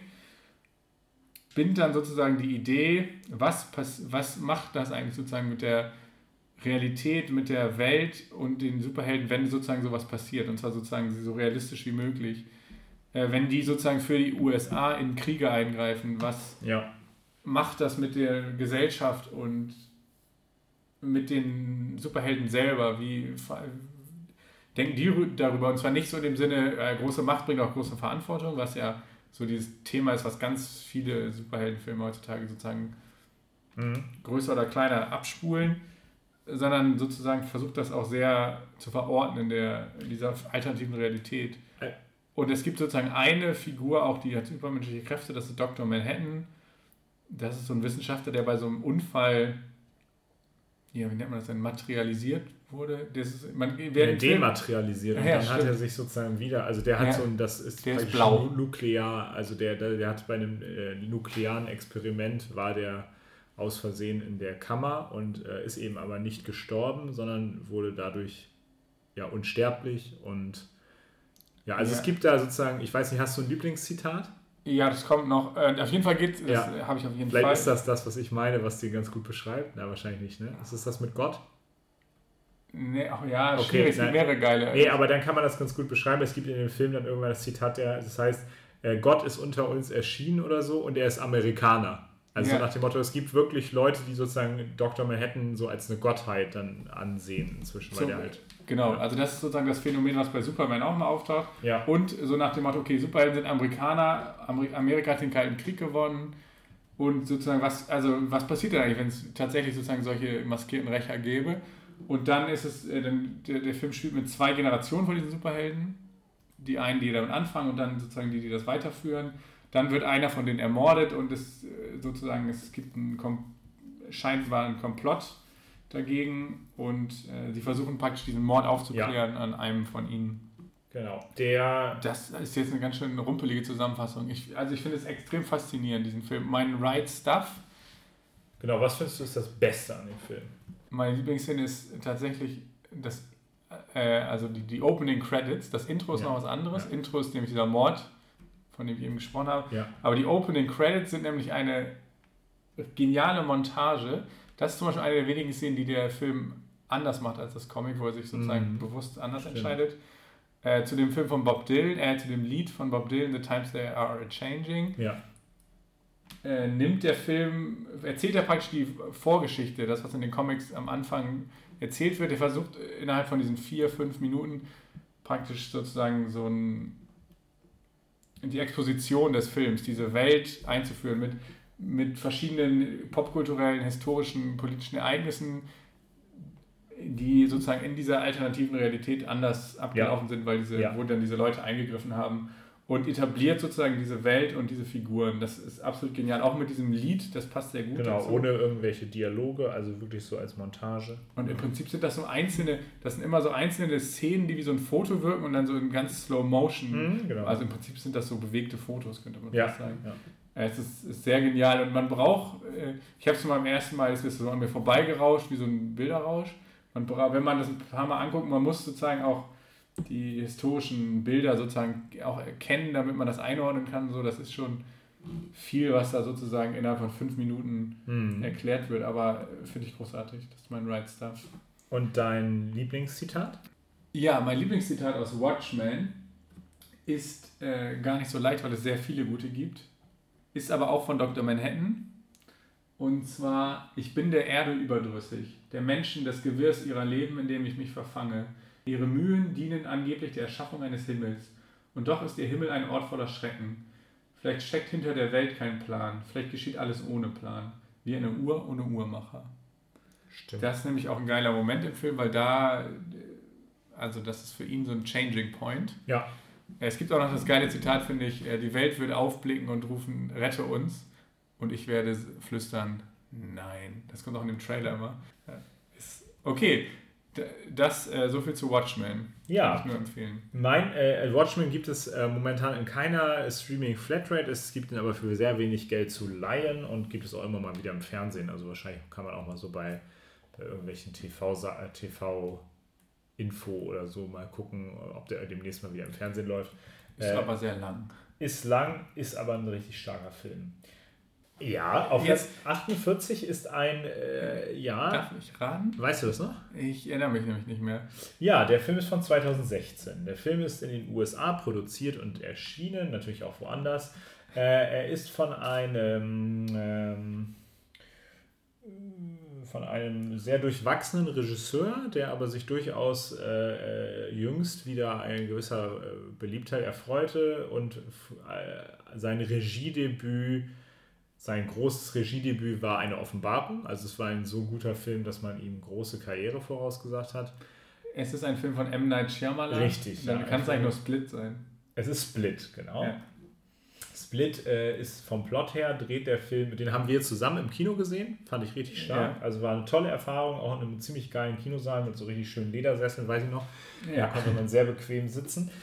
[SPEAKER 2] spinnt dann sozusagen die Idee, was, pass- was macht das eigentlich sozusagen mit der Realität, mit der Welt und den Superhelden, wenn sozusagen sowas passiert, und zwar sozusagen so realistisch wie möglich. Äh, wenn die sozusagen für die U S A in Kriege eingreifen, was
[SPEAKER 1] ja.
[SPEAKER 2] macht das mit der Gesellschaft und mit den Superhelden selber? Wie denken die darüber? Und zwar nicht so in dem Sinne, äh, große Macht bringt auch große Verantwortung, was ja so dieses Thema ist, was ganz viele Superheldenfilme heutzutage sozusagen mhm. größer oder kleiner abspulen, sondern sozusagen versucht das auch sehr zu verorten in, der, in dieser alternativen Realität. Und es gibt sozusagen eine Figur, auch die hat übermenschliche Kräfte, das ist Doktor Manhattan. Das ist so ein Wissenschaftler, der bei so einem Unfall, ja, wie nennt man das denn, materialisiert wurde. Das ist, man,
[SPEAKER 1] ja, dematerialisiert. Und
[SPEAKER 2] ja,
[SPEAKER 1] dann
[SPEAKER 2] stimmt.
[SPEAKER 1] hat er sich sozusagen wieder, also der hat ja, so ein, das ist,
[SPEAKER 2] der ist blau.
[SPEAKER 1] nuklear, also der, der, der hat bei einem äh, nuklearen Experiment, war der aus Versehen in der Kammer und äh, ist eben aber nicht gestorben, sondern wurde dadurch ja unsterblich und ja, also ja. es gibt da sozusagen, ich weiß nicht, hast du ein Lieblingszitat?
[SPEAKER 2] Ja, das kommt noch. Äh, auf jeden Fall geht es,
[SPEAKER 1] ja.
[SPEAKER 2] habe ich auf jeden
[SPEAKER 1] Vielleicht
[SPEAKER 2] Fall.
[SPEAKER 1] Vielleicht ist das das, was ich meine, was die ganz gut beschreibt. Na, wahrscheinlich nicht, ne? Ist das das mit Gott?
[SPEAKER 2] Nee, ach ja,
[SPEAKER 1] okay,
[SPEAKER 2] schwierig, es gibt mehrere geile.
[SPEAKER 1] Nee, aber dann kann man das ganz gut beschreiben. Es gibt in dem Film dann irgendwann das Zitat, der, das heißt, äh, Gott ist unter uns erschienen oder so und er ist Amerikaner. Also ja. nach dem Motto, es gibt wirklich Leute, die sozusagen Doktor Manhattan so als eine Gottheit dann ansehen inzwischen, weil so, der halt...
[SPEAKER 2] Genau, also das ist sozusagen das Phänomen, was bei Superman auch mal auftaucht.
[SPEAKER 1] Ja.
[SPEAKER 2] Und so nach dem Motto, okay, Superhelden sind Amerikaner, Amerika hat den Kalten Krieg gewonnen und sozusagen, was, also was passiert denn eigentlich, wenn es tatsächlich sozusagen solche maskierten Rächer gäbe? Und dann ist es, äh, dann, der, der Film spielt mit zwei Generationen von diesen Superhelden. Die einen, die damit anfangen und dann sozusagen die, die das weiterführen. Dann wird einer von denen ermordet und es sozusagen, es gibt einen Kom- scheinbar einen Komplott dagegen und äh, sie versuchen praktisch diesen Mord aufzuklären ja. an einem von ihnen.
[SPEAKER 1] Genau. Der
[SPEAKER 2] das ist jetzt eine ganz schön rumpelige Zusammenfassung. Ich, also ich finde es extrem faszinierend, diesen Film. Mein Right Stuff.
[SPEAKER 1] Genau, was findest du ist das Beste an dem Film?
[SPEAKER 2] Meine Lieblingsszene ist tatsächlich das, äh, also die, die Opening Credits. Das Intro ist ja. noch was anderes. Ja. Intro ist nämlich dieser Mord, von dem ich eben gesprochen habe.
[SPEAKER 1] Ja.
[SPEAKER 2] Aber die Opening Credits sind nämlich eine geniale Montage. Das ist zum Beispiel eine der wenigen Szenen, die der Film anders macht als das Comic, wo er sich sozusagen mhm. bewusst anders Stimmt. entscheidet. Äh, zu dem Film von Bob Dylan, äh, zu dem Lied von Bob Dylan, The Times They Are A-Changing,
[SPEAKER 1] ja.
[SPEAKER 2] äh, nimmt der Film, erzählt er praktisch die Vorgeschichte, das, was in den Comics am Anfang erzählt wird. Er versucht innerhalb von diesen vier, fünf Minuten praktisch sozusagen so ein die Exposition des Films, diese Welt einzuführen mit, mit verschiedenen popkulturellen, historischen, politischen Ereignissen, die sozusagen in dieser alternativen Realität anders abgelaufen ja. sind, weil diese, ja. wo dann diese Leute eingegriffen haben und etabliert sozusagen diese Welt und diese Figuren. Das ist absolut genial. Auch mit diesem Lied, das passt sehr gut
[SPEAKER 1] Genau,
[SPEAKER 2] dazu.
[SPEAKER 1] Ohne irgendwelche Dialoge, also wirklich so als Montage.
[SPEAKER 2] Und im Prinzip sind das so einzelne, das sind immer so einzelne Szenen, die wie so ein Foto wirken und dann so in ganz Slow Motion.
[SPEAKER 1] Mhm, genau.
[SPEAKER 2] Also im Prinzip sind das so bewegte Fotos, könnte man
[SPEAKER 1] ja,
[SPEAKER 2] fast sagen.
[SPEAKER 1] Ja.
[SPEAKER 2] Es ist, ist sehr genial und man braucht, ich habe es mal beim ersten Mal, es ist so an mir vorbeigerauscht, wie so ein Bilderrausch. Man braucht, wenn man das ein paar Mal anguckt, man muss sozusagen auch die historischen Bilder sozusagen auch erkennen, damit man das einordnen kann. So, das ist schon viel, was da sozusagen innerhalb von fünf Minuten mhm. erklärt wird, aber finde ich großartig. Das ist mein Right Stuff.
[SPEAKER 1] Und dein Lieblingszitat?
[SPEAKER 2] Ja, mein Lieblingszitat aus Watchmen ist äh, gar nicht so leicht, weil es sehr viele gute gibt. Ist aber auch von Doktor Manhattan. Und zwar, ich bin der Erde überdrüssig, der Menschen des Gewirrs ihrer Leben, in dem ich mich verfange. Ihre Mühen dienen angeblich der Erschaffung eines Himmels. Und doch ist ihr Himmel ein Ort voller Schrecken. Vielleicht steckt hinter der Welt kein Plan. Vielleicht geschieht alles ohne Plan. Wie eine Uhr ohne Uhrmacher.
[SPEAKER 1] Stimmt.
[SPEAKER 2] Das ist nämlich auch ein geiler Moment im Film, weil da, also das ist für ihn so ein Changing Point.
[SPEAKER 1] Ja.
[SPEAKER 2] Es gibt auch noch das geile Zitat, finde ich, die Welt wird aufblicken und rufen, rette uns. Und ich werde flüstern, nein. Das kommt auch in dem Trailer immer. Ist okay, das, äh, so viel zu Watchmen.
[SPEAKER 1] Ja.
[SPEAKER 2] Kann ich nur empfehlen.
[SPEAKER 1] Mein äh, Watchmen gibt es äh, momentan in keiner Streaming-Flatrate. Es gibt ihn aber für sehr wenig Geld zu leihen und gibt es auch immer mal wieder im Fernsehen. Also wahrscheinlich kann man auch mal so bei, bei irgendwelchen T V-Info oder so mal gucken, ob der demnächst mal wieder im Fernsehen läuft.
[SPEAKER 2] Ist äh, aber sehr lang.
[SPEAKER 1] Ist lang, ist aber ein richtig starker Film. Ja, auf Platz achtundvierzig ist ein, äh, ja...
[SPEAKER 2] Darf ich raten?
[SPEAKER 1] Weißt du das noch?
[SPEAKER 2] Ich erinnere mich nämlich nicht mehr.
[SPEAKER 1] Ja, der Film ist von zweitausendsechzehn. Der Film ist in den U S A produziert und erschienen, natürlich auch woanders. Äh, er ist von einem... Ähm, von einem sehr durchwachsenen Regisseur, der aber sich durchaus äh, jüngst wieder eine gewisser äh, Beliebtheit erfreute und äh, sein Regiedebüt... Sein großes Regiedebüt war eine Offenbarung. Also es war ein so guter Film, dass man ihm große Karriere vorausgesagt hat.
[SPEAKER 2] Es ist ein Film von M. Night Shyamalan.
[SPEAKER 1] Richtig.
[SPEAKER 2] Dann
[SPEAKER 1] ja,
[SPEAKER 2] kann es eigentlich nur Split sein.
[SPEAKER 1] Es ist Split, genau.
[SPEAKER 2] Ja.
[SPEAKER 1] Split äh, ist vom Plot her, dreht der Film, den haben wir zusammen im Kino gesehen. Fand ich richtig stark. Ja. Also war eine tolle Erfahrung, auch in einem ziemlich geilen Kinosaal mit so richtig schönen Ledersesseln, weiß ich noch. Ja. Da konnte man sehr bequem sitzen.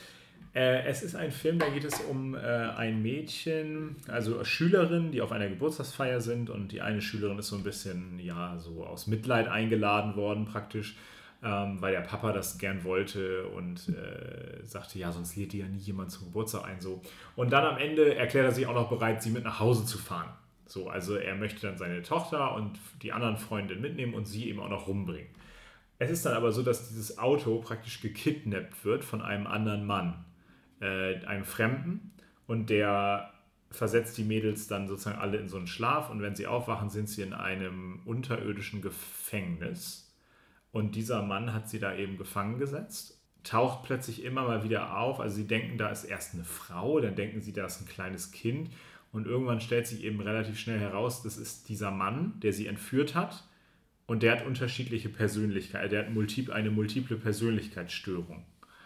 [SPEAKER 1] Es ist ein Film, da geht es um äh, ein Mädchen, also Schülerin, die auf einer Geburtstagsfeier sind und die eine Schülerin ist so ein bisschen, ja, so aus Mitleid eingeladen worden praktisch, ähm, weil der Papa das gern wollte und äh, sagte, ja, sonst lädt die ja nie jemand zum Geburtstag ein, so. Und dann am Ende erklärt er sich auch noch bereit, sie mit nach Hause zu fahren. So, also er möchte dann seine Tochter und die anderen Freundinnen mitnehmen und sie eben auch noch rumbringen. Es ist dann aber so, dass dieses Auto praktisch gekidnappt wird von einem anderen Mann. Äh, einem Fremden und der versetzt die Mädels dann sozusagen alle in so einen Schlaf und wenn sie aufwachen, sind sie in einem unterirdischen Gefängnis und dieser Mann hat sie da eben gefangen gesetzt, taucht plötzlich immer mal wieder auf, also sie denken, da ist erst eine Frau, dann denken sie, da ist ein kleines Kind und irgendwann stellt sich eben relativ schnell heraus, das ist dieser Mann, der sie entführt hat und der hat unterschiedliche Persönlichkeiten, der hat multiple, eine multiple Persönlichkeitsstörung.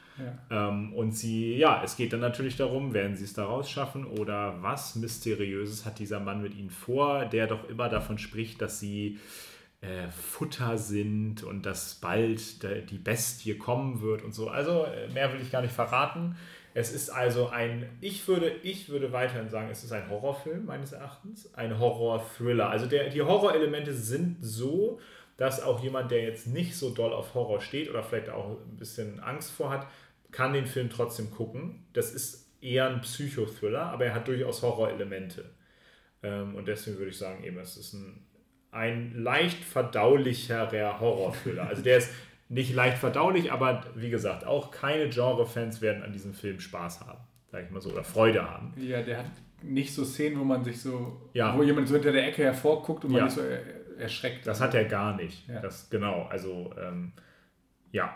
[SPEAKER 1] Ja. Ähm, und sie, ja, es geht dann natürlich darum, werden sie es da rausschaffen oder was Mysteriöses hat dieser Mann mit ihnen vor, der doch immer davon spricht, dass sie äh, Futter sind und dass bald de, die Bestie kommen wird und so. Also mehr will ich gar nicht verraten. Es ist also ein, ich würde, ich würde weiterhin sagen, es ist ein Horrorfilm meines Erachtens, ein Horror-Thriller. Also der, die Horrorelemente sind so, dass auch jemand, der jetzt nicht so doll auf Horror steht oder vielleicht auch ein bisschen Angst vor hat, kann den Film trotzdem gucken. Das ist eher ein Psychothriller, aber er hat durchaus Horrorelemente. Ähm, und deswegen würde ich sagen, eben, es ist ein, ein leicht verdaulicherer Horrorthriller. Also der ist nicht leicht verdaulich, aber wie gesagt, auch keine Genre-Fans werden an diesem Film Spaß haben, sag ich mal so, oder Freude haben.
[SPEAKER 2] Ja, der hat nicht so Szenen, wo man sich so,
[SPEAKER 1] ja.
[SPEAKER 2] wo jemand so hinter der Ecke hervorguckt und man
[SPEAKER 1] ja.
[SPEAKER 2] sich so erschreckt.
[SPEAKER 1] Das hat er gar nicht.
[SPEAKER 2] Ja.
[SPEAKER 1] Das, genau, also ähm, ja.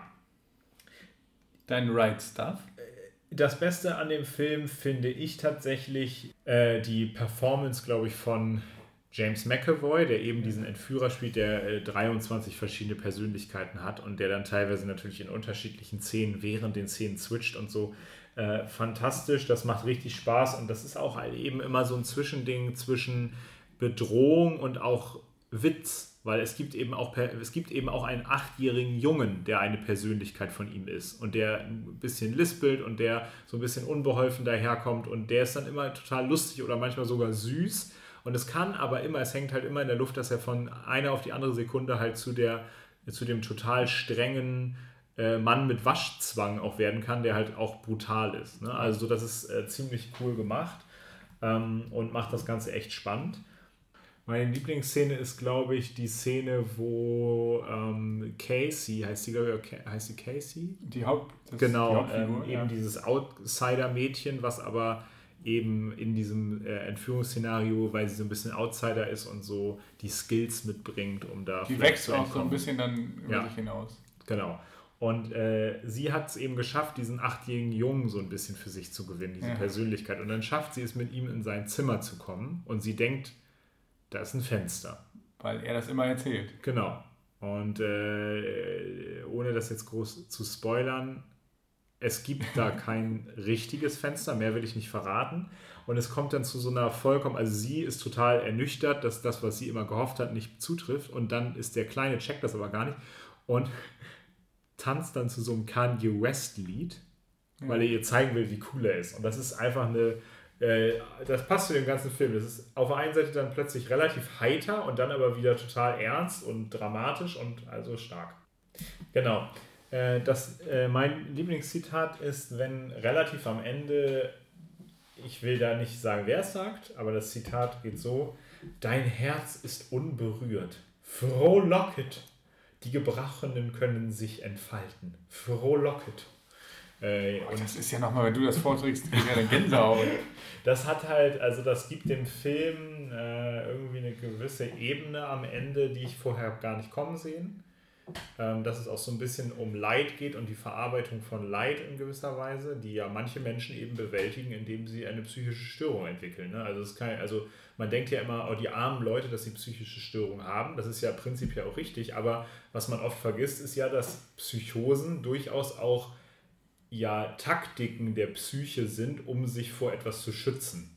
[SPEAKER 2] Dein Right Stuff?
[SPEAKER 1] Das Beste an dem Film finde ich tatsächlich äh, die Performance, glaube ich, von James McAvoy, der eben diesen Entführer spielt, der äh, dreiundzwanzig verschiedene Persönlichkeiten hat und der dann teilweise natürlich in unterschiedlichen Szenen während den Szenen switcht und so. Äh, fantastisch, das macht richtig Spaß und das ist auch halt eben immer so ein Zwischending zwischen Bedrohung und auch Witz. Weil es gibt eben auch es gibt eben auch einen achtjährigen Jungen, der eine Persönlichkeit von ihm ist und der ein bisschen lispelt und der so ein bisschen unbeholfen daherkommt und der ist dann immer total lustig oder manchmal sogar süß und es kann aber immer, es hängt halt immer in der Luft, dass er von einer auf die andere Sekunde halt zu der zu dem total strengen äh, Mann mit Waschzwang auch werden kann, der halt auch brutal ist. Ne? Also das ist äh, ziemlich cool gemacht ähm, und macht das Ganze echt spannend. Meine Lieblingsszene ist, glaube ich, die Szene, wo ähm, Casey, heißt sie, glaube ich, heißt sie Casey?
[SPEAKER 2] Die Haupt, das
[SPEAKER 1] genau,
[SPEAKER 2] die Hauptfigur,
[SPEAKER 1] ähm,
[SPEAKER 2] ja.
[SPEAKER 1] eben dieses Outsider-Mädchen, was aber eben in diesem äh, Entführungsszenario, weil sie so ein bisschen Outsider ist und so die Skills mitbringt, um da
[SPEAKER 2] die wächst auch so ein bisschen dann über
[SPEAKER 1] ja.
[SPEAKER 2] sich hinaus.
[SPEAKER 1] Genau. Und äh, sie hat es eben geschafft, diesen achtjährigen Jungen so ein bisschen für sich zu gewinnen, diese
[SPEAKER 2] Ja.
[SPEAKER 1] Persönlichkeit. Und dann schafft sie es, mit ihm in sein Zimmer zu kommen. Und sie denkt, da ist ein Fenster.
[SPEAKER 2] Weil er das immer erzählt.
[SPEAKER 1] Genau. Und äh, ohne das jetzt groß zu spoilern, es gibt da kein richtiges Fenster, mehr will ich nicht verraten. Und es kommt dann zu so einer vollkommen, also sie ist total ernüchtert, dass das, was sie immer gehofft hat, nicht zutrifft. Und dann ist der Kleine, checkt das aber gar nicht und tanzt dann zu so einem Kanye West-Lied,
[SPEAKER 2] Ja.
[SPEAKER 1] weil er ihr zeigen will, wie cool er ist. Und das ist einfach eine, äh, das passt zu dem ganzen Film. Das ist auf der einen Seite dann plötzlich relativ heiter und dann aber wieder total ernst und dramatisch und also stark. Genau. Äh, das, äh, mein Lieblingszitat ist, wenn relativ am Ende, ich will da nicht sagen, wer es sagt, aber das Zitat geht so: Dein Herz ist unberührt. Frohlocket. Die Gebrochenen können sich entfalten. Frohlocket. Äh,
[SPEAKER 2] Oh,
[SPEAKER 1] und
[SPEAKER 2] das ist ja nochmal, wenn du das vorträgst, krieg ich ja eine Gänsehaut.
[SPEAKER 1] das hat halt, also das gibt dem Film äh, irgendwie eine gewisse Ebene am Ende, die ich vorher gar nicht kommen sehen. Ähm, dass es auch so ein bisschen um Leid geht und die Verarbeitung von Leid in gewisser Weise, die ja manche Menschen eben bewältigen, indem sie eine psychische Störung entwickeln. Ne? Also, es kann, also man denkt ja immer, oh, die armen Leute, dass sie psychische Störungen haben. Das ist ja prinzipiell auch richtig, aber was man oft vergisst, ist ja, dass Psychosen durchaus auch ja Taktiken der Psyche sind, um sich vor etwas zu schützen.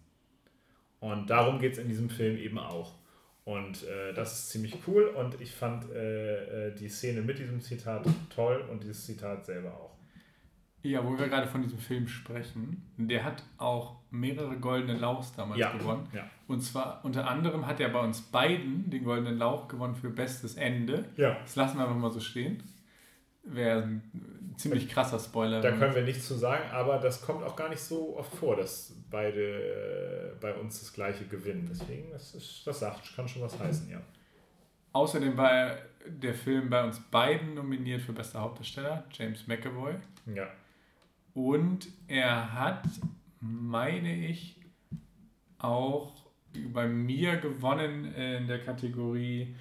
[SPEAKER 1] Und darum geht es in diesem Film eben auch. Und äh, das ist ziemlich cool und ich fand äh, die Szene mit diesem Zitat toll und dieses Zitat selber auch.
[SPEAKER 2] Ja, wo wir gerade von diesem Film sprechen, der hat auch mehrere goldene Lauchs damals
[SPEAKER 1] Ja,
[SPEAKER 2] gewonnen.
[SPEAKER 1] ja.
[SPEAKER 2] Und zwar unter anderem hat er bei uns beiden den goldenen Lauch gewonnen für bestes Ende.
[SPEAKER 1] Ja.
[SPEAKER 2] Das lassen wir einfach mal so stehen. Wäre ein ziemlich krasser Spoiler.
[SPEAKER 1] Da können wir nichts zu sagen, aber das kommt auch gar nicht so oft vor, dass beide äh, bei uns das gleiche gewinnen. Deswegen, das, ist, das sagt, kann schon was heißen, ja.
[SPEAKER 2] Außerdem war der Film bei uns beiden nominiert für bester Hauptdarsteller, James McAvoy.
[SPEAKER 1] Ja.
[SPEAKER 2] Und er hat, meine ich, auch bei mir gewonnen in der Kategorie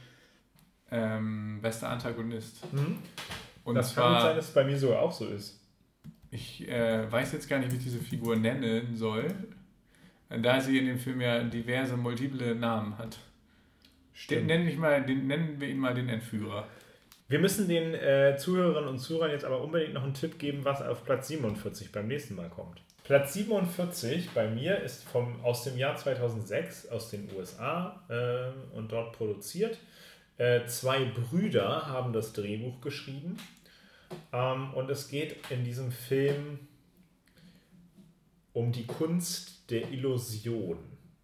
[SPEAKER 2] ähm, bester Antagonist.
[SPEAKER 1] Mhm.
[SPEAKER 2] Und
[SPEAKER 1] das
[SPEAKER 2] zwar,
[SPEAKER 1] kann gut sein, dass es bei mir sogar auch so ist.
[SPEAKER 2] ich äh, weiß jetzt gar nicht, wie ich diese Figur nennen soll, da sie in dem Film ja diverse, multiple Namen hat. Den, nennen, ich mal, den, nennen wir ihn mal den Entführer.
[SPEAKER 1] Wir müssen den äh, Zuhörerinnen und Zuhörern jetzt aber unbedingt noch einen Tipp geben, was auf Platz siebenundvierzig beim nächsten Mal kommt. Platz siebenundvierzig bei mir ist vom, aus dem Jahr zweitausendsechs aus den U S A äh, und dort produziert. Äh, zwei Brüder haben das Drehbuch geschrieben ähm, und es geht in diesem Film um die Kunst der Illusion.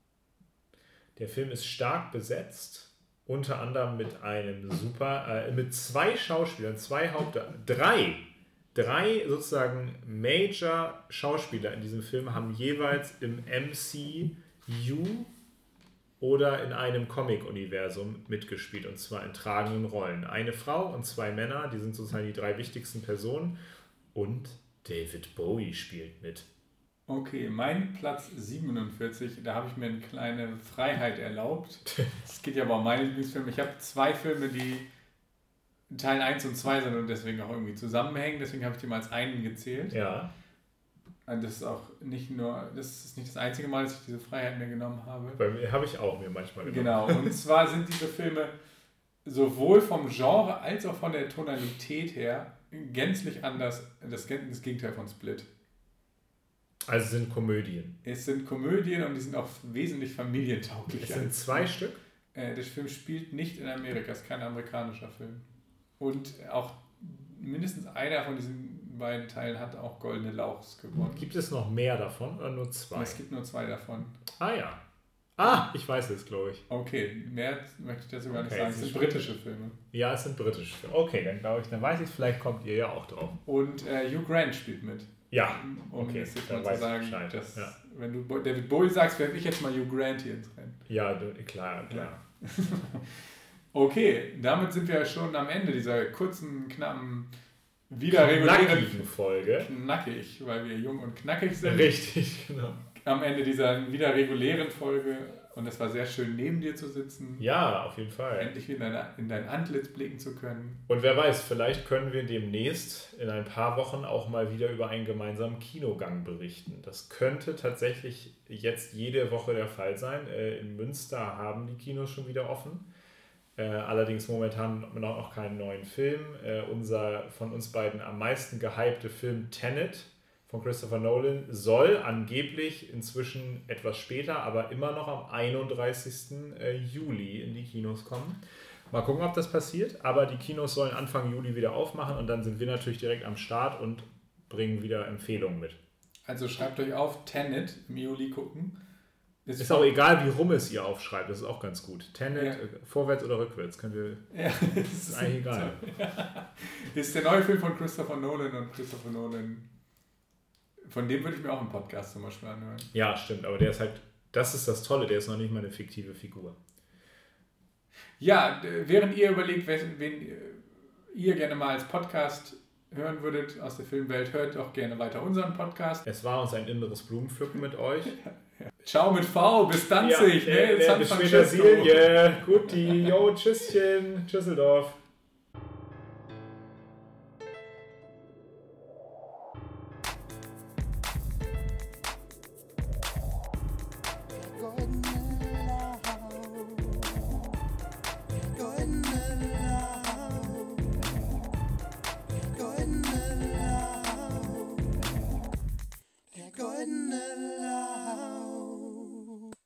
[SPEAKER 1] Der Film ist stark besetzt, unter anderem mit einem super, äh, mit zwei Schauspielern, zwei Haupt, drei, drei sozusagen Major-Schauspieler in diesem Film haben jeweils im M C U oder in einem Comic-Universum mitgespielt, und zwar in tragenden Rollen. Eine Frau und zwei Männer, die sind sozusagen die drei wichtigsten Personen, und David Bowie spielt mit.
[SPEAKER 2] Okay, mein Platz siebenundvierzig, da habe ich mir eine kleine Freiheit erlaubt. Es geht ja aber um meine Lieblingsfilme. Ich habe zwei Filme, die Teil eins und zwei sind und deswegen auch irgendwie zusammenhängen. Deswegen habe ich die mal als einen gezählt.
[SPEAKER 1] Ja.
[SPEAKER 2] Und das ist auch nicht nur, das ist nicht das einzige Mal, dass ich diese Freiheit mir genommen habe.
[SPEAKER 1] Bei mir habe ich auch mir manchmal genommen.
[SPEAKER 2] Genau, und zwar sind diese Filme sowohl vom Genre als auch von der Tonalität her gänzlich anders, das, das Gegenteil von Split.
[SPEAKER 1] Also sind Komödien.
[SPEAKER 2] Es sind Komödien und die sind auch wesentlich familientauglicher.
[SPEAKER 1] Es sind zwei Stück.
[SPEAKER 2] Äh, der Film spielt nicht in Amerika, es ist kein amerikanischer Film. Und auch mindestens einer von diesen beiden Teilen hat auch Goldene Lauchs gewonnen.
[SPEAKER 1] Gibt es noch mehr davon oder nur zwei?
[SPEAKER 2] Es gibt nur zwei davon.
[SPEAKER 1] Ah ja. Ah, ich weiß es, glaube ich.
[SPEAKER 2] Okay, mehr möchte ich dazu gar nicht
[SPEAKER 1] Okay,
[SPEAKER 2] sagen.
[SPEAKER 1] es
[SPEAKER 2] Es sind
[SPEAKER 1] ist
[SPEAKER 2] britische Filme.
[SPEAKER 1] Ja, es sind britische Filme. Okay, dann glaube ich, dann weiß ich es, vielleicht kommt ihr ja auch drauf.
[SPEAKER 2] Und äh, Hugh Grant spielt mit.
[SPEAKER 1] Ja,
[SPEAKER 2] Um
[SPEAKER 1] okay,
[SPEAKER 2] jetzt
[SPEAKER 1] dann
[SPEAKER 2] mal
[SPEAKER 1] weiß
[SPEAKER 2] zu
[SPEAKER 1] ich
[SPEAKER 2] sagen,
[SPEAKER 1] Bescheid.
[SPEAKER 2] dass,
[SPEAKER 1] Ja.
[SPEAKER 2] wenn du Bo- David Bowie sagst, werfe ich jetzt mal Hugh Grant hier ins Rennen.
[SPEAKER 1] Ja, du- klar, klar.
[SPEAKER 2] Okay, damit sind wir schon am Ende dieser kurzen, knappen wieder regulären
[SPEAKER 1] Folge.
[SPEAKER 2] Knackig, weil wir jung und knackig sind.
[SPEAKER 1] Richtig, genau.
[SPEAKER 2] Am Ende dieser wieder regulären Folge. Und es war sehr schön, neben dir zu sitzen.
[SPEAKER 1] Ja, auf jeden Fall.
[SPEAKER 2] Endlich wieder in dein, in dein Antlitz blicken zu können.
[SPEAKER 1] Und wer weiß, vielleicht können wir demnächst in ein paar Wochen auch mal wieder über einen gemeinsamen Kinogang berichten. Das könnte tatsächlich jetzt jede Woche der Fall sein. In Münster haben die Kinos schon wieder offen. Allerdings momentan noch keinen neuen Film. Unser von uns beiden am meisten gehypte Film Tenet von Christopher Nolan soll angeblich inzwischen etwas später, aber immer noch am einunddreißigsten Juli in die Kinos kommen. Mal gucken, ob das passiert, aber die Kinos sollen Anfang Juli wieder aufmachen und dann sind wir natürlich direkt am Start und bringen wieder Empfehlungen mit.
[SPEAKER 2] Also schreibt euch auf, Tenet im Juli gucken.
[SPEAKER 1] Ist, ist auch egal, wie rum es ihr aufschreibt, das ist auch ganz gut. Tenet,
[SPEAKER 2] ja.
[SPEAKER 1] Vorwärts oder rückwärts, können wir. Ja, das ist, ist eigentlich egal.
[SPEAKER 2] Ja. Das ist der neue Film von Christopher Nolan und Christopher Nolan. Von dem würde ich mir auch einen Podcast zum Beispiel anhören.
[SPEAKER 1] Ja, stimmt, aber der ist halt, das ist das Tolle, der ist noch nicht mal eine fiktive Figur.
[SPEAKER 2] Ja, während ihr überlegt, wen ihr gerne mal als Podcast hören würdet aus der Filmwelt, hört doch gerne weiter unseren Podcast.
[SPEAKER 1] Es war uns ein inneres Blumenpflücken mit euch.
[SPEAKER 2] Ja. Ciao mit V, bis dann sich.
[SPEAKER 1] Ja,
[SPEAKER 2] ne?
[SPEAKER 1] äh, bis später, Silje. Guti, jo, tschüsschen, Tschüsseldorf.